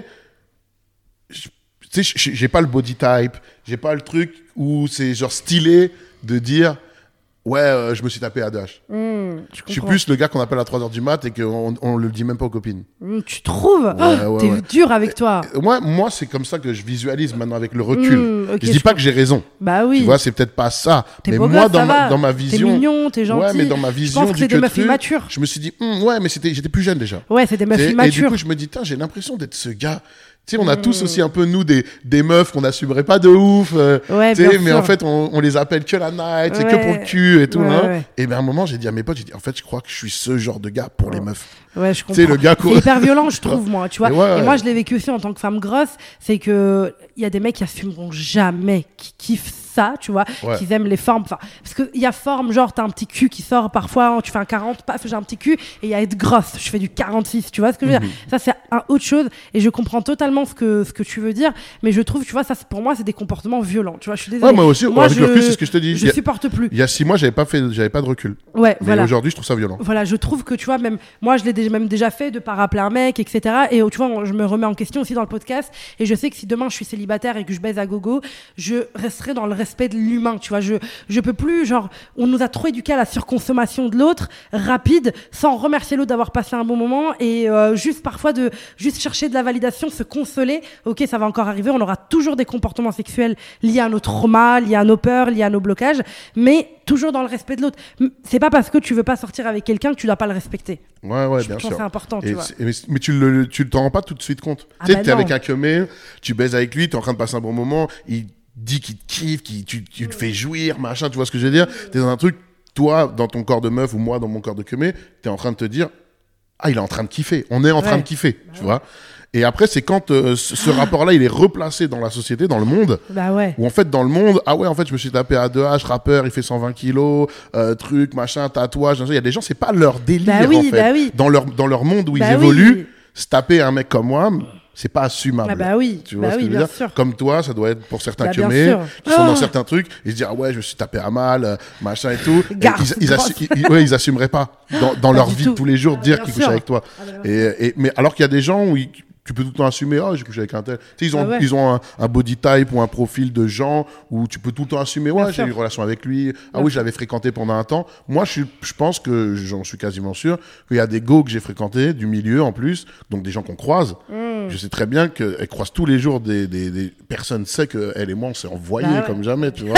Speaker 2: je- tu sais, j'ai j'ai pas le body type, j'ai pas le truc où c'est genre stylé de dire, ouais, euh, je me suis tapé à deux H.
Speaker 1: Mmh, je
Speaker 2: Je suis
Speaker 1: comprends.
Speaker 2: plus le gars qu'on appelle à trois heures du mat et qu'on on le dit même pas aux copines.
Speaker 1: Mmh, tu trouves
Speaker 2: Ouais,
Speaker 1: Oh,
Speaker 2: ouais,
Speaker 1: T'es
Speaker 2: ouais.
Speaker 1: dur avec toi.
Speaker 2: Moi, moi c'est comme ça que je visualise maintenant avec le recul.
Speaker 1: Mmh, ok,
Speaker 2: je dis
Speaker 1: je
Speaker 2: pas que j'ai raison.
Speaker 1: Bah oui.
Speaker 2: Tu vois, c'est peut-être pas ça.
Speaker 1: T'es
Speaker 2: Mais
Speaker 1: beau
Speaker 2: moi,
Speaker 1: gosse,
Speaker 2: dans
Speaker 1: ça
Speaker 2: ma,
Speaker 1: va.
Speaker 2: dans ma
Speaker 1: T'es
Speaker 2: vision.
Speaker 1: mignon, t'es gentil.
Speaker 2: Ouais, mais dans ma
Speaker 1: Je
Speaker 2: vision
Speaker 1: pense que
Speaker 2: du
Speaker 1: c'est des
Speaker 2: que
Speaker 1: meufs
Speaker 2: truc,
Speaker 1: immatures.
Speaker 2: je me suis dit, hum, ouais, mais c'était, j'étais plus jeune déjà.
Speaker 1: Ouais, c'est des meufs
Speaker 2: Et, et du
Speaker 1: immatures.
Speaker 2: coup, je me dis, tiens, j'ai l'impression d'être ce gars. Tu sais, on a tous aussi un peu, nous, des, des meufs qu'on n'assumerait pas de ouf. euh,
Speaker 1: Ouais,
Speaker 2: tu sais,
Speaker 1: bien
Speaker 2: mais
Speaker 1: sûr.
Speaker 2: en fait, on, on les appelle que la night, c'est que
Speaker 1: Ouais.
Speaker 2: pour le cul et tout.
Speaker 1: Ouais,
Speaker 2: hein.
Speaker 1: ouais.
Speaker 2: Et bien, à un moment, j'ai dit à mes potes, j'ai dit, en fait, je crois que je suis ce genre de gars pour les meufs.
Speaker 1: Ouais, je
Speaker 2: Tu sais,
Speaker 1: comprends.
Speaker 2: le gars qu'on-
Speaker 1: C'est hyper violent, je trouve, moi, tu vois.
Speaker 2: Et ouais,
Speaker 1: Et
Speaker 2: ouais.
Speaker 1: moi, je l'ai vécu aussi en tant que femme grosse. C'est que il y a des mecs qui assumeront jamais, qui kiffent ça, tu vois,
Speaker 2: Ouais.
Speaker 1: qu'ils aiment les formes. Enfin, parce qu'il y a forme, genre, t'as un petit cul qui sort parfois, tu fais un quarante, paf, j'ai un petit cul, et il y a être grosse, je fais du quarante-six, tu vois ce que je veux dire.
Speaker 2: Mhm.
Speaker 1: Ça, c'est un autre chose, et je comprends totalement ce que, ce que tu veux dire, mais je trouve, tu vois, ça, c'est- pour moi, c'est des comportements violents, tu vois, je suis désolée.
Speaker 2: Ouais, moi aussi,
Speaker 1: Moi,
Speaker 2: avec
Speaker 1: je,
Speaker 2: le recul, c'est ce que je te dis. Il
Speaker 1: Je
Speaker 2: y a-
Speaker 1: supporte plus.
Speaker 2: Il y a six mois, j'avais pas fait, j'avais pas de recul.
Speaker 1: Ouais,
Speaker 2: Mais
Speaker 1: voilà.
Speaker 2: aujourd'hui, je trouve ça violent.
Speaker 1: Voilà, je trouve que tu vois, même moi, je l'ai déjà, même déjà fait de pas rappeler un mec, et cetera. Et tu vois, je me remets en question aussi dans le podcast. Et je sais que si demain je suis célibataire et que je baise à gogo, je resterai dans le respect de l'humain. Tu vois, je je peux plus, genre, on nous a trop éduqués à la surconsommation de l'autre, rapide, sans remercier l'autre d'avoir passé un bon moment et euh, juste parfois de juste chercher de la validation, se consoler. Ok, ça va encore arriver. On aura toujours des comportements sexuels liés à nos traumas, liés à nos peurs, liés à nos blocages, mais toujours dans le respect de l'autre. M- C'est pas parce que tu veux pas sortir avec quelqu'un que tu dois pas le respecter.
Speaker 2: Ouais, ouais,
Speaker 1: Je
Speaker 2: bien
Speaker 1: pense que
Speaker 2: sûr.
Speaker 1: c'est important, tu
Speaker 2: Et
Speaker 1: vois.
Speaker 2: c'est- mais, mais tu le, tu t'en rends pas tout de suite compte.
Speaker 1: Ah
Speaker 2: tu sais,
Speaker 1: bah
Speaker 2: t'es
Speaker 1: non.
Speaker 2: avec un queumé, tu baises avec lui, t'es en train de passer un bon moment, il dit qu'il te kiffe, qu'il tu, tu te fais jouir, machin, tu vois ce que je veux dire? T'es dans un truc, toi, dans ton corps de meuf ou moi, dans mon corps de queumé, t'es en train de te dire, ah, il est en train de kiffer. On est en train
Speaker 1: Ouais.
Speaker 2: de kiffer, tu vois? Et après, c'est quand euh, ce, ce rapport-là, il est replacé dans la société, dans le monde,
Speaker 1: Bah ouais.
Speaker 2: où en fait, dans le monde, ah ouais, en fait, je me suis tapé à deux H, rappeur, il fait cent vingt kilos, euh, truc, machin, tatouage, il y a des gens, c'est pas leur délire,
Speaker 1: Bah oui,
Speaker 2: en fait.
Speaker 1: bah oui.
Speaker 2: Dans leur, dans leur monde où
Speaker 1: Bah
Speaker 2: ils
Speaker 1: oui.
Speaker 2: évoluent, se taper un mec comme moi, c'est pas assumable.
Speaker 1: Ah bah oui,
Speaker 2: Tu vois
Speaker 1: bah
Speaker 2: ce que
Speaker 1: oui,
Speaker 2: je veux
Speaker 1: bien
Speaker 2: dire
Speaker 1: sûr.
Speaker 2: Comme toi, ça doit être pour certains
Speaker 1: Bah, bien
Speaker 2: queumés
Speaker 1: sûr.
Speaker 2: qui sont
Speaker 1: Ah.
Speaker 2: dans certains trucs, ils se disent, ah ouais, je me suis tapé à mal, euh, machin et tout. Et
Speaker 1: Garce,
Speaker 2: ils, ils, assu-
Speaker 1: grosse.
Speaker 2: ils- ouais, ils assumeraient pas dans, dans leur
Speaker 1: du
Speaker 2: vie
Speaker 1: tout.
Speaker 2: de tous les jours
Speaker 1: Ah,
Speaker 2: dire
Speaker 1: bien
Speaker 2: qu'ils
Speaker 1: sûr.
Speaker 2: couchent avec toi.
Speaker 1: Ah, bah, bien
Speaker 2: Et, et, mais alors qu'il y a des gens où ils- tu peux tout le temps assumer, ah, j'ai couché avec un tel. Tu sais, ils ont,
Speaker 1: Ah ouais.
Speaker 2: ils ont un, un body type ou un profil de gens où tu peux tout le temps assumer, ouais,
Speaker 1: Bien
Speaker 2: j'ai eu
Speaker 1: sûr.
Speaker 2: une relation avec lui, ah
Speaker 1: Bien
Speaker 2: oui,
Speaker 1: sûr.
Speaker 2: je l'avais fréquenté pendant un temps. Moi, je, suis, je pense que, j'en suis quasiment sûr, qu'il y a des go que j'ai fréquentés, du milieu en plus, donc des gens qu'on croise.
Speaker 1: Mm.
Speaker 2: Je sais très bien qu'elle croise tous les jours des, des, des personnes, sait qu'elle et moi, on s'est envoyés
Speaker 1: Bah ouais.
Speaker 2: comme jamais, tu vois.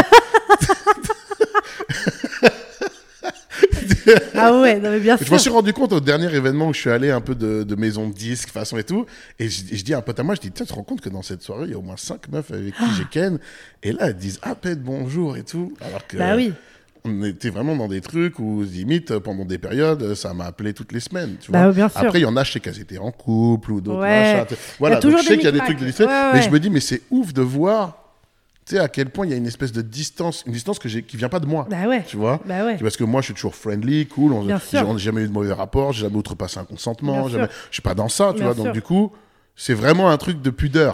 Speaker 1: Ah ouais, non mais bien
Speaker 2: Je
Speaker 1: sûr.
Speaker 2: m'en suis rendu compte au dernier événement où je suis allé un peu de, de maison de disques, façon et tout. Et je, je dis à un pote à moi, je dis, tiens, tu te rends compte que dans cette soirée, il y a au moins cinq meufs avec qui j'ai ken. Et là, elles disent à peine bonjour et tout. Alors que
Speaker 1: Bah oui.
Speaker 2: on était vraiment dans des trucs où, limite, pendant des périodes, ça m'a appelé toutes les semaines. Tu
Speaker 1: Bah
Speaker 2: vois.
Speaker 1: oui, bien sûr.
Speaker 2: Après, il y en a, je sais qu'elles étaient en couple ou d'autres
Speaker 1: Ouais.
Speaker 2: machins. Voilà,
Speaker 1: Il y a
Speaker 2: donc
Speaker 1: toujours
Speaker 2: je sais
Speaker 1: des
Speaker 2: qu'il y a des
Speaker 1: micmacs.
Speaker 2: trucs de différents.
Speaker 1: Ouais,
Speaker 2: Mais
Speaker 1: ouais.
Speaker 2: je me dis, mais c'est ouf de voir. Tu sais, à quel point il y a une espèce de distance, une distance que j'ai, qui vient pas de moi.
Speaker 1: Bah ouais.
Speaker 2: Tu vois
Speaker 1: Bah ouais.
Speaker 2: Parce que moi, je suis toujours friendly, cool. On,
Speaker 1: Bien sûr.
Speaker 2: j'ai jamais eu de mauvais rapport, j'ai jamais outrepassé un consentement.
Speaker 1: Bien
Speaker 2: Jamais,
Speaker 1: sûr.
Speaker 2: je suis pas dans ça, tu
Speaker 1: Bien
Speaker 2: vois.
Speaker 1: sûr.
Speaker 2: Donc, du coup, c'est vraiment un truc de pudeur.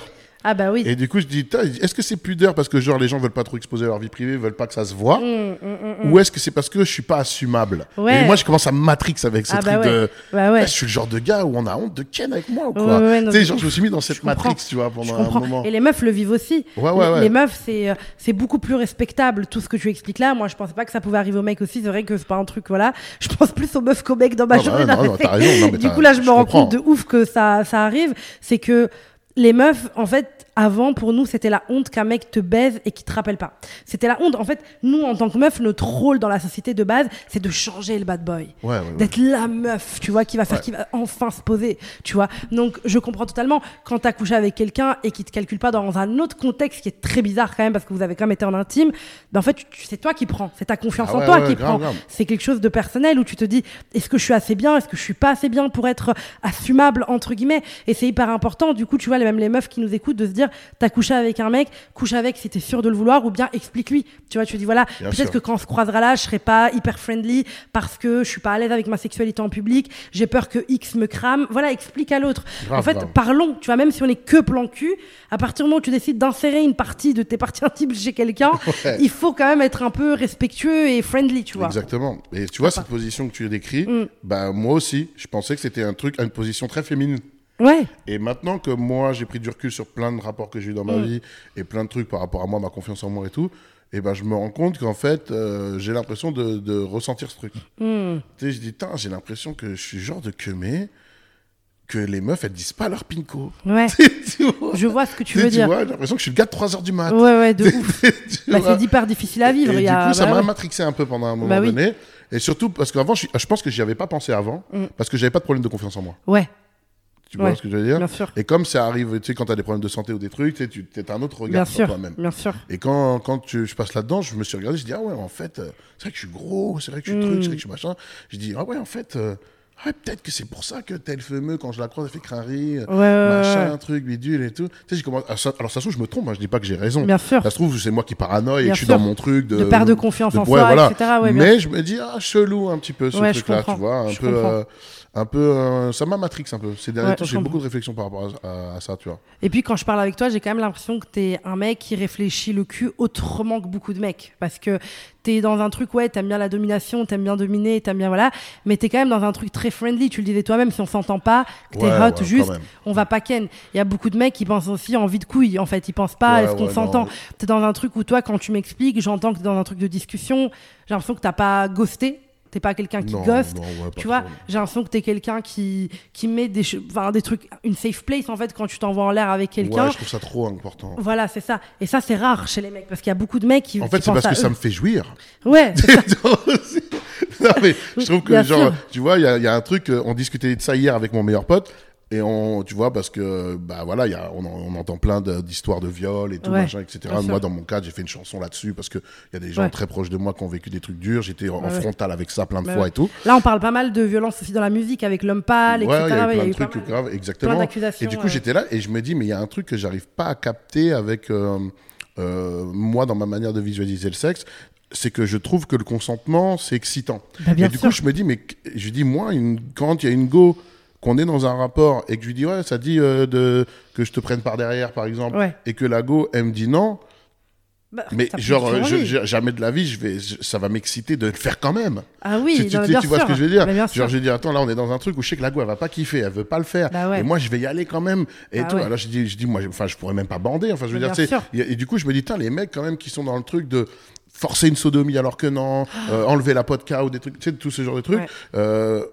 Speaker 1: Ah bah oui.
Speaker 2: Et du coup, je dis, est-ce que c'est pudeur parce que genre les gens veulent pas trop exposer leur vie privée, veulent pas que ça se voit, mmh, mmh, mmh. ou est-ce que c'est parce que je suis pas assumable? Ouais. Et moi, je commence à me matrix avec ce ah truc bah ouais. de, bah ouais. je suis le genre de gars où on a honte de Ken avec moi ou quoi. Ouais, ouais, tu sais, genre je me suis mis dans cette je matrix, comprends. Tu vois, pendant un moment.
Speaker 1: Et les meufs le vivent aussi.
Speaker 2: Ouais, ouais, ouais.
Speaker 1: Les meufs, c'est c'est beaucoup plus respectable tout ce que tu expliques là. Moi, je pensais pas que ça pouvait arriver aux mecs aussi. C'est vrai que c'est pas un truc, voilà. Je pense plus aux meufs qu'aux mecs dans ma journée.
Speaker 2: Non, non, t'as raison. Non, mais
Speaker 1: du coup, là, je me rends compte de ouf que ça, ça arrive. C'est que les meufs, en fait, avant, pour nous, c'était la honte qu'un mec te baise et qu'il te rappelle pas. C'était la honte. En fait, nous, en tant que meuf, notre rôle dans la société de base, c'est de changer le bad boy.
Speaker 2: Ouais, ouais,
Speaker 1: d'être
Speaker 2: ouais.
Speaker 1: la meuf, tu vois, qui va faire, ouais. qui va enfin se poser, tu vois. Donc, je comprends totalement quand t'as couché avec quelqu'un et qui te calcule pas dans un autre contexte qui est très bizarre quand même parce que vous avez quand même été en intime, ben en fait, tu, c'est toi qui prends. C'est ta confiance ah ouais, en toi ouais, qui grave, prend. Grave. C'est quelque chose de personnel où tu te dis, est-ce que je suis assez bien? Est-ce que je suis pas assez bien pour être assumable, entre guillemets? Et c'est hyper important. Du coup, tu vois, même les meufs qui nous écoutent de se dire, t'as couché avec un mec, couche avec si t'es sûr de le vouloir ou bien explique-lui. Tu vois, tu dis voilà, bien peut-être sûr. Que quand on se croisera là, je serai pas hyper friendly parce que je suis pas à l'aise avec ma sexualité en public, j'ai peur que X me crame. Voilà, explique à l'autre. Grave, en fait, grave. Parlons. Tu vois, même si on est que plan cul, à partir du moment où tu décides d'insérer une partie de tes parties intimes chez quelqu'un, ouais. il faut quand même être un peu respectueux et friendly, tu vois.
Speaker 2: Exactement. Et tu vois, cette position que tu décris, mm. bah moi aussi, je pensais que c'était un truc, une position très féminine.
Speaker 1: Ouais.
Speaker 2: Et maintenant que moi j'ai pris du recul sur plein de rapports que j'ai eu dans ma mmh. vie et plein de trucs par rapport à moi, ma confiance en moi et tout, et ben je me rends compte qu'en fait euh, j'ai l'impression de, de ressentir ce truc. Mmh. Tu sais, je dis, j'ai l'impression que je suis genre de queumé, que les meufs elles disent pas leur pinko.
Speaker 1: Ouais. Vois je vois ce que tu veux
Speaker 2: tu
Speaker 1: dire.
Speaker 2: Vois, j'ai l'impression que je suis le gars de trois heures du mat.
Speaker 1: Ouais, ouais, de ouf. Bah, c'est hyper difficile à vivre.
Speaker 2: Et, et
Speaker 1: il y
Speaker 2: du
Speaker 1: a...
Speaker 2: coup, ça
Speaker 1: bah,
Speaker 2: m'a
Speaker 1: ouais.
Speaker 2: matrixé un peu pendant un moment
Speaker 1: bah,
Speaker 2: donné.
Speaker 1: Oui.
Speaker 2: Et surtout parce qu'avant, je, je pense que j'y avais pas pensé avant, mmh. parce que j'avais pas de problème de confiance en moi.
Speaker 1: Ouais.
Speaker 2: Tu vois
Speaker 1: ouais,
Speaker 2: ce que je veux dire?
Speaker 1: Bien sûr.
Speaker 2: Et comme ça arrive, tu sais, quand tu as des problèmes de santé ou des trucs, tu sais, as un autre regard
Speaker 1: bien
Speaker 2: sur
Speaker 1: sûr,
Speaker 2: toi-même.
Speaker 1: Bien sûr.
Speaker 2: Et quand, quand tu, je passe là-dedans, je me suis regardé, je dis, ah ouais, en fait, euh, c'est vrai que je suis gros, c'est vrai que je suis mmh. truc, c'est vrai que je suis machin. Je dis, ah ouais, en fait, euh, ouais, peut-être que c'est pour ça que tel fameux, quand je la croise, elle fait crainerie,
Speaker 1: ouais,
Speaker 2: machin,
Speaker 1: ouais, ouais.
Speaker 2: truc, bidule et tout. Tu sais, j'ai commencé... Alors, ça se trouve, je me trompe, hein, je dis pas que j'ai raison.
Speaker 1: Bien sûr.
Speaker 2: Ça se trouve, c'est moi qui paranoïe
Speaker 1: bien
Speaker 2: et que je suis
Speaker 1: sûr.
Speaker 2: dans mon truc de.
Speaker 1: De perte de confiance
Speaker 2: de...
Speaker 1: en
Speaker 2: ouais,
Speaker 1: soi,
Speaker 2: voilà.
Speaker 1: et cetera. Ouais,
Speaker 2: mais je me dis, ah, chelou un petit peu ce
Speaker 1: ouais,
Speaker 2: truc-là, tu vois, un
Speaker 1: je
Speaker 2: peu. Euh, un peu euh, ça m'a matrix un peu ces derniers ouais, temps j'ai comprends. Beaucoup de réflexions par rapport à, à, à ça, tu vois.
Speaker 1: Et puis quand je parle avec toi, j'ai quand même l'impression que t'es un mec qui réfléchit le cul autrement que beaucoup de mecs, parce que t'es dans un truc, ouais, t'aimes bien la domination, t'aimes bien dominer, t'aimes bien voilà, mais t'es quand même dans un truc très friendly. Tu le disais toi-même, si on s'entend pas, que t'es ouais, hot, ouais, juste on va pas ken. Il y a beaucoup de mecs qui pensent aussi en vie de couille, en fait ils pensent pas ouais, est-ce qu'on ouais, s'entend non. T'es dans un truc où toi quand tu m'expliques, j'entends que t'es dans un truc de discussion, j'ai l'impression que t'as pas ghosté. T'es pas quelqu'un qui
Speaker 2: non,
Speaker 1: ghost,
Speaker 2: non, ouais,
Speaker 1: tu vois. J'ai l'impression que t'es quelqu'un qui, qui met des, enfin, des trucs, une safe place en fait quand tu t'envoies en l'air avec quelqu'un.
Speaker 2: Ouais, je trouve ça trop important.
Speaker 1: Voilà, c'est ça. Et ça, c'est rare chez les mecs parce qu'il y a beaucoup de mecs qui.
Speaker 2: En fait,
Speaker 1: qui
Speaker 2: c'est parce que
Speaker 1: eux.
Speaker 2: ça me fait jouir.
Speaker 1: Ouais. C'est ça.
Speaker 2: Non, mais je trouve que,
Speaker 1: Bien
Speaker 2: genre,
Speaker 1: sûr.
Speaker 2: tu vois, il y, y a un truc, on discutait de ça hier avec mon meilleur pote. Et on, tu vois, parce que, bah voilà, y a, on, on entend plein de, d'histoires de viol et tout,
Speaker 1: ouais,
Speaker 2: machin, et cetera. Moi, dans mon cas, j'ai fait une chanson là-dessus parce qu'il y a des gens ouais. très proches de moi qui ont vécu des trucs durs. J'étais en, ouais. en frontal avec ça plein de bah fois
Speaker 1: ouais.
Speaker 2: et tout.
Speaker 1: Là, on parle pas mal de violence aussi dans la musique avec l'homme pâle,
Speaker 2: ouais,
Speaker 1: et cetera.
Speaker 2: Il y a eu plein
Speaker 1: ouais,
Speaker 2: de trucs graves, exactement. Et du coup,
Speaker 1: ouais.
Speaker 2: j'étais là et je me dis, mais il y a un truc que j'arrive pas à capter avec euh, euh, moi dans ma manière de visualiser le sexe. C'est que je trouve que le consentement, c'est excitant.
Speaker 1: Bah, bien
Speaker 2: et du
Speaker 1: sûr.
Speaker 2: coup, je me dis, mais je dis, moi, une, quand il y a une go. Qu'on est dans un rapport et que je lui dis ouais ça dit euh, de que je te prenne par derrière par exemple
Speaker 1: ouais.
Speaker 2: et que la go elle me dit non
Speaker 1: bah,
Speaker 2: mais genre je, je, jamais de la vie je vais je, ça va m'exciter de le faire quand même.
Speaker 1: Ah oui,
Speaker 2: tu, tu,
Speaker 1: non,
Speaker 2: tu, tu vois ce que je veux dire,
Speaker 1: genre
Speaker 2: sûr. Je dis attends là on est dans un truc où je sais que la go elle va pas kiffer, elle veut pas le faire
Speaker 1: bah ouais.
Speaker 2: et moi je vais y aller quand même et
Speaker 1: bah
Speaker 2: tout.
Speaker 1: ouais.
Speaker 2: Alors je dis je dis moi enfin je pourrais même pas bander enfin je veux
Speaker 1: bah,
Speaker 2: dire tu sais et, et du coup je me dis tiens les mecs quand même qui sont dans le truc de forcer une sodomie alors que non euh, enlever la podcast ou des trucs tu sais tout ce genre de trucs ouais. euh,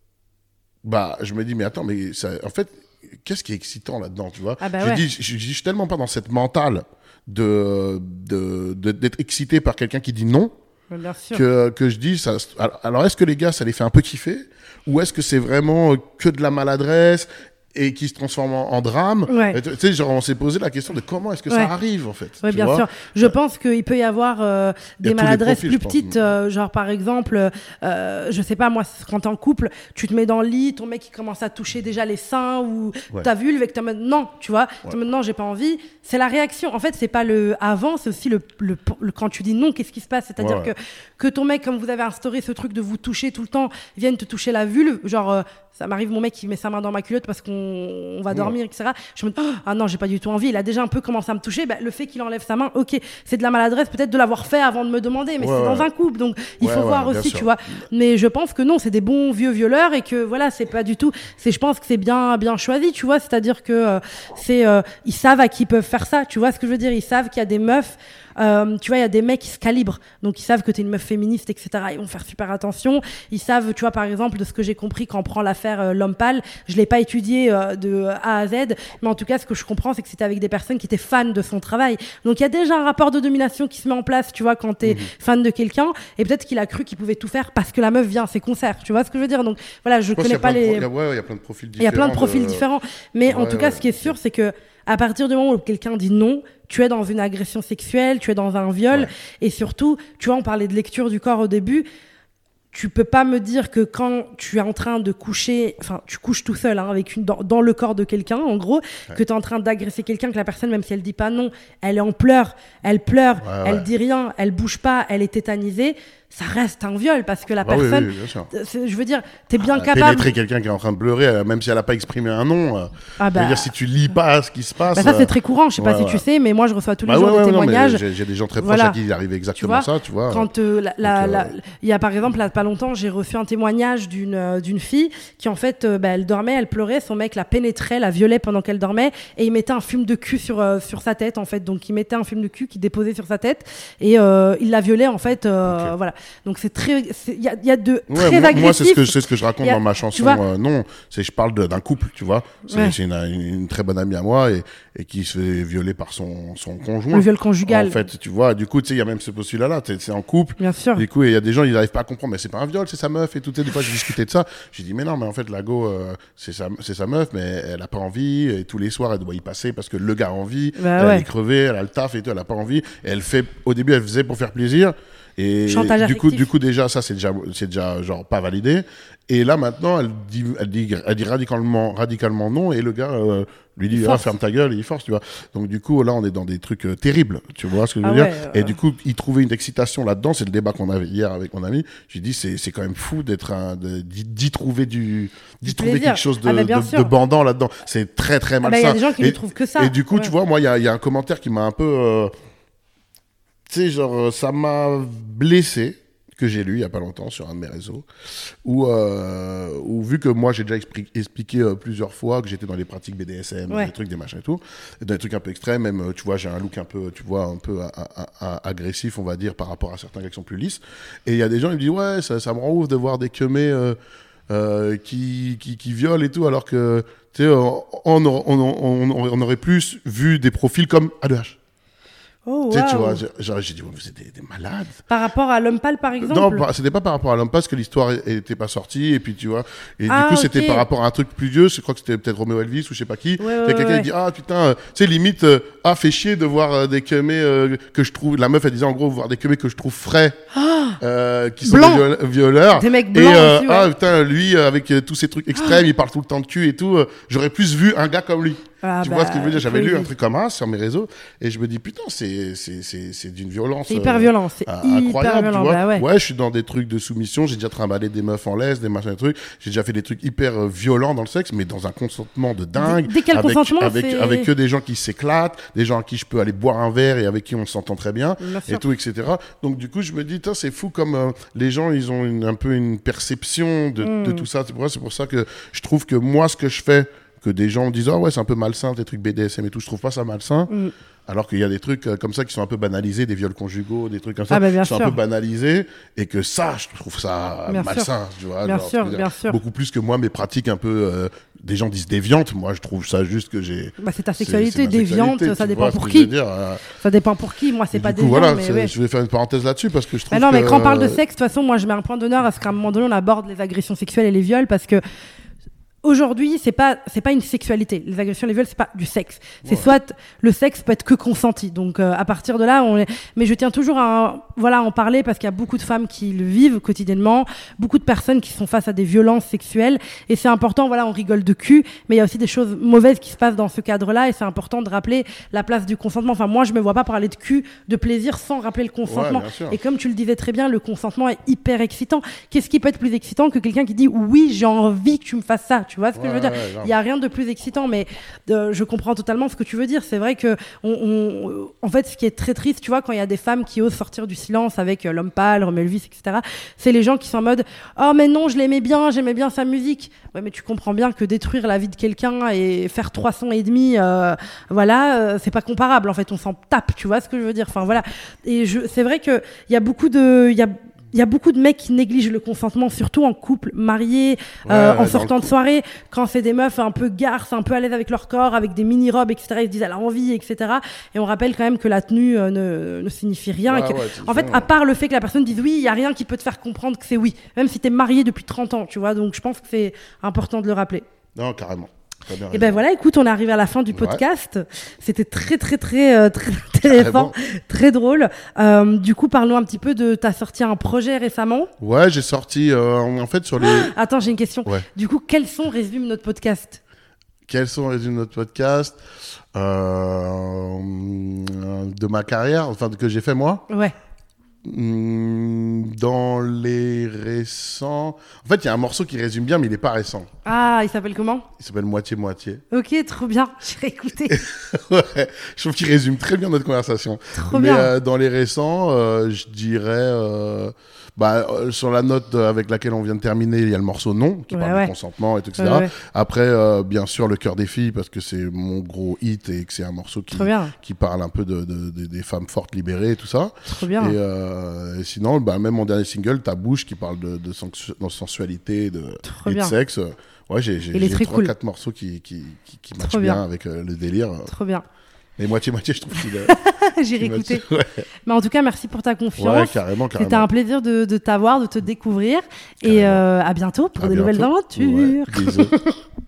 Speaker 2: bah je me dis mais attends mais ça, en fait qu'est-ce qui est excitant là-dedans tu vois ah bah je, ouais. dis, je, je, je suis tellement pas dans cette mentale de, de, de d'être excité par quelqu'un qui dit non
Speaker 1: bien sûr.
Speaker 2: que que je dis ça alors est-ce que les gars ça les fait un peu kiffer ou est-ce que c'est vraiment que de la maladresse et qui se transforme en, en drame.
Speaker 1: Ouais.
Speaker 2: Tu sais, genre, on s'est posé la question de comment est-ce que ouais. ça arrive, en fait.
Speaker 1: Oui, bien
Speaker 2: vois
Speaker 1: sûr. Je pense qu'il peut y avoir euh, des maladresses profils, plus petites, euh, genre, par exemple, euh, je sais pas, moi, quand t'es en couple, tu te mets dans le lit, ton mec, il commence à toucher déjà les seins ou ouais. ta vulve et que t'es en mode non, tu vois. Ouais. T'es en mode non, j'ai pas envie. C'est la réaction. En fait, c'est pas le avant, c'est aussi le, le, le quand tu dis non, qu'est-ce qui se passe? C'est-à-dire ouais, ouais. que, que ton mec, comme vous avez instauré ce truc de vous toucher tout le temps, vienne te toucher la vulve, genre, euh, ça m'arrive, mon mec, il met sa main dans ma culotte parce qu'on on, on va dormir, ouais. et cetera. Je me dis, oh, ah non, j'ai pas du tout envie. Il a déjà un peu commencé à me toucher. Bah, le fait qu'il enlève sa main, ok, c'est de la maladresse peut-être de l'avoir fait avant de me demander, mais ouais, c'est ouais. dans un couple, donc il ouais, faut ouais, voir aussi, sûr. tu vois. Mais je pense que non, c'est des bons vieux violeurs et que voilà, c'est pas du tout. C'est, je pense que c'est bien, bien choisi, tu vois. C'est-à-dire que euh, c'est, euh, ils savent à qui ils peuvent faire ça. Tu vois ce que je veux dire? Ils savent qu'il y a des meufs. Euh, tu vois, il y a des mecs qui se calibrent, donc ils savent que t'es une meuf féministe, et cetera. Ils vont faire super attention. Ils savent, tu vois, par exemple, de ce que j'ai compris quand on prend l'affaire euh, L'Homme Pâle, je l'ai pas étudié euh, de A à Z, mais en tout cas, ce que je comprends, c'est que c'était avec des personnes qui étaient fans de son travail. Donc il y a déjà un rapport de domination qui se met en place, tu vois, quand t'es mmh. fan de quelqu'un, et peut-être qu'il a cru qu'il pouvait tout faire parce que la meuf vient à ses concerts. Tu vois ce que je veux dire? Donc voilà, je, je connais pas les.
Speaker 2: Il y, ouais, y a plein de profils différents.
Speaker 1: Il y a plein de profils de... différents, mais ouais, en tout cas, ouais, ce qui est sûr, c'est que à partir du moment où quelqu'un dit non, tu es dans une agression sexuelle, tu es dans un viol, ouais. et surtout, tu vois, on parlait de lecture du corps au début, tu peux pas me dire que quand tu es en train de coucher, enfin, tu couches tout seul, hein, avec une, dans, dans le corps de quelqu'un, en gros, ouais. que tu es en train d'agresser quelqu'un, que la personne, même si elle dit pas non, elle est en pleurs, elle pleure, ouais, elle ouais. dit rien, elle bouge pas, elle est tétanisée, ça reste un viol parce que la ah personne, oui, oui, c'est, je veux dire, t'es bien ah, capable.
Speaker 2: Pénétrer quelqu'un qui est en train de pleurer, même si elle a pas exprimé un nom. Euh, ah bah, je veux dire, si tu lis pas ce qui se passe.
Speaker 1: Bah ça, c'est très courant. Je sais ouais, pas ouais. si tu sais, mais moi, je reçois tous les bah jours ouais, des ouais, témoignages. Non,
Speaker 2: j'ai, j'ai des gens très proches voilà. à qui il arrive exactement
Speaker 1: tu vois,
Speaker 2: ça, tu vois.
Speaker 1: Quand euh, la, la, Donc, la, euh... il y a par exemple, là, pas longtemps, j'ai reçu un témoignage d'une euh, d'une fille qui en fait, euh, bah, elle dormait, elle pleurait, son mec la pénétrait, la violait pendant qu'elle dormait, et il mettait un film de cul sur euh, sur sa tête en fait. Donc il mettait un film de cul qui déposait sur sa tête et euh, il la violait en fait. Euh, okay. Voilà. Donc c'est très il y a, y a de
Speaker 2: ouais,
Speaker 1: très
Speaker 2: moi,
Speaker 1: agressifs.
Speaker 2: Moi, c'est ce que, c'est ce que je raconte
Speaker 1: a,
Speaker 2: dans ma chanson. Euh, non, c'est je parle de, d'un couple, tu vois. C'est, ouais. c'est une, une, une très bonne amie à moi et, et qui se fait violer par son, son conjoint.
Speaker 1: Le viol conjugal.
Speaker 2: En fait, tu vois, du coup, tu sais, il y a même ce postulat-là. C'est en couple.
Speaker 1: Bien sûr.
Speaker 2: Du coup, il y a des gens, ils n'arrivent pas à comprendre. Mais c'est pas un viol, c'est sa meuf et tout. Des fois, j'ai discuté de ça. J'ai dit, mais non, mais en fait, la go, euh, c'est sa, c'est sa meuf, mais elle a pas envie. Et tous les soirs, elle doit y passer parce que le gars a envie. Bah, elle ouais. est crevée, elle a le taf et tout. Elle a pas envie. Et elle fait, au début, elle faisait pour faire plaisir. Et
Speaker 1: Chantage
Speaker 2: du coup, du coup, déjà, ça, c'est déjà, c'est déjà, genre, pas validé. Et là, maintenant, elle dit, elle dit, elle dit radicalement, radicalement non, et le gars, euh, lui dit, ah, ferme ta gueule, et il force, tu vois. Donc, du coup, là, on est dans des trucs euh, terribles, tu vois ce que je veux ah dire. Ouais, euh... Et du coup, il trouvait une excitation là-dedans, c'est le débat qu'on avait hier avec mon ami. J'ai dit, c'est, c'est quand même fou d'être un, de, d'y trouver du, d'y du trouver plaisir. quelque chose de, ah, de, de bandant là-dedans. C'est très, très malsain. Il
Speaker 1: ah, bah, y a des gens qui ne trouvent que ça.
Speaker 2: Et du coup, ouais. tu vois, moi, il y a, y a un commentaire qui m'a un peu, euh, tu sais, genre, ça m'a blessé, que j'ai lu il y a pas longtemps sur un de mes réseaux, où, euh, où vu que moi j'ai déjà expli- expliqué euh, plusieurs fois que j'étais dans les pratiques B D S M, ouais. des trucs, des machins et tout, dans des trucs un peu extrêmes, même, tu vois, j'ai un look un peu, tu vois, un peu a, a, a, agressif, on va dire, par rapport à certains gars qui sont plus lisses. Et il y a des gens qui me disent, ouais, ça, ça me rend ouf de voir des keumés euh, euh, qui, qui, qui violent et tout, alors que, tu sais, on, on, on, on, on aurait plus vu des profils comme A deux H.
Speaker 1: Oh,
Speaker 2: tu sais,
Speaker 1: wow.
Speaker 2: tu vois, genre, j'ai dit, vous êtes des, des malades.
Speaker 1: Par rapport à L'Homme Pâle, par exemple?
Speaker 2: Non, pas, c'était pas par rapport à L'Homme Pâle, parce que l'histoire n'était pas sortie, et puis tu vois, et ah, du coup, okay. c'était par rapport à un truc plus vieux, je crois que c'était peut-être Roméo Elvis, ou je sais pas qui.
Speaker 1: Ouais, ouais,
Speaker 2: il y a quelqu'un
Speaker 1: ouais.
Speaker 2: qui dit, ah putain, euh, tu sais, limite, euh, ah, fait chier de voir euh, des keumés euh, que je trouve, la meuf, elle disait en gros, voir des keumés que je trouve frais, ah, euh, qui sont blanc. des viol- violeurs.
Speaker 1: Des mecs blancs.
Speaker 2: Et, euh,
Speaker 1: aussi, ouais.
Speaker 2: ah putain, lui, euh, avec euh, tous ces trucs extrêmes, ah. il parle tout le temps de cul et tout, euh, j'aurais plus vu un gars comme lui. Ah tu bah, vois ce que je veux dire? J'avais oui. lu un truc comme ça sur mes réseaux et je me dis putain, c'est c'est c'est c'est d'une violence.
Speaker 1: C'est hyper euh, violent, c'est incroyable.
Speaker 2: Hyper violent,
Speaker 1: tu vois
Speaker 2: bah
Speaker 1: ouais.
Speaker 2: ouais, je suis dans des trucs de soumission. J'ai déjà trimballé des meufs en laisse, des machins, des trucs. J'ai déjà fait des trucs hyper euh, violents dans le sexe, mais dans un consentement de dingue.
Speaker 1: Dès, dès quel
Speaker 2: avec,
Speaker 1: consentement
Speaker 2: avec
Speaker 1: c'est...
Speaker 2: avec que des gens qui s'éclatent, des gens à qui je peux aller boire un verre et avec qui on s'entend très bien, bien et sûr. tout, et cetera. Donc du coup, je me dis, c'est fou comme euh, les gens, ils ont une, un peu une perception de, mm. de tout ça. C'est pour, c'est pour ça que je trouve que moi, ce que je fais, que des gens disent ah ouais c'est un peu malsain des trucs B D S M et tout, je trouve pas ça malsain mm. alors qu'il y a des trucs euh, comme ça qui sont un peu banalisés, des viols conjugaux, des trucs comme ça ah bah qui sont sûr. un peu banalisés et que ça je trouve ça bien malsain sûr. tu vois
Speaker 1: bien
Speaker 2: genre,
Speaker 1: sûr, bien sûr.
Speaker 2: beaucoup plus que moi mes pratiques un peu euh, des gens disent déviantes, moi je trouve ça juste que j'ai
Speaker 1: bah c'est ta sexualité c'est, c'est déviante
Speaker 2: sexualité,
Speaker 1: ça dépend pour qui
Speaker 2: dire, euh...
Speaker 1: ça dépend pour qui moi c'est pas
Speaker 2: coup,
Speaker 1: déviant
Speaker 2: voilà,
Speaker 1: mais ouais.
Speaker 2: je vais faire une parenthèse là-dessus parce que je trouve
Speaker 1: ah non
Speaker 2: que,
Speaker 1: mais quand on parle de
Speaker 2: euh...
Speaker 1: sexe de toute façon moi je mets un point d'honneur à ce qu'à un moment donné on aborde les agressions sexuelles et les viols parce que aujourd'hui, c'est pas c'est pas une sexualité. Les agressions, les viols, c'est pas du sexe. C'est ouais. soit le sexe peut être que consenti. Donc euh, à partir de là, on est... mais je tiens toujours à voilà en parler parce qu'il y a beaucoup de femmes qui le vivent quotidiennement, beaucoup de personnes qui sont face à des violences sexuelles et c'est important. Voilà, on rigole de cul, mais il y a aussi des choses mauvaises qui se passent dans ce cadre-là et c'est important de rappeler la place du consentement. Enfin, moi, je me vois pas parler de cul, de plaisir sans rappeler le consentement. Ouais, et comme tu le disais très bien, le consentement est hyper excitant. Qu'est-ce qui peut être plus excitant que quelqu'un qui dit oui, j'ai envie que tu me fasses ça? Tu vois ce que
Speaker 2: Ouais,
Speaker 1: je veux dire?
Speaker 2: ouais,
Speaker 1: Il y a rien de plus excitant, mais euh, je comprends totalement ce que tu veux dire. C'est vrai que, on, on, en fait, ce qui est très triste, tu vois, quand il y a des femmes qui osent sortir du silence avec euh, L'Homme Pâle, Romeo Elvis, et cetera, c'est les gens qui sont en mode « Oh, mais non, je l'aimais bien, j'aimais bien sa musique. » Ouais, mais tu comprends bien que détruire la vie de quelqu'un et faire trois cents et demi, euh, voilà, euh, c'est pas comparable. En fait, on s'en tape, tu vois ce que je veux dire? Enfin, voilà. Et je, c'est vrai qu'il y a beaucoup de... Y a, Il y a beaucoup de mecs qui négligent le consentement, surtout en couple, marié,
Speaker 2: Ouais,
Speaker 1: euh, en
Speaker 2: ouais,
Speaker 1: sortant de soirée, quand c'est des meufs un peu garces, un peu à l'aise avec leur corps, avec des mini-robes, et cetera. Ils se disent elle a envie, et cetera. Et on rappelle quand même que la tenue euh, ne, ne signifie rien.
Speaker 2: Ouais,
Speaker 1: et que,
Speaker 2: ouais,
Speaker 1: en fait, à part le fait que la personne dise oui, il n'y a rien qui peut te faire comprendre que c'est oui. Même si tu es marié depuis trente ans, tu vois. Donc je pense que c'est important de le rappeler.
Speaker 2: Non, carrément.
Speaker 1: Et ben voilà, écoute, on est arrivé à la fin du podcast. Ouais. C'était très, très, très, euh, très intéressant, très drôle. Euh, du coup, parlons un petit peu de... T'as sorti un projet récemment?
Speaker 2: Ouais, j'ai sorti, euh, en fait, sur les...
Speaker 1: Ah, attends, j'ai une question.
Speaker 2: Ouais.
Speaker 1: Du coup, quels sont, résume notre podcast?
Speaker 2: Quels sont, résume notre podcast euh, de ma carrière, enfin, que j'ai fait moi?
Speaker 1: Ouais.
Speaker 2: Dans les récents... En fait, il y a un morceau qui résume bien, mais il n'est pas récent.
Speaker 1: Ah, il s'appelle comment?
Speaker 2: Il s'appelle Moitié-Moitié.
Speaker 1: Ok, trop bien. J'ai écouté.
Speaker 2: Ouais, je trouve qu'il résume très bien notre conversation.
Speaker 1: Trop
Speaker 2: mais
Speaker 1: bien.
Speaker 2: Euh, dans les récents, euh, je dirais... Euh, bah, euh, sur la note avec laquelle on vient de terminer, il y a le morceau Non, qui
Speaker 1: ouais,
Speaker 2: parle
Speaker 1: ouais.
Speaker 2: du consentement, et tout, et cetera.
Speaker 1: Ouais, ouais.
Speaker 2: Après, euh, bien sûr, Le Cœur des filles, parce que c'est mon gros hit et que c'est un morceau qui, qui parle un peu de, de, de, des femmes fortes libérées et tout ça.
Speaker 1: Trop bien.
Speaker 2: Et, euh, et sinon, bah, même mon dernier single, Ta bouche, qui parle de, de, sensu- de sensualité de, et de sexe. Ouais, j'ai, j'ai, j'ai trois quatre cool. morceaux qui, qui, qui, qui matchent bien. bien avec euh, le délire.
Speaker 1: Trop bien.
Speaker 2: Et Moitié-Moitié, je trouve qu'il est...
Speaker 1: J'ai réécouté. Ouais. Mais en tout cas, merci pour ta confiance.
Speaker 2: Ouais, carrément, carrément.
Speaker 1: C'était un plaisir de, de t'avoir, de te découvrir. Carrément. Et euh, à bientôt pour à des bientôt. Nouvelles aventures.
Speaker 2: Ouais, bisous.